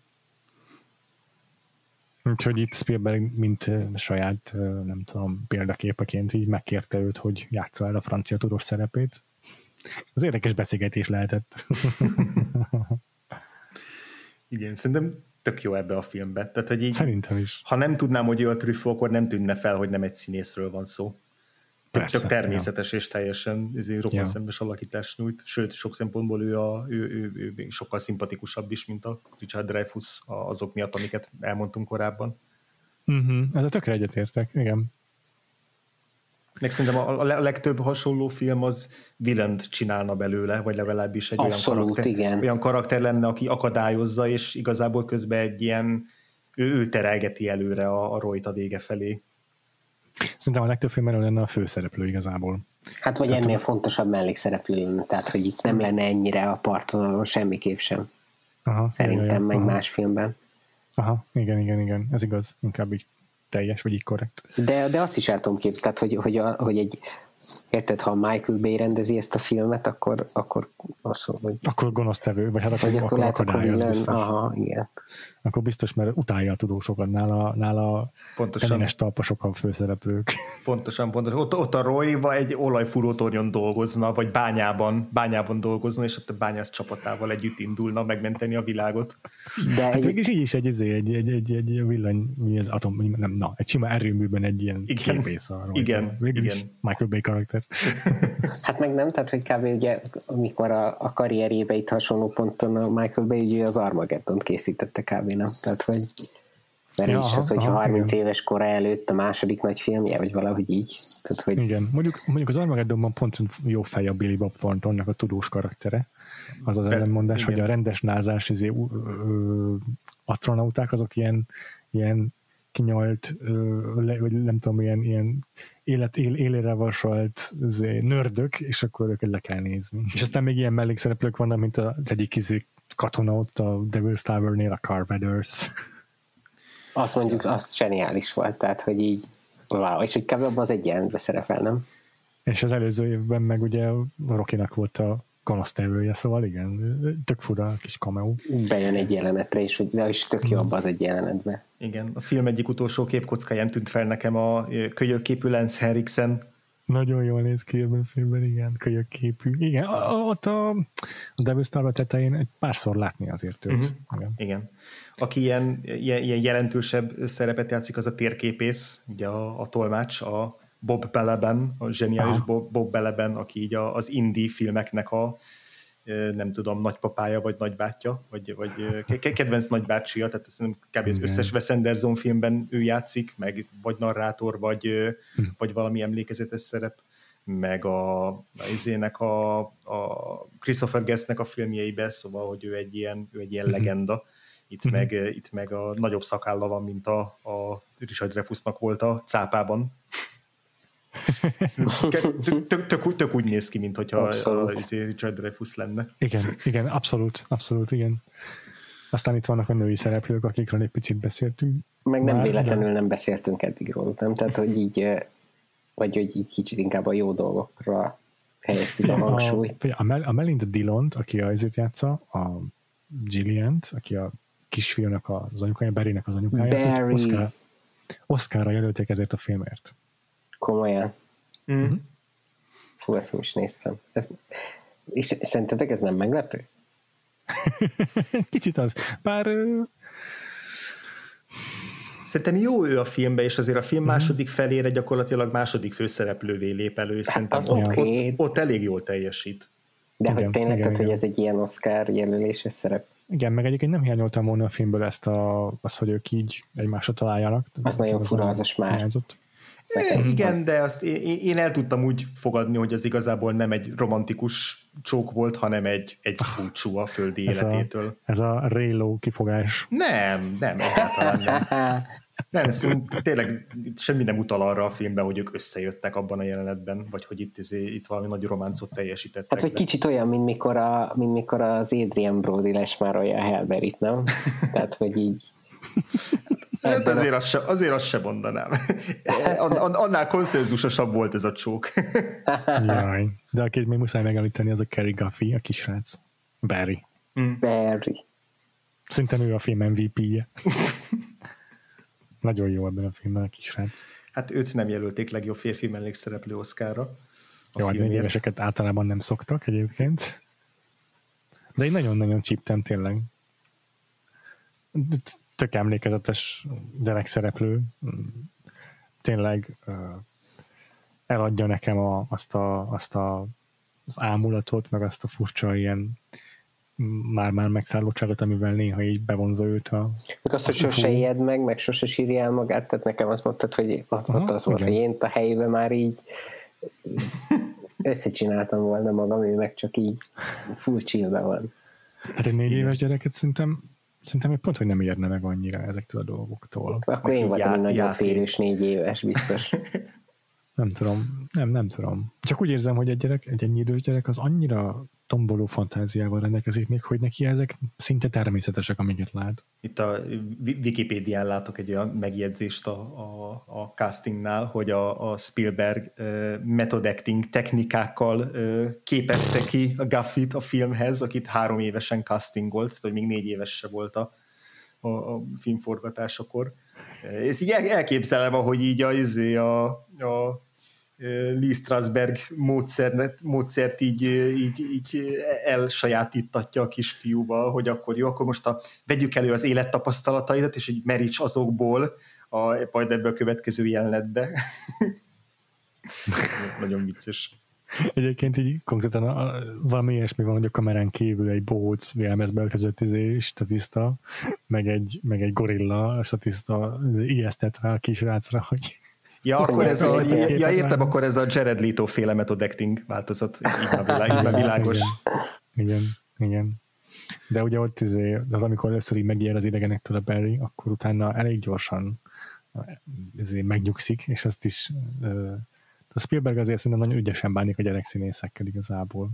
Úgyhogy itt Spielberg, mint saját, nem tudom, példaképeként így megkérte őt, hogy játsza el a francia tudós szerepét. Az érdekes beszélgetés lehetett. Igen, szerintem tök jó ebbe a filmbe. Tehát, hogy így, szerintem is. Ha nem tudnám, hogy ő a Truffaut, akkor nem tűnne fel, hogy nem egy színészről van szó. Persze, tök természetes ja. és teljesen rokonszembes ja. alakítást nyújt, sőt, sok szempontból ő, a, ő, ő, ő, ő sokkal szimpatikusabb is, mint a Richard Dreyfuss azok miatt, amiket elmondtunk korábban. Uh-huh. Ez a tökre egyetértek, igen. Meg szerintem a, a legtöbb hasonló film az villaint csinálna belőle, vagy legalábbis egy Abszolút, olyan, karakter, igen. olyan karakter lenne, aki akadályozza, és igazából közben egy ilyen, ő, ő terelgeti előre a, a Royt a vége felé. Szerintem a legtöbb filmben lenne a főszereplő igazából. Hát vagy ennél fontosabb mellékszereplő lenne, tehát hogy itt nem lenne ennyire a partvonalon semmiképp sem. Aha, szerintem jaj, meg aha. más filmben. Aha, igen, igen, igen, ez igaz, inkább így teljes, vagy így korrekt. De, de azt is el tudom képzelni, tehát hogy, hogy, a, hogy egy, érted, ha Michael Bay rendezi ezt a filmet, akkor, akkor azt mondom, hogy... Akkor gonosztevő, vagy hát akkor, akkor, akkor lehet, akkor biztos. Aha, igen. Akkor biztos, mert utálja a tudósokat, nála, nála tenénes talpasok a főszereplők. Pontosan, pontosan. Ott, ott a Roy egy olajfúrótornyon dolgozna, vagy bányában, bányában dolgozna, és ott a bányász csapatával együtt indulna megmenteni a világot. De hát egy... mégis így is egy, egy, egy, egy, egy, egy villany, mi az atom, nem, na, egy sima erőműben egy ilyen igen. képész a Roy. Igen, szóval igen. Michael Bay karakter. Hát meg nem, tehát hogy kb. Ugye, amikor a, a karrierjébe itt hasonló ponton a Michael Bay ugye az Armageddon készítette kb. Nem? Tehát, hogy mert ja, is aha, az, hogyha aha, harminc igen. éves kora előtt a második nagy filmje, vagy valahogy így. Tehát, hogy... Igen, mondjuk, mondjuk az Armageddonban pont jó fej a Billy Bob Thorntonnak a tudós karaktere. Az az ellenmondás, hogy a rendes názás izé, ö, ö, astronauták azok ilyen, ilyen kinyalt, ö, vagy nem tudom, ilyen, ilyen élet, él, élére vasalt izé, nördök, és akkor őket le kell nézni. És aztán még ilyen mellékszereplők vannak, mint az egyik izé, katona ott a Devil's Tower-nél, a Carpenters. Azt mondjuk, az zseniális volt, tehát, hogy így, wow, és hogy kb. Abban az egy jelentben szerepel, nem? És az előző évben meg ugye a Rockynak volt a gonosztevője, szóval igen, tök fura kis cameo. Bejön egy jelenetre, és, de is tök jó abban az egy jelenetben. Igen, a film egyik utolsó képkockáján tűnt fel nekem a kölyökképű Lance Henriksen. Nagyon jól néz ki ebben a filmben, igen, kölyökképű. Igen, ott a, a Devil's Tower tetején egy párszor látni azért őt. Uh-huh. Igen. igen. Aki ilyen, ilyen, ilyen jelentősebb szerepet játszik, az a térképész, ugye a, a tolmács, a Bob Balaban, a zseniális Bob, Bob Balaban, aki így a, az indie filmeknek a nem tudom, nagypapája, vagy nagybátyja, vagy, vagy kedvenc nagybácsia, tehát szerintem kb. Az összes Wes Anderson filmben ő játszik, meg vagy narrátor, vagy, hm. vagy valami emlékezetes szerep, meg a, a izének a, a Christopher Guestnek a filmjeibe, szóval, hogy ő egy ilyen, ő egy ilyen legenda. Itt, hm. meg, itt meg a nagyobb szakálla van, mint a, a Richard Dreyfussnak volt a cápában. tök, tök, tök úgy néz ki, mint hogyha a Richard Dreyfuss lenne. Igen, igen, abszolút, abszolút, igen. Aztán itt vannak a női szereplők, akikről egy picit beszéltünk. Meg nem Már, véletlenül de... nem beszéltünk eddig róluk, nem? Tehát, hogy így, vagy hogy így kicsit inkább a jó dolgokra helyeztük a hangsúlyt. A, a, Mel, a Melinda Dillont, aki a izét játsza, a Gilliant, aki a kisfiúnak az anyukája, Barrynek az anyukája, Oscar, Oscarra jelölték ezért a filmért. Komolyan. Mm. Fú, ezt nem is néztem. Ez, és szerintetek ez nem meglepő? Kicsit az. Bár... Szerintem jó ő a filmben, és azért a film második felére gyakorlatilag második főszereplővé lép elő, és szerintem az ott, okay. ott, ott elég jól teljesít. De Igen, hogy tényleg, igen, tehát, igen. hogy ez egy ilyen Oscar jelöléses szerep. Igen, meg egyébként nem hiányoltam volna a filmből ezt a, azt, hogy ők így egymásra találjanak. Az nagyon fura, az a smár. Hiányzott. É, igen, az... de azt én, én el tudtam úgy fogadni, hogy az igazából nem egy romantikus csók volt, hanem egy, egy búcsú a földi Ez életétől. A, ez a Raylo kifogás. Nem, nem, egyáltalán nem. Nem, szóval tényleg semmi nem utal arra a filmben, hogy ők összejöttek abban a jelenetben, vagy hogy itt, izé, itt valami nagy románcot teljesítettek. Hát, hogy de... kicsit olyan, mint mikor, a, mint mikor az Adrian Brody lesmárolja a Hellberryt, nem? Tehát, hogy így... Hát azért, a... azt se, azért azt se mondanám. Annál konszenzusosabb volt ez a csók. Jaj. De akit még muszáj megemlíteni, az a Cary Guffey, a kisrác. Barry. Mm. Barry. Szerintem ő a film em vé pé-je. Nagyon jó ebben a filmben a kisrác. Hát őt nem jelölték legjobb férfi mellékszereplő Oscarra. Jó, hát négy éveseket általában nem szoktak egyébként. De én nagyon-nagyon csíptem tényleg. Tök emlékezetes gyerekszereplő. Tényleg uh, eladja nekem a, azt, a, azt a, az ámulatot, meg azt a furcsa ilyen már-már megszállottságot, amivel néha így bevonza őt a... Meg azt, hogy sose ijed meg, meg sose sírja el magát, tehát nekem azt mondtad, hogy ott, Aha, ott az volt, hogy én a helyében már így összecsináltam volna magam, ő meg csak így full chillben van. Hát egy négy igen. éves gyereket szerintem szerintem egy pont, hogy nem érne meg annyira ezektől a dolgoktól. Akkor én voltam egy nagyon félős négy éves, biztos. Nem tudom, nem, nem tudom. Csak úgy érzem, hogy egy gyerek, egy ennyi idős gyerek az annyira tomboló fantáziával rendelkezik még, hogy neki ezek szinte természetesek, amiket lát. Itt a Wikipédián látok egy olyan megjegyzést a, a, a castingnál, hogy a, a Spielberg uh, method acting technikákkal uh, képezte ki a Guffey-t a filmhez, akit három évesen castingolt, tehát hogy még négy éves se volt a, a, a filmforgatásakor. Ezt így elképzelem, ahogy így a, a, a Lee Strasberg módszert, módszert így, így, így elsajátítatja a kisfiúval, hogy akkor jó, akkor most a, vegyük elő az élettapasztalataidat, és így meríts azokból a, majd ebbe a következő jelenetbe. Nagyon vicces. Egyébként így konkrétan a, valami ilyesmi van, hogy a kamerán kívül egy bohóc vélmezbe öltözött statiszta, meg egy, meg egy gorilla statiszta ijesztett rá a kisrácra, hogy Ja, akkor ez a, ja, értem, akkor ez a Jared Leto féle method acting változat, így a világ, így a világos. Igen, igen, igen. De ugye ott izé, az amikor először így megijed az idegenektől a Barry, akkor utána elég gyorsan izé megnyugszik, és azt is a Spielberg azért szerintem nagyon ügyesen bánik a gyerekszínészekkel igazából.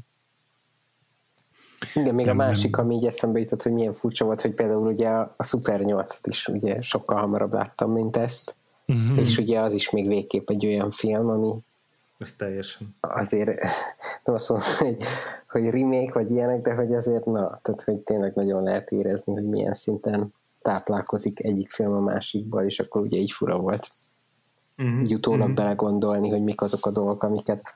Igen, még nem, a másik, nem. ami így eszembe jutott, hogy milyen furcsa volt, hogy például ugye a Super nyolcat is ugye sokkal hamarabb láttam, mint ezt. Mm-hmm. És ugye az is még végképp egy olyan film, ami ez teljesen azért nem azt mondom, hogy, hogy remake vagy ilyenek, de hogy azért na, tehát hogy tényleg nagyon lehet érezni, hogy milyen szinten táplálkozik egyik film a másikból, és akkor ugye így fura volt mm-hmm. így utólag mm-hmm. belegondolni, hogy mik azok a dolgok, amiket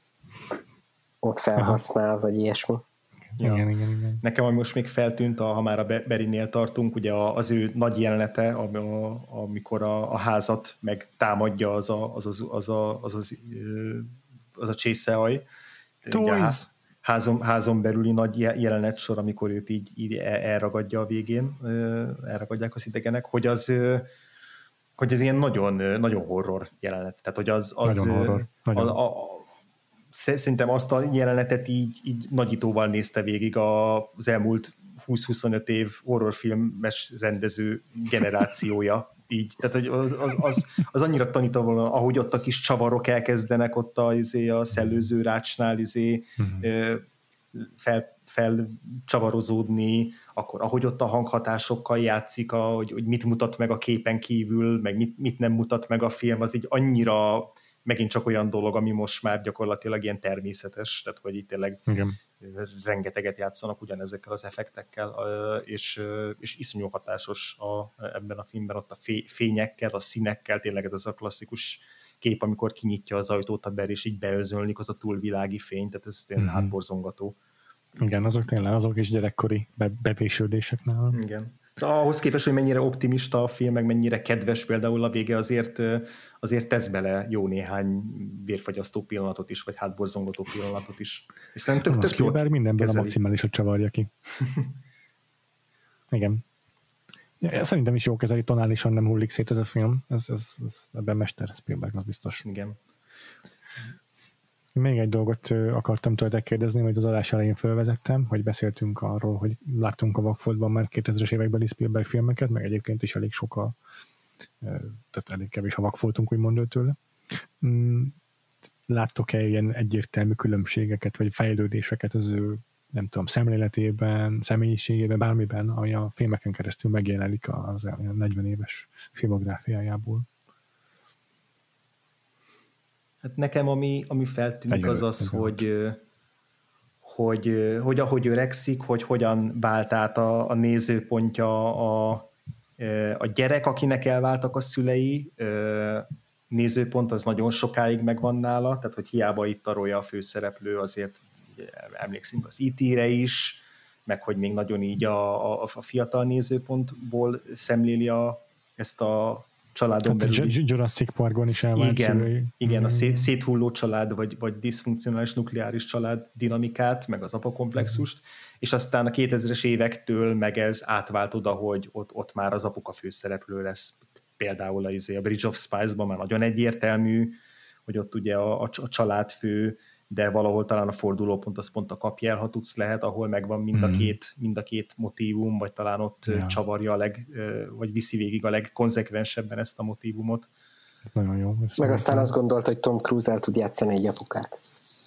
ott felhasznál, Aha. vagy ilyesmi. Ja. Igen, igen, igen. Nekem ami most még feltűnt, a, ha már a Barrynél tartunk, ugye az ő nagy jelenete, amikor a, a házat meg támadja az a, az, az, az, a, az, az, az a csészeaj. A házon, házon belüli nagy jelenet sor, amikor őt így, így elragadja a végén, elragadják az idegenek, hogy az, hogy ez ilyen nagyon, nagyon horror jelenet. Tehát, hogy az, az nagyon horror. Nagyon. A, a, szerintem azt a jelenetet így, így nagyítóval nézte végig az elmúlt húsz-huszonöt év horrorfilmes rendező generációja. Így, tehát hogy az, az, az, az annyira tanító volna, ahogy ott a kis csavarok elkezdenek ott a, izé, a szellőző rácsnál izé, mm-hmm. fel, felcsavarozódni, akkor ahogy ott a hanghatásokkal játszik, a, hogy, hogy mit mutat meg a képen kívül, meg mit, mit nem mutat meg a film, az így annyira megint csak olyan dolog, ami most már gyakorlatilag ilyen természetes, tehát hogy itt tényleg Igen. rengeteget játszanak ugyanezekkel az effektekkel, és, és iszonyú hatásos a, ebben a filmben ott a fényekkel, a színekkel, tényleg ez az a klasszikus kép, amikor kinyitja az ajtót a ber, és így beözölnik, az a túlvilági fény, tehát ez tényleg mm-hmm. hátborzongató. Igen, azok tényleg, azok is gyerekkori be- bevésődések nálam. Igen. Szóval ahhoz képest, hogy mennyire optimista a film, meg mennyire kedves például a vége, azért, azért tesz bele jó néhány vérfagyasztó pillanatot is, vagy hátborzongató pillanatot is. És szerintem tök, tök jól mindenből kezeli. A maximálisat csavarja ki. Igen. Ja, szerintem is jó kezeli, tonálisan nem hullik szét ez a film. Ez, ez, ez ebben mester Spielberg, az biztos. Igen. Még egy dolgot akartam tőletek kérdezni, hogy az adás elején felvezettem, hogy beszéltünk arról, hogy láttunk a vakfoltban már kétezres évekbeli Spielberg filmeket, meg egyébként is elég sok a, tehát elég kevés a vakfoltunk, úgymond tőle. Láttok-e ilyen egyértelmű különbségeket, vagy fejlődéseket az ő, nem tudom, szemléletében, személyiségében, bármiben, ami a filmeken keresztül megjelenik az negyven éves filmográfiájából? Hát nekem ami, ami feltűnik az az, hogy, hogy, hogy ahogy öregszik, hogy hogyan vált át a, a nézőpontja a, a gyerek, akinek elváltak a szülei, nézőpont az nagyon sokáig megvan nála, tehát hogy hiába itt tarolja a főszereplő, azért emlékszünk az í té-re is, meg hogy még nagyon így a, a, a fiatal nézőpontból szemléli a, ezt a családon hát belül. Jurassic Parkban is elvált igen, szülői. Igen, a szét, széthulló család, vagy, vagy diszfunkcionális nukleáris család dinamikát, meg az apakomplexust, mm. és aztán a kétezres évektől meg ez átvált oda, hogy ott, ott már az apuka főszereplő lesz. Például a, a Bridge of Spies-ban már nagyon egyértelmű, hogy ott ugye a, a családfő, de valahol talán a fordulópont az pont a kapj el, ha tudsz lehet, ahol megvan mind a két, mind a két motívum, vagy talán ott ja. csavarja a leg, vagy viszi végig a legkonzekvensebben ezt a motívumot. Ez nagyon jó. Ez meg aztán azt gondolt, hogy Tom Cruise el tud játszani egy apukát.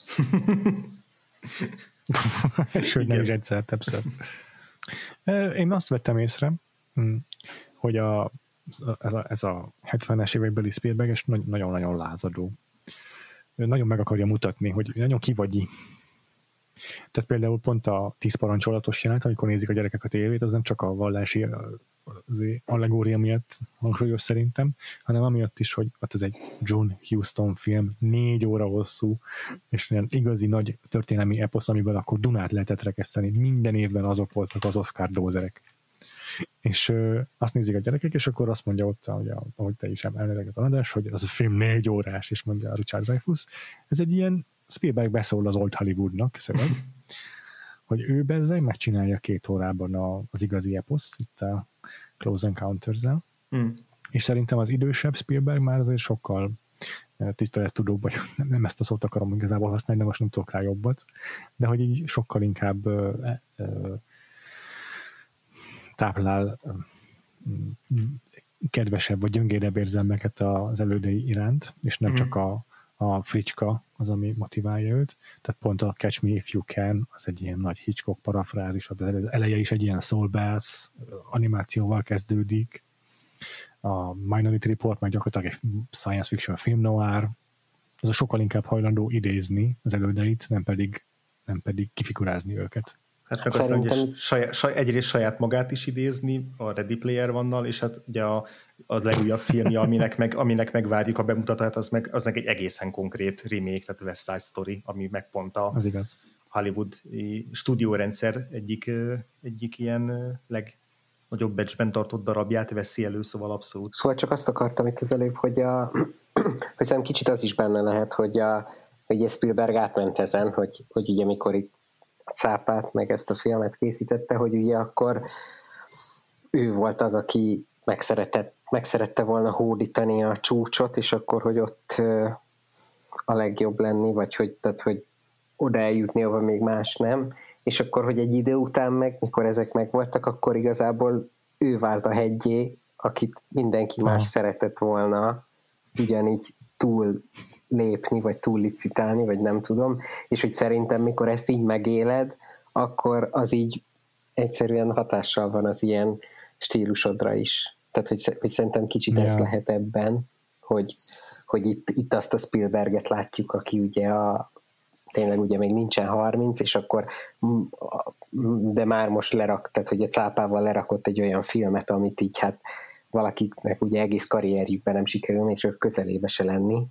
Sőt, nem is egyszer, többször. Én azt vettem észre, hogy a, ez, a, ez a hetvenes évekbeli Spielberg nagyon-nagyon lázadó. Nagyon meg akarja mutatni, hogy nagyon kivagyi. Tehát például pont a tíz parancsolatos jelenet, amikor nézik a gyerekek a tévét, az nem csak a vallási allegória miatt hangsúlyos szerintem, hanem amiatt is, hogy hát ez egy John Huston film, négy óra hosszú, és olyan igazi nagy történelmi eposz, amiben akkor Dunát lehetett rekeszteni. Minden évben azok voltak az Oscar dózerek. És ö, azt nézik a gyerekek, és akkor azt mondja ott, ahogy, ahogy te is említetted, András, hogy az a film négy órás, és mondja a Richard Dreyfuss. Ez egy ilyen Spielberg beszól az Old Hollywoodnak, szöveg, hogy ő bezzeg megcsinálja két órában a, az igazi eposz, itt a Close Encounters-el, mm. és szerintem az idősebb Spielberg már azért sokkal tisztelettudóbb, vagy nem, nem ezt a szót akarom igazából használni, de most nem tudok rá jobbat, de hogy így sokkal inkább ö, ö, táplál kedvesebb vagy gyöngédebb érzelmeket az elődei iránt, és nem mm. csak a, a fricska az, ami motiválja őt. Tehát pont a Catch Me If You Can, az egy ilyen nagy Hitchcock parafrázis, az eleje is egy ilyen soul bass animációval kezdődik. A Minority Report meg gyakorlatilag egy science fiction film noir, az a sokkal inkább hajlandó idézni az elődeit, nem pedig, nem pedig kifigurázni őket. Hát meg aztán ugye saját, saját, egyrészt saját magát is idézni, a Ready Player One-nal, és hát ugye a, a legújabb filmje, aminek meg, aminek meg várjuk a bemutatát, az meg, az meg egy egészen konkrét remake, tehát West Side Story, ami meg pont a az igaz. Hollywood stúdiórendszer egyik, egyik ilyen legnagyobb becsben tartott darabját veszi elő, szóval abszolút. Szóval csak azt akartam itt az előbb, hogy a, hogy szerintem kicsit az is benne lehet, hogy a, hogy a Spielberg átment ezen, hogy, hogy ugye mikor itt Cápát, meg ezt a filmet készítette, hogy ugye akkor ő volt az, aki megszeretett, megszerette volna hódítani a csúcsot, és akkor, hogy ott a legjobb lenni, vagy hogy, tehát, hogy oda eljutni, ahol még más nem, és akkor, hogy egy idő után meg, mikor ezek megvoltak, akkor igazából ő vált a heggyé, akit mindenki más ah. szeretett volna ugyanígy túl lépni, vagy túl licitálni, vagy nem tudom, és hogy szerintem mikor ezt így megéled, akkor az így egyszerűen hatással van az ilyen stílusodra is. Tehát, hogy, hogy szerintem kicsit yeah. ez lehet ebben, hogy, hogy itt, itt azt a Spielberget látjuk, aki ugye a tényleg ugye még nincsen harminc, és akkor de már most lerak, tehát hogy a Cápával lerakott egy olyan filmet, amit így hát valakiknek ugye egész karrierjükben nem sikerül, és ők közelébe se lenni,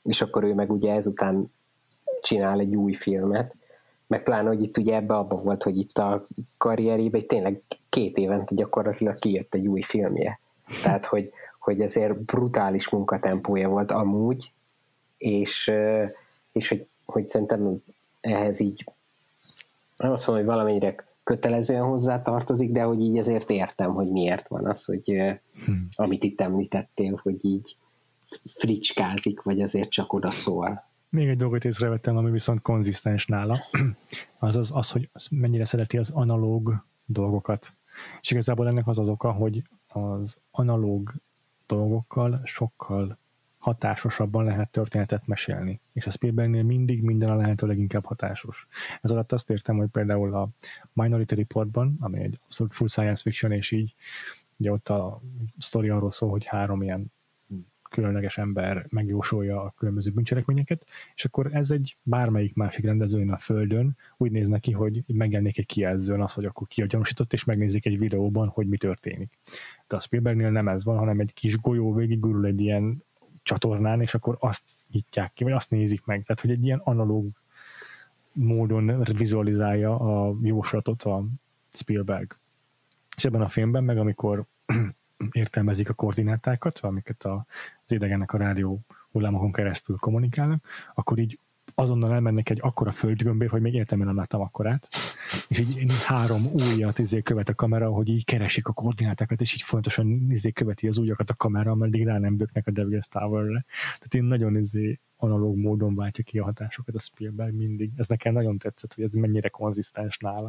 és akkor ő meg ugye ezután csinál egy új filmet, meg pláne, hogy itt ugye ebbe abban volt, hogy itt a karrierében tényleg két évente gyakorlatilag kijött egy új filmje. Tehát, hogy, hogy ezért brutális munkatempója volt amúgy, és, és hogy, hogy szerintem ehhez így nem azt mondom, hogy valamennyire kötelezően hozzá tartozik, de hogy így azért értem, hogy miért van az, hogy hmm. amit itt említettél, hogy így fricskázik, vagy azért csak oda szól. Még egy dolgot észrevettem, ami viszont konzisztens nála, az az, az, hogy mennyire szereti az analóg dolgokat. És igazából ennek az az oka, hogy az analóg dolgokkal sokkal hatásosabban lehet történetet mesélni. És a Spielbergnél mindig minden a lehető leginkább hatásos. Ez alatt azt értem, hogy például a Minority Reportban, ami egy abszolút full science fiction, és így ugye ott a sztori arról szól, hogy három ilyen különleges ember megjósolja a különböző bűncselekményeket, és akkor ez egy bármelyik másik rendezőn a Földön úgy néz neki, hogy megjelenik egy kijelzőn az, hogy akkor ki a gyanúsított, és megnézik egy videóban, hogy mi történik. De a Spielbergnél nem ez van, hanem egy kis golyó végigurul egy ilyen csatornán, és akkor azt nyitják ki, vagy azt nézik meg. Tehát, hogy egy ilyen analóg módon vizualizálja a jóslatot a Spielberg. És ebben a filmben meg, amikor értelmezik a koordinátákat, amiket az idegenek a rádió hullámokon keresztül kommunikálnak, akkor így azonnal elmennek egy akkora földgömbér, hogy még életemben nem láttam akkorát, és így, így három ujjat izé követ a kamera, hogy így keresik a koordinátákat, és így fontosan izé követi az ujjakat a kamera, ameddig rá nem böknek a Devil's Tower-re. Tehát én nagyon izé analóg módon váltja ki a hatásokat a Spielberg mindig. Ez nekem nagyon tetszett, hogy ez mennyire konzisztens nála.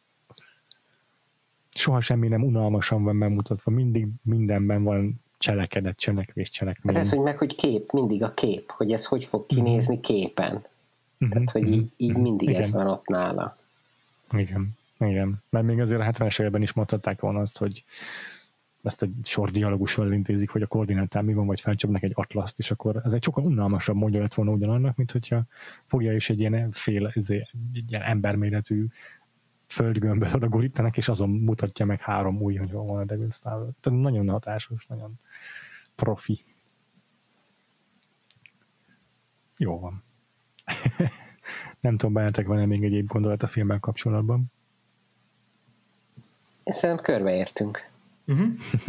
Soha semmi nem unalmasan van bemutatva, mindig mindenben van cselekedet, cselekvés, cselekmény. Hát ez, hogy meg, hogy kép, mindig a kép, hogy ez hogy fog kinézni képen. Uh-huh. Tehát, hogy így, így mindig igen. Ez van ott nála. Igen, igen. Mert még azért a hetvenes években is mondhatták volna azt, hogy ezt egy sor dialógussal intézik, hogy a koordinátán mi van, vagy felcsapnak egy atlaszt, és akkor ez egy sokkal unalmasabb módja lett volna ugyanannak, mint hogyha fogja is egy ilyen fél, egy ilyen emberméretű földgömböt oda gurítanak, és azon mutatja meg három új, hogy van a Devil's Tower. Tehát nagyon hatásos, nagyon profi. Jó van. Nem tudom, bennetek van-e még egyéb gondolat a filmmel kapcsolatban? Én szerintem körbeértünk. Uh-huh.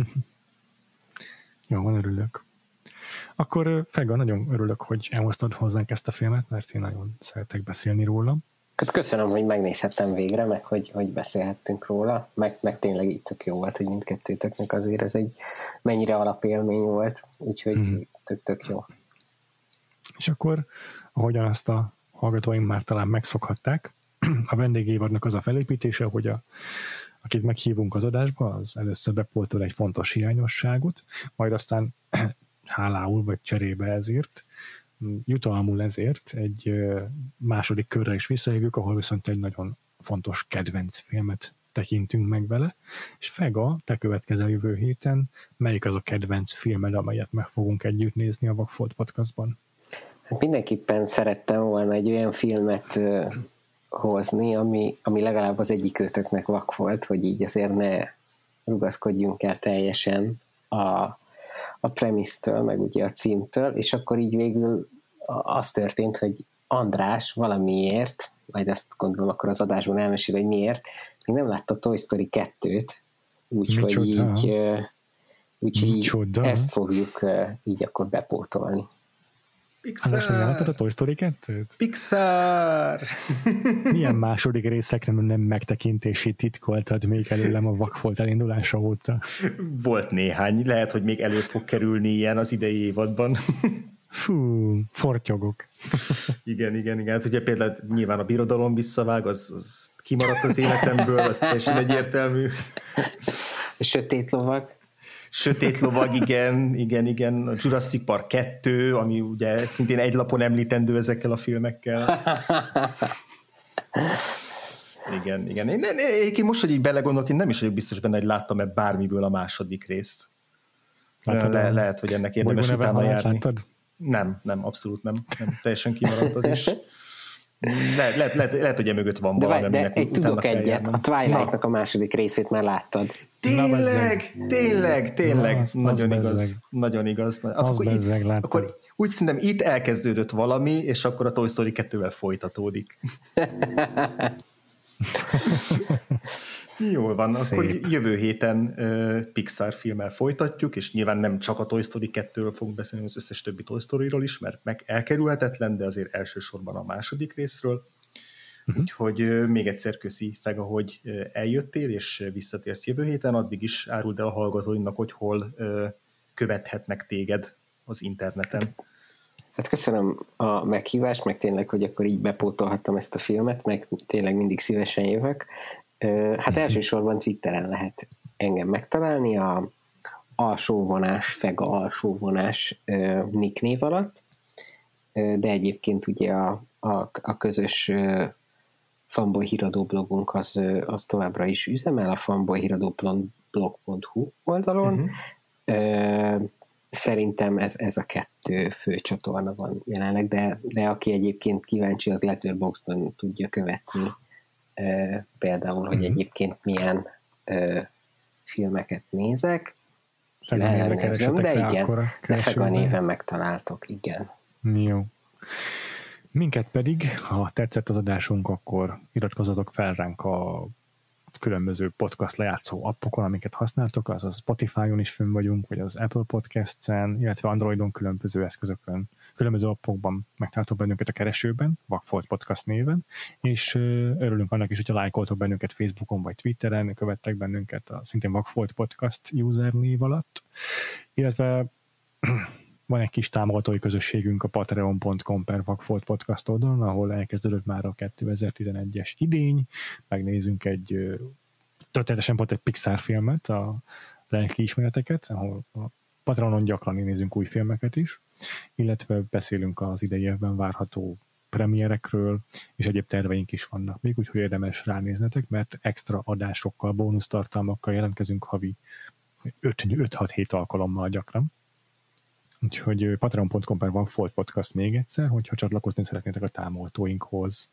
Jó, van, örülök. Akkor Fega, nagyon örülök, hogy elhoztad hozzánk ezt a filmet, mert én nagyon szeretek beszélni róla. Hát köszönöm, hogy megnézhettem végre, meg hogy, hogy beszélhettünk róla, meg, meg tényleg így tök jó volt, hogy mindkettőtöknek azért ez egy mennyire alapélmény volt, úgyhogy mm. tök, tök jó. És akkor, ahogyan azt a hallgatóim már talán megszokhatták, a vendégévadnak az a felépítése, hogy a, akit meghívunk az adásba, az először bepótol egy fontos hiányosságot, majd aztán hálául vagy cserébe ezért jutalmul ezért egy második körre is visszahívjuk, ahol viszont egy nagyon fontos kedvenc filmet tekintünk meg vele, és Fega, te következel jövő héten, melyik az a kedvenc filmed, amelyet meg fogunk együtt nézni a Vakfolt Podcastban? Hát mindenképpen szerettem volna egy olyan filmet uh, hozni, ami, ami legalább az egyik őtöknek vak volt, hogy így azért ne rugaszkodjunk el teljesen a, a premisztől, meg ugye a címtől, és akkor így végül az történt, hogy András valamiért, majd azt gondolom akkor az adásban elmesél, hogy miért, még nem látta a Toy Story kettőt, úgyhogy így, úgy, így ezt fogjuk így akkor bepótolni. Pixar! András, még nem láttad a Toy Story kettőt? Pixar! Milyen második részekre nem megtekintési titkoltad még előlem a Vakfolt elindulása óta? Volt néhány, lehet, hogy még elő fog kerülni ilyen az idei évadban. Fú, fortyogok. Igen, igen, igen. Hát ugye például nyilván a Birodalom visszavág, az, az kimaradt az életemből, az teljesen egyértelmű. A Sötét Lovag. Sötét Lovag, igen, igen, igen. A Jurassic Park kettő, ami ugye szintén egy lapon említendő ezekkel a filmekkel. Igen, igen. Én, én, én, én most, hogy így belegondolok, én nem is vagyok biztos benne, hogy láttam-e bármiből a második részt. Le, lehet, hogy ennek érdemes utána járni. Láttad? Nem, nem, abszolút nem. nem teljesen kimaradt az is. Le, lehet, lehet, lehet, hogy emögött van de valami. De egy tudok egyet, a Twilight-nak a második részét már láttad. Tényleg, tényleg, tényleg. Na, az, nagyon az igaz. bezzeg. Nagyon igaz. Hát az akkor, így, akkor úgy szerintem itt elkezdődött valami, és akkor a Toy Story kettővel folytatódik. Jól van, szép. Akkor jövő héten uh, Pixar filmmel folytatjuk, és nyilván nem csak a Toy Story kettőről fogunk beszélni, az összes többi Toy Storyról is, mert meg elkerülhetetlen, de azért elsősorban a második részről. Uh-huh. Úgyhogy uh, még egyszer köszi, Fega, hogy uh, eljöttél, és visszatérsz jövő héten, addig is áruld el a hallgatóinak, hogy hol uh, követhetnek téged az interneten. Hát köszönöm a meghívást, meg tényleg, hogy akkor így bepótolhattam ezt a filmet, meg tényleg mindig szívesen jövök. Hát elsősorban Twitteren lehet engem megtalálni, a alsóvonás, Fega alsóvonás nick név alatt, de egyébként ugye a, a, a közös Fanboy Híradó blogunk az, az továbbra is üzemel a fanboyhíradó.blog pont hu oldalon. Uh-huh. Szerintem ez, ez a kettő fő csatorna van jelenleg, de, de aki egyébként kíváncsi, az Letterboxdon tudja követni uh, például, hogy uh-huh. egyébként milyen uh, filmeket nézek. Ellenőrzöm, de igen, de Fega néven megtaláltok, igen. Jó. Minket pedig, ha tetszett az adásunk, akkor iratkozzatok fel ránk a különböző podcast lejátszó appokon, amiket használtok, az a Spotify-on is fönn vagyunk, vagy az Apple Podcasts-en, illetve Androidon különböző eszközökön, különböző appokban megtaláltok bennünket a keresőben, Vagfolt Podcast néven, és örülünk annak is, hogyha lájkoltok bennünket Facebookon vagy Twitteren, követtek bennünket a szintén Vagfolt Podcast user név alatt, illetve van egy kis támogatói közösségünk a patreon pont com per Vagfolt Podcast oldalon, ahol elkezdődött már a kétezer-tizenegyes idény, megnézünk egy történetesen pont egy Pixar filmet, a lelkiismereteket, ahol a Patreonon gyakran nézünk új filmeket is, illetve beszélünk az idei évben várható premierekről, és egyéb terveink is vannak még, úgyhogy érdemes ránéznetek, mert extra adásokkal, bónusztartalmakkal jelentkezünk havi öt-hat hét alkalommal gyakran. Úgyhogy patreon pont com per Vagfolt Podcast még egyszer, hogyha csatlakozni szeretnétek a támogatóinkhoz.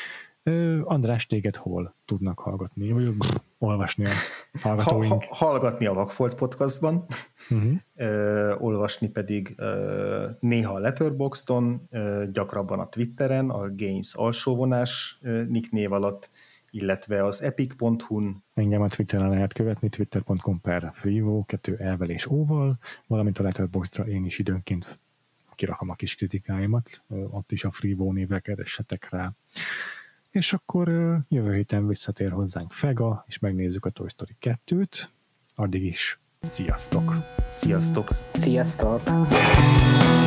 András, téged hol tudnak hallgatni, vagy olvasni a hallgatóink? Ha, ha, hallgatni a Vagfolt Podcastban, uh-huh. uh, olvasni pedig uh, néha a Letterboxdon, uh, gyakrabban a Twitteren, a Gains alsóvonás uh, nick név alatt, illetve az epic pont hu-n. Engem a Twitteren lehet követni, twitter pont com per Frivo, kettő elvel és óval, valamint a Letterboxdra én is időnként kirakom a kis kritikáimat, ott is a Frivo névre keressetek rá. És akkor jövő héten visszatér hozzánk Fega, és megnézzük a Toy Story kettőt. Addig is sziasztok! Sziasztok! Sziasztok!